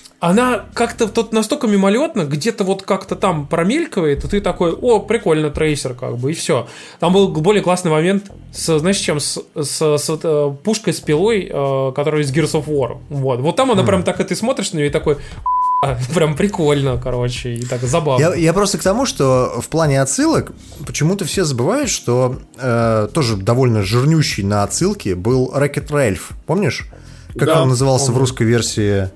она как-то тут настолько мимолетно, где-то вот как-то там промелькивает, и ты такой, о, прикольно, трейсер, как бы, и все. Там был более классный момент с, знаешь, чем, с, с, с э, пушкой с пилой, э, которая из Gears of War. Вот, вот там она mm. прям так, и ты смотришь на нее и такой... Прям прикольно, короче, и так забавно. Я, я просто к тому, что в плане отсылок почему-то все забывают, что э, тоже довольно жирнющий на отсылке был Wreck-It Ralph. Помнишь? Как да, он назывался помню. В русской версии?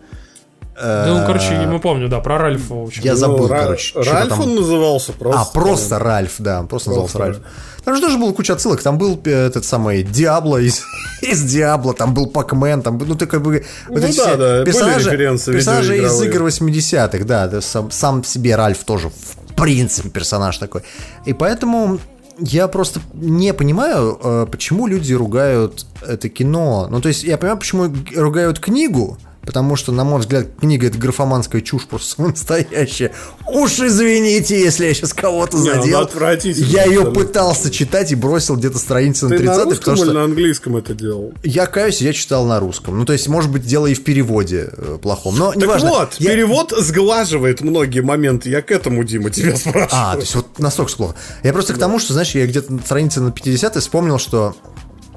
Э, ну, короче, я помню, да, про Ральфа. Я забыл, ну, короче. Ральф там... он назывался просто. А, просто Ральф, да, просто, просто назывался Ральф. Там же тоже была куча отсылок. Там был этот самый Диабло из, из Диабло, там был Пак-Мен, там, ну, ты как бы... Ну, вот да, да, персонажи, персонажи из игр восьмидесятых, да, да сам, сам себе Ральф тоже, в принципе, персонаж такой. И поэтому я просто не понимаю, почему люди ругают это кино. Ну, то есть, я понимаю, почему ругают книгу, потому что, на мой взгляд, книга — это графоманская чушь просто настоящая. Уж извините, если я сейчас кого-то задел. Я ее пытался читать и бросил где-то страницы на тридцатой. Ты на русском или на английском это делал? Я каюсь, я читал на русском. Ну, то есть, может быть, дело и в переводе плохом. Но так неважно. Вот, я... перевод сглаживает многие моменты. Я к этому, Дима, тебя спрашиваю. А, то есть, вот настолько плохо. Я просто да. к тому, что, знаешь, я где-то на странице на пятидесятой вспомнил, что...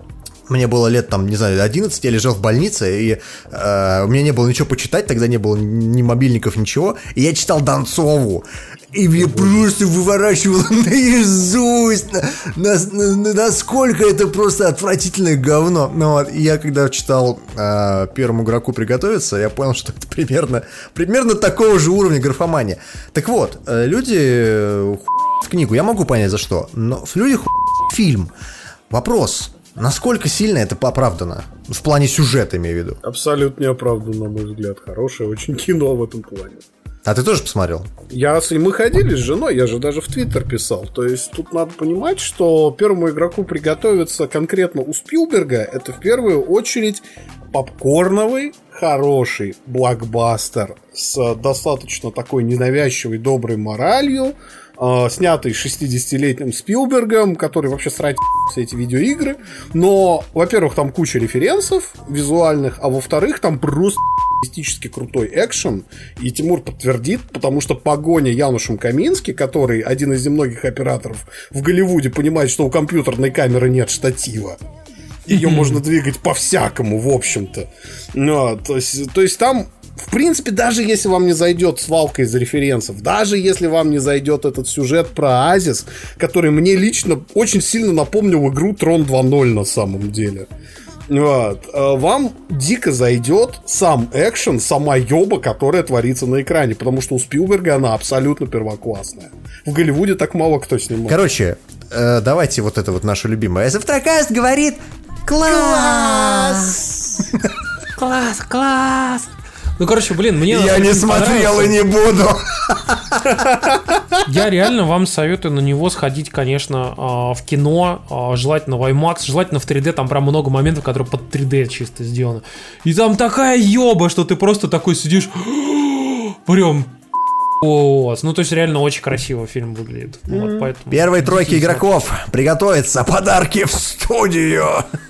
Мне было лет, там, не знаю, одиннадцать, я лежал в больнице, и э, у меня не было ничего почитать, тогда не было ни мобильников, ничего, и я читал Донцову, и мне просто выворачивало наизусть, на, на, на, насколько это просто отвратительное говно. Ну, вот, и я когда читал э, «Первому игроку приготовиться», я понял, что это примерно, примерно такого же уровня графомания. Так вот, э, люди э, в книгу, я могу понять за что, но люди в фильм. Вопрос: насколько сильно это оправдано? В плане сюжета, имею в виду. Абсолютно неоправданно, на мой взгляд. Хорошее очень кино в этом плане. А ты тоже посмотрел? Я, и мы ходили с женой, я же даже в Твиттер писал. То есть тут надо понимать, что «Первому игроку приготовиться» конкретно у Спилберга — это в первую очередь попкорновый, хороший блокбастер с достаточно такой ненавязчивой, доброй моралью, э, снятый шестидесятилетним Спилбергом, который вообще срать все эти видеоигры. Но, во-первых, там куча референсов визуальных, а во-вторых, там просто мистически крутой экшен, и Тимур подтвердит, потому что погоня Янушем Камински, который один из немногих операторов в Голливуде, понимает, что у компьютерной камеры нет штатива. Ее можно двигать по-всякому, в общем-то. Ну, то есть, то есть там, в принципе, даже если вам не зайдет свалка из референсов, даже если вам не зайдет этот сюжет про Оазис, который мне лично очень сильно напомнил игру Трон два ноль на самом деле. Вот. Вам дико зайдет сам экшен, сама ёба, которая творится на экране, потому что у Спилберга она абсолютно первоклассная. В Голливуде так мало кто снимал. Короче, э, давайте вот это вот наше любимое. Завтракаст говорит класс! Класс, класс! Ну, короче, блин, мне... Я не смотрел и не буду. Я реально вам советую на него сходить, конечно, в кино, желательно в IMAX, желательно в три дэ, там прям много моментов, которые под три дэ чисто сделаны. И там такая ёба, что ты просто такой сидишь, прям... Вот. Ну, то есть, реально очень красиво фильм выглядит. Вот, поэтому... Первой тройки игроков приготовиться, подарки в студию.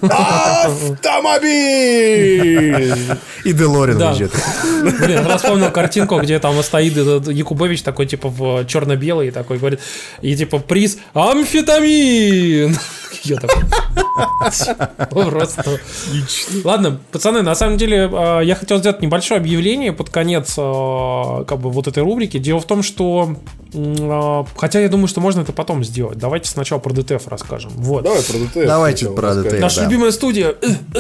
Автомобиль! И Делорин Да. лежит. Блин, я вспомнил картинку, где там стоит этот Якубович такой, типа, в черно-белый такой, говорит, и типа приз амфетамин. Я такой... Просто... Ладно, пацаны, на самом деле, я хотел сделать небольшое объявление под конец как бы вот этой рубрики. Дело в том, что... Хотя я думаю, что можно это потом сделать. Давайте сначала про ди ти эф расскажем. Вот. Давай про ди ти эф. Давайте про ди ти эф. Наша да. любимая студия.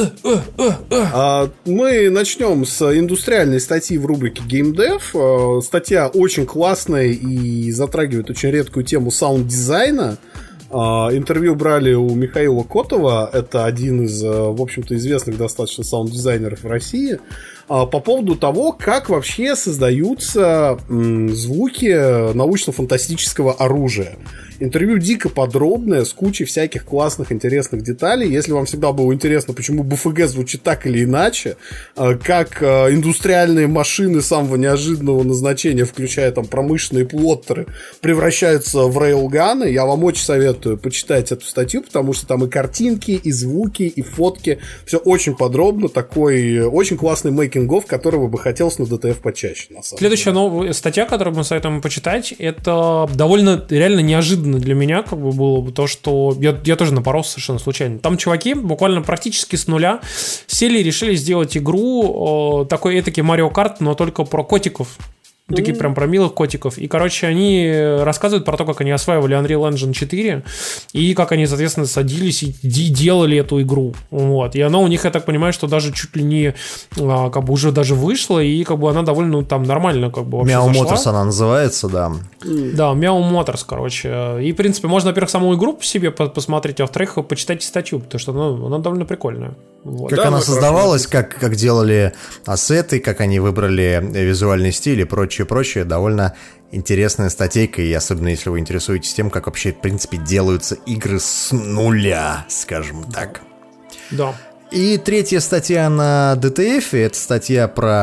А, мы начнем с индустриальной статьи в рубрике Game Dev. Статья очень классная и затрагивает очень редкую тему саунд-дизайна. Интервью брали у Михаила Котова. Это один из, в общем-то, известных достаточно саунд-дизайнеров в России. По поводу того, как вообще создаются звуки научно-фантастического оружия. Интервью дико подробное, с кучей всяких классных, интересных деталей. Если вам всегда было интересно, почему би эф джи звучит так или иначе, как индустриальные машины самого неожиданного назначения, включая там промышленные плоттеры, превращаются в рейлганы, я вам очень советую почитать эту статью, потому что там и картинки, и звуки, и фотки. Все очень подробно. Такой очень классный мейкинг-офф, которого бы хотелось на ди ти эф почаще. На самом Следующая деле. новая статья, которую мы советуем почитать, это довольно реально неожиданно для меня как бы было бы то, что я, я тоже напоролся совершенно случайно. Там чуваки буквально практически с нуля сели и решили сделать игру, э, такой этакий Марио Карт, но только про котиков. Такие mm-hmm. прям про милых котиков. И, короче, они рассказывают про то, как они осваивали Unreal Engine четыре и как они, соответственно, садились и делали эту игру. Вот. И она у них, я так понимаю, что даже чуть ли не а, как бы уже даже вышла, и как бы она довольно ну, там нормально как бы вообще Мяу зашла. Моторс она называется, да. Да, Мяу Моторс, короче. И, в принципе, можно, во-первых, саму игру по себе посмотреть, а во-вторых, почитать статью, потому что ну, она довольно прикольная. Вот. Как Да, она мы создавалась, как, как делали ассеты, как они выбрали визуальный стиль и прочее, прочее. Довольно интересная статейка, и особенно если вы интересуетесь тем, как вообще, в принципе, делаются игры с нуля, скажем так. Да. И третья статья на ди ти эф, это статья про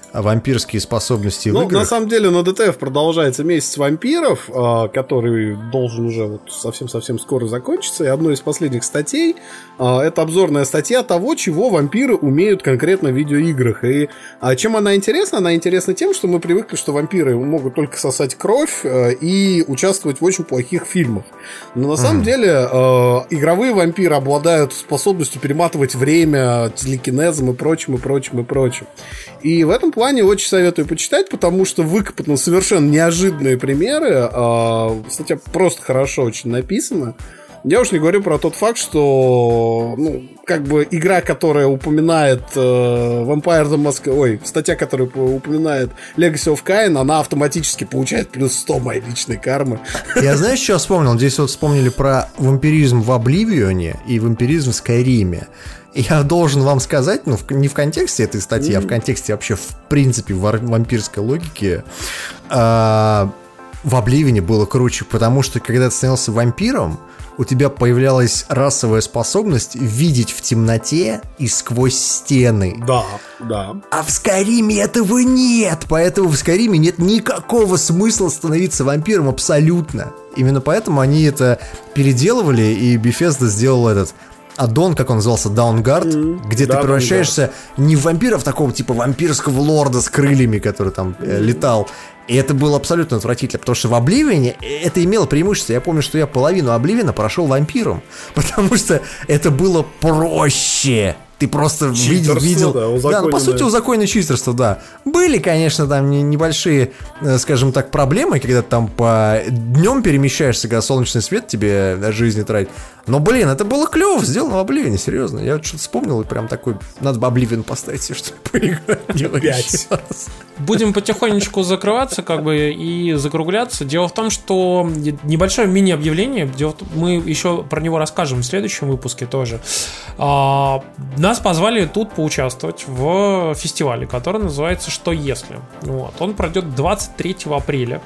вампирские способности в ну, играх. На самом деле на ди ти эф продолжается месяц вампиров, который должен уже вот совсем-совсем скоро закончиться. И одной из последних статей это обзорная статья того, чего вампиры умеют конкретно в видеоиграх. И чем она интересна? Она интересна тем, что мы привыкли, что вампиры могут только сосать кровь и участвовать в очень плохих фильмах. Но на самом mm. деле игровые вампиры обладают способностью перематывать время, телекинезом и прочим, и прочим, и прочим. И в этом плане очень советую почитать, потому что выкопаны совершенно неожиданные примеры. Статья просто хорошо очень написана. Я уж не говорю про тот факт, что ну, как бы игра, которая упоминает э, Vampire the Masquerade, ой, статья, которая упоминает Legacy of Kain, она автоматически получает плюс сто моей личной кармы. Я знаешь, что вспомнил? Здесь вот вспомнили про вампиризм в Обливионе и вампиризм в Скайриме. Я должен вам сказать, ну, в, не в контексте этой статьи, mm-hmm. а в контексте вообще, в принципе, вар- вампирской логики, э, в Обливионе было круче, потому что, когда ты становился вампиром, у тебя появлялась расовая способность видеть в темноте и сквозь стены. Да, да. А в Скайриме этого нет, поэтому в Скайриме нет никакого смысла становиться вампиром абсолютно. Именно поэтому они это переделывали, и Bethesda сделал этот аддон, как он назывался, Dawnguard, mm-hmm. где да, ты превращаешься да. не в вампира, в такого типа вампирского лорда с крыльями, который там mm-hmm. э, летал. И это было абсолютно отвратительно, потому что в Обливионе это имело преимущество. Я помню, что я половину Обливиона прошел вампиром, потому что это было проще. Ты просто видел, видел... Да, да, ну, по сути, узаконенное читерство, да. Были, конечно, там небольшие, скажем так, проблемы, когда ты там по днем перемещаешься, когда солнечный свет тебе жизни тратит. Но, блин, это было клево, сделано в Обливионе, серьезно. Я что-то вспомнил и прям такой... Надо бы Обливион поставить себе, чтобы поиграть. Пять. Будем потихонечку закрываться, как бы, и закругляться. Дело в том, что небольшое мини-объявление, мы еще про него расскажем в следующем выпуске тоже. Нас позвали тут поучаствовать в фестивале, который называется «Что если?». Вот. Он пройдет двадцать третьего апреля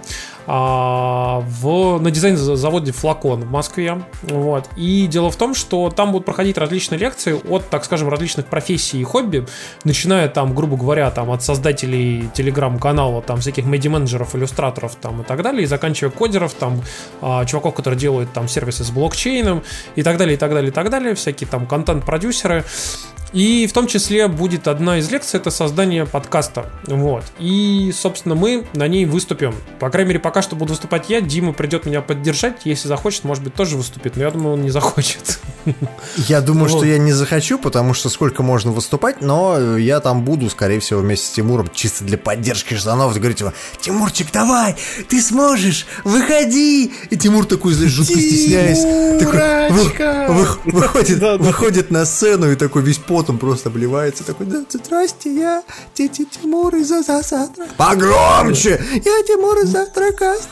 в, на дизайн-заводе «Флакон» в Москве. Вот. И дело в том, что там будут проходить различные лекции от, так скажем, различных профессий и хобби, начиная там, грубо говоря, там, от создателей телеграм-канала, там, всяких медиа-менеджеров, иллюстраторов там, и так далее, и заканчивая кодеров, там, чуваков, которые делают там сервисы с блокчейном, и так далее, и так далее, и так далее, всякие там контент-продюсеры. И в том числе будет одна из лекций, это создание подкаста. Вот. И, собственно, мы на ней выступим. По крайней мере, пока что буду выступать я. Дима придет меня поддержать. Если захочет, может быть, тоже выступит. Но я думаю, он не захочет. Я думаю, вот. что я не захочу, потому что сколько можно выступать, но я там буду, скорее всего, вместе с Тимуром, чисто для поддержки штанов. Говорить ему: Тимурчик, давай, ты сможешь, выходи. И Тимур такой, знаешь, жутко стесняясь, такой, вы, вы, выходит, да, да. выходит на сцену и такой весь пот он просто обливается, такой: да, здрасте, я тетя Тимур из Завтра. Погромче! Я Тимур из Завтракаст.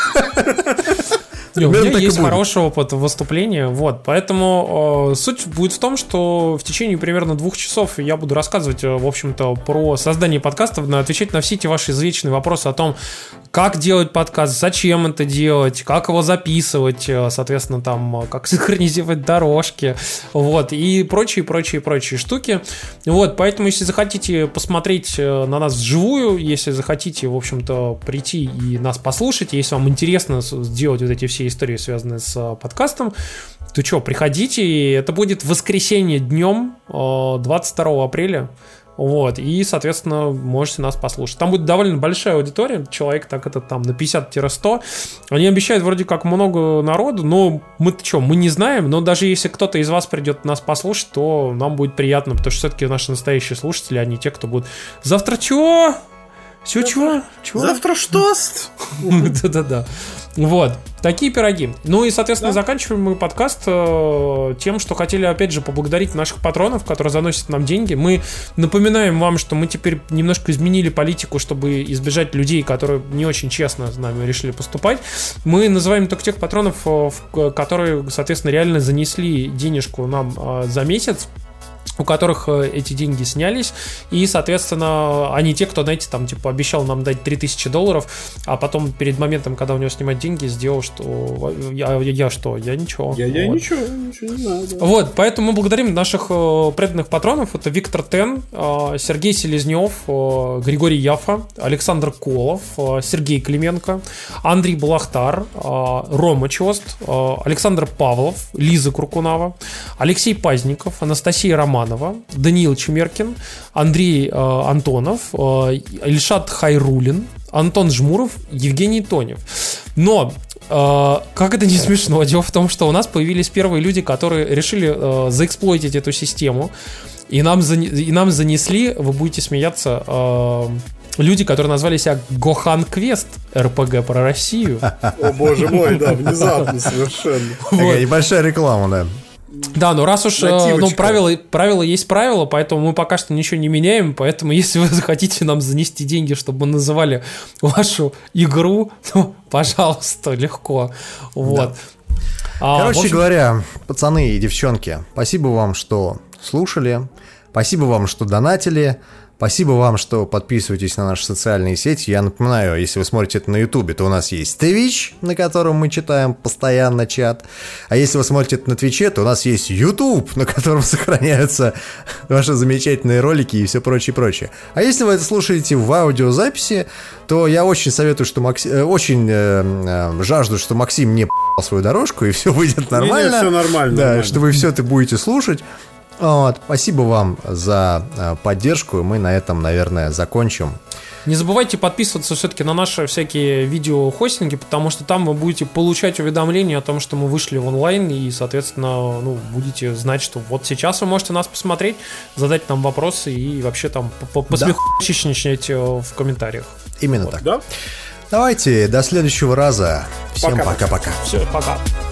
У меня есть хороший опыт выступления, вот, поэтому э, суть будет в том, что в течение примерно двух часов я буду рассказывать, в общем-то, про создание подкастов, отвечать на все эти ваши извечные вопросы о том, как делать подкаст, зачем это делать, как его записывать, соответственно, там, как синхронизировать дорожки, вот, и прочие, прочие, прочие штуки, вот, поэтому, если захотите посмотреть на нас вживую, если захотите, в общем-то, прийти и нас послушать, если вам интересно сделать вот эти все истории, связанные с подкастом, то что, приходите, это будет в воскресенье днем, двадцать второго апреля. Вот, и, соответственно, можете нас послушать. Там будет довольно большая аудитория, человек так это там на пятьдесят-сто. Они обещают вроде как много народу, но мы-то что, мы не знаем, но даже если кто-то из вас придет нас послушать, то нам будет приятно, потому что все-таки наши настоящие слушатели, они те, кто будут... Завтра чего? Все, чего? чего? Завтра что? Да-да-да. Вот, такие пироги. Ну и, соответственно, да. заканчиваем мы подкаст э, тем, что хотели, опять же, поблагодарить наших патронов, которые заносят нам деньги. Мы напоминаем вам, что мы теперь немножко изменили политику, чтобы избежать людей, которые не очень честно с нами решили поступать. Мы называем только тех патронов, которые, соответственно, реально занесли денежку нам э, за месяц. у которых эти деньги снялись, и, соответственно, они те, кто, знаете, там, типа, обещал нам дать три тысячи долларов, а потом перед моментом, когда у него снимать деньги, сделал, что я, я, я что? Я ничего. Я, вот. я ничего, ничего не знаю. Да. Вот, поэтому мы благодарим наших преданных патронов. Это Виктор Тен, Сергей Селезнев, Григорий Яфа, Александр Колов, Сергей Клименко, Андрей Балахтар, Рома Чост, Александр Павлов, Лиза Куркунава, Алексей Пазников, Анастасия Романова, Даниил Чумеркин, Андрей э, Антонов, э, Ильшат Хайрулин, Антон Жмуров, Евгений Тонев. Но, э, как это не смешно, дело в том, что у нас появились первые люди, которые решили э, заэксплойтить эту систему, и нам, зан... и нам занесли, вы будете смеяться, э, люди, которые назвали себя Гохан Квест, эр пи джи про Россию. О боже мой, да, внезапно совершенно. Такая небольшая реклама, да. Да, но раз уж ну, правило, правило есть правило, поэтому мы пока что ничего не меняем. Поэтому, если вы захотите нам занести деньги, чтобы мы называли вашу игру, ну, пожалуйста, легко. Вот. Да. А, Короче общем... говоря, пацаны и девчонки, спасибо вам, что слушали. Спасибо вам, что донатили. Спасибо вам, что подписываетесь на наши социальные сети. Я напоминаю, если вы смотрите это на Ютубе, то у нас есть Twitch, на котором мы читаем постоянно чат. А если вы смотрите это на Твиче, то у нас есть YouTube, на котором сохраняются ваши замечательные ролики и все прочее, прочее. А если вы это слушаете в аудиозаписи, то я очень советую, что Максим, очень э, э, жажду, что Максим не п***л свою дорожку, и все выйдет нормально. Не, не, все нормально. Да, нормально. что вы все это будете слушать. Вот, спасибо вам за э, поддержку. Мы на этом, наверное, закончим. Не забывайте подписываться все-таки на наши всякие видеохостинги, потому что там вы будете получать уведомления о том, что мы вышли в онлайн, и, соответственно, ну, будете знать, что вот сейчас вы можете нас посмотреть, задать нам вопросы и вообще там посмехучничать в комментариях. Именно вот. так. Да? Давайте, до следующего раза. Всем пока-пока. Все, пока.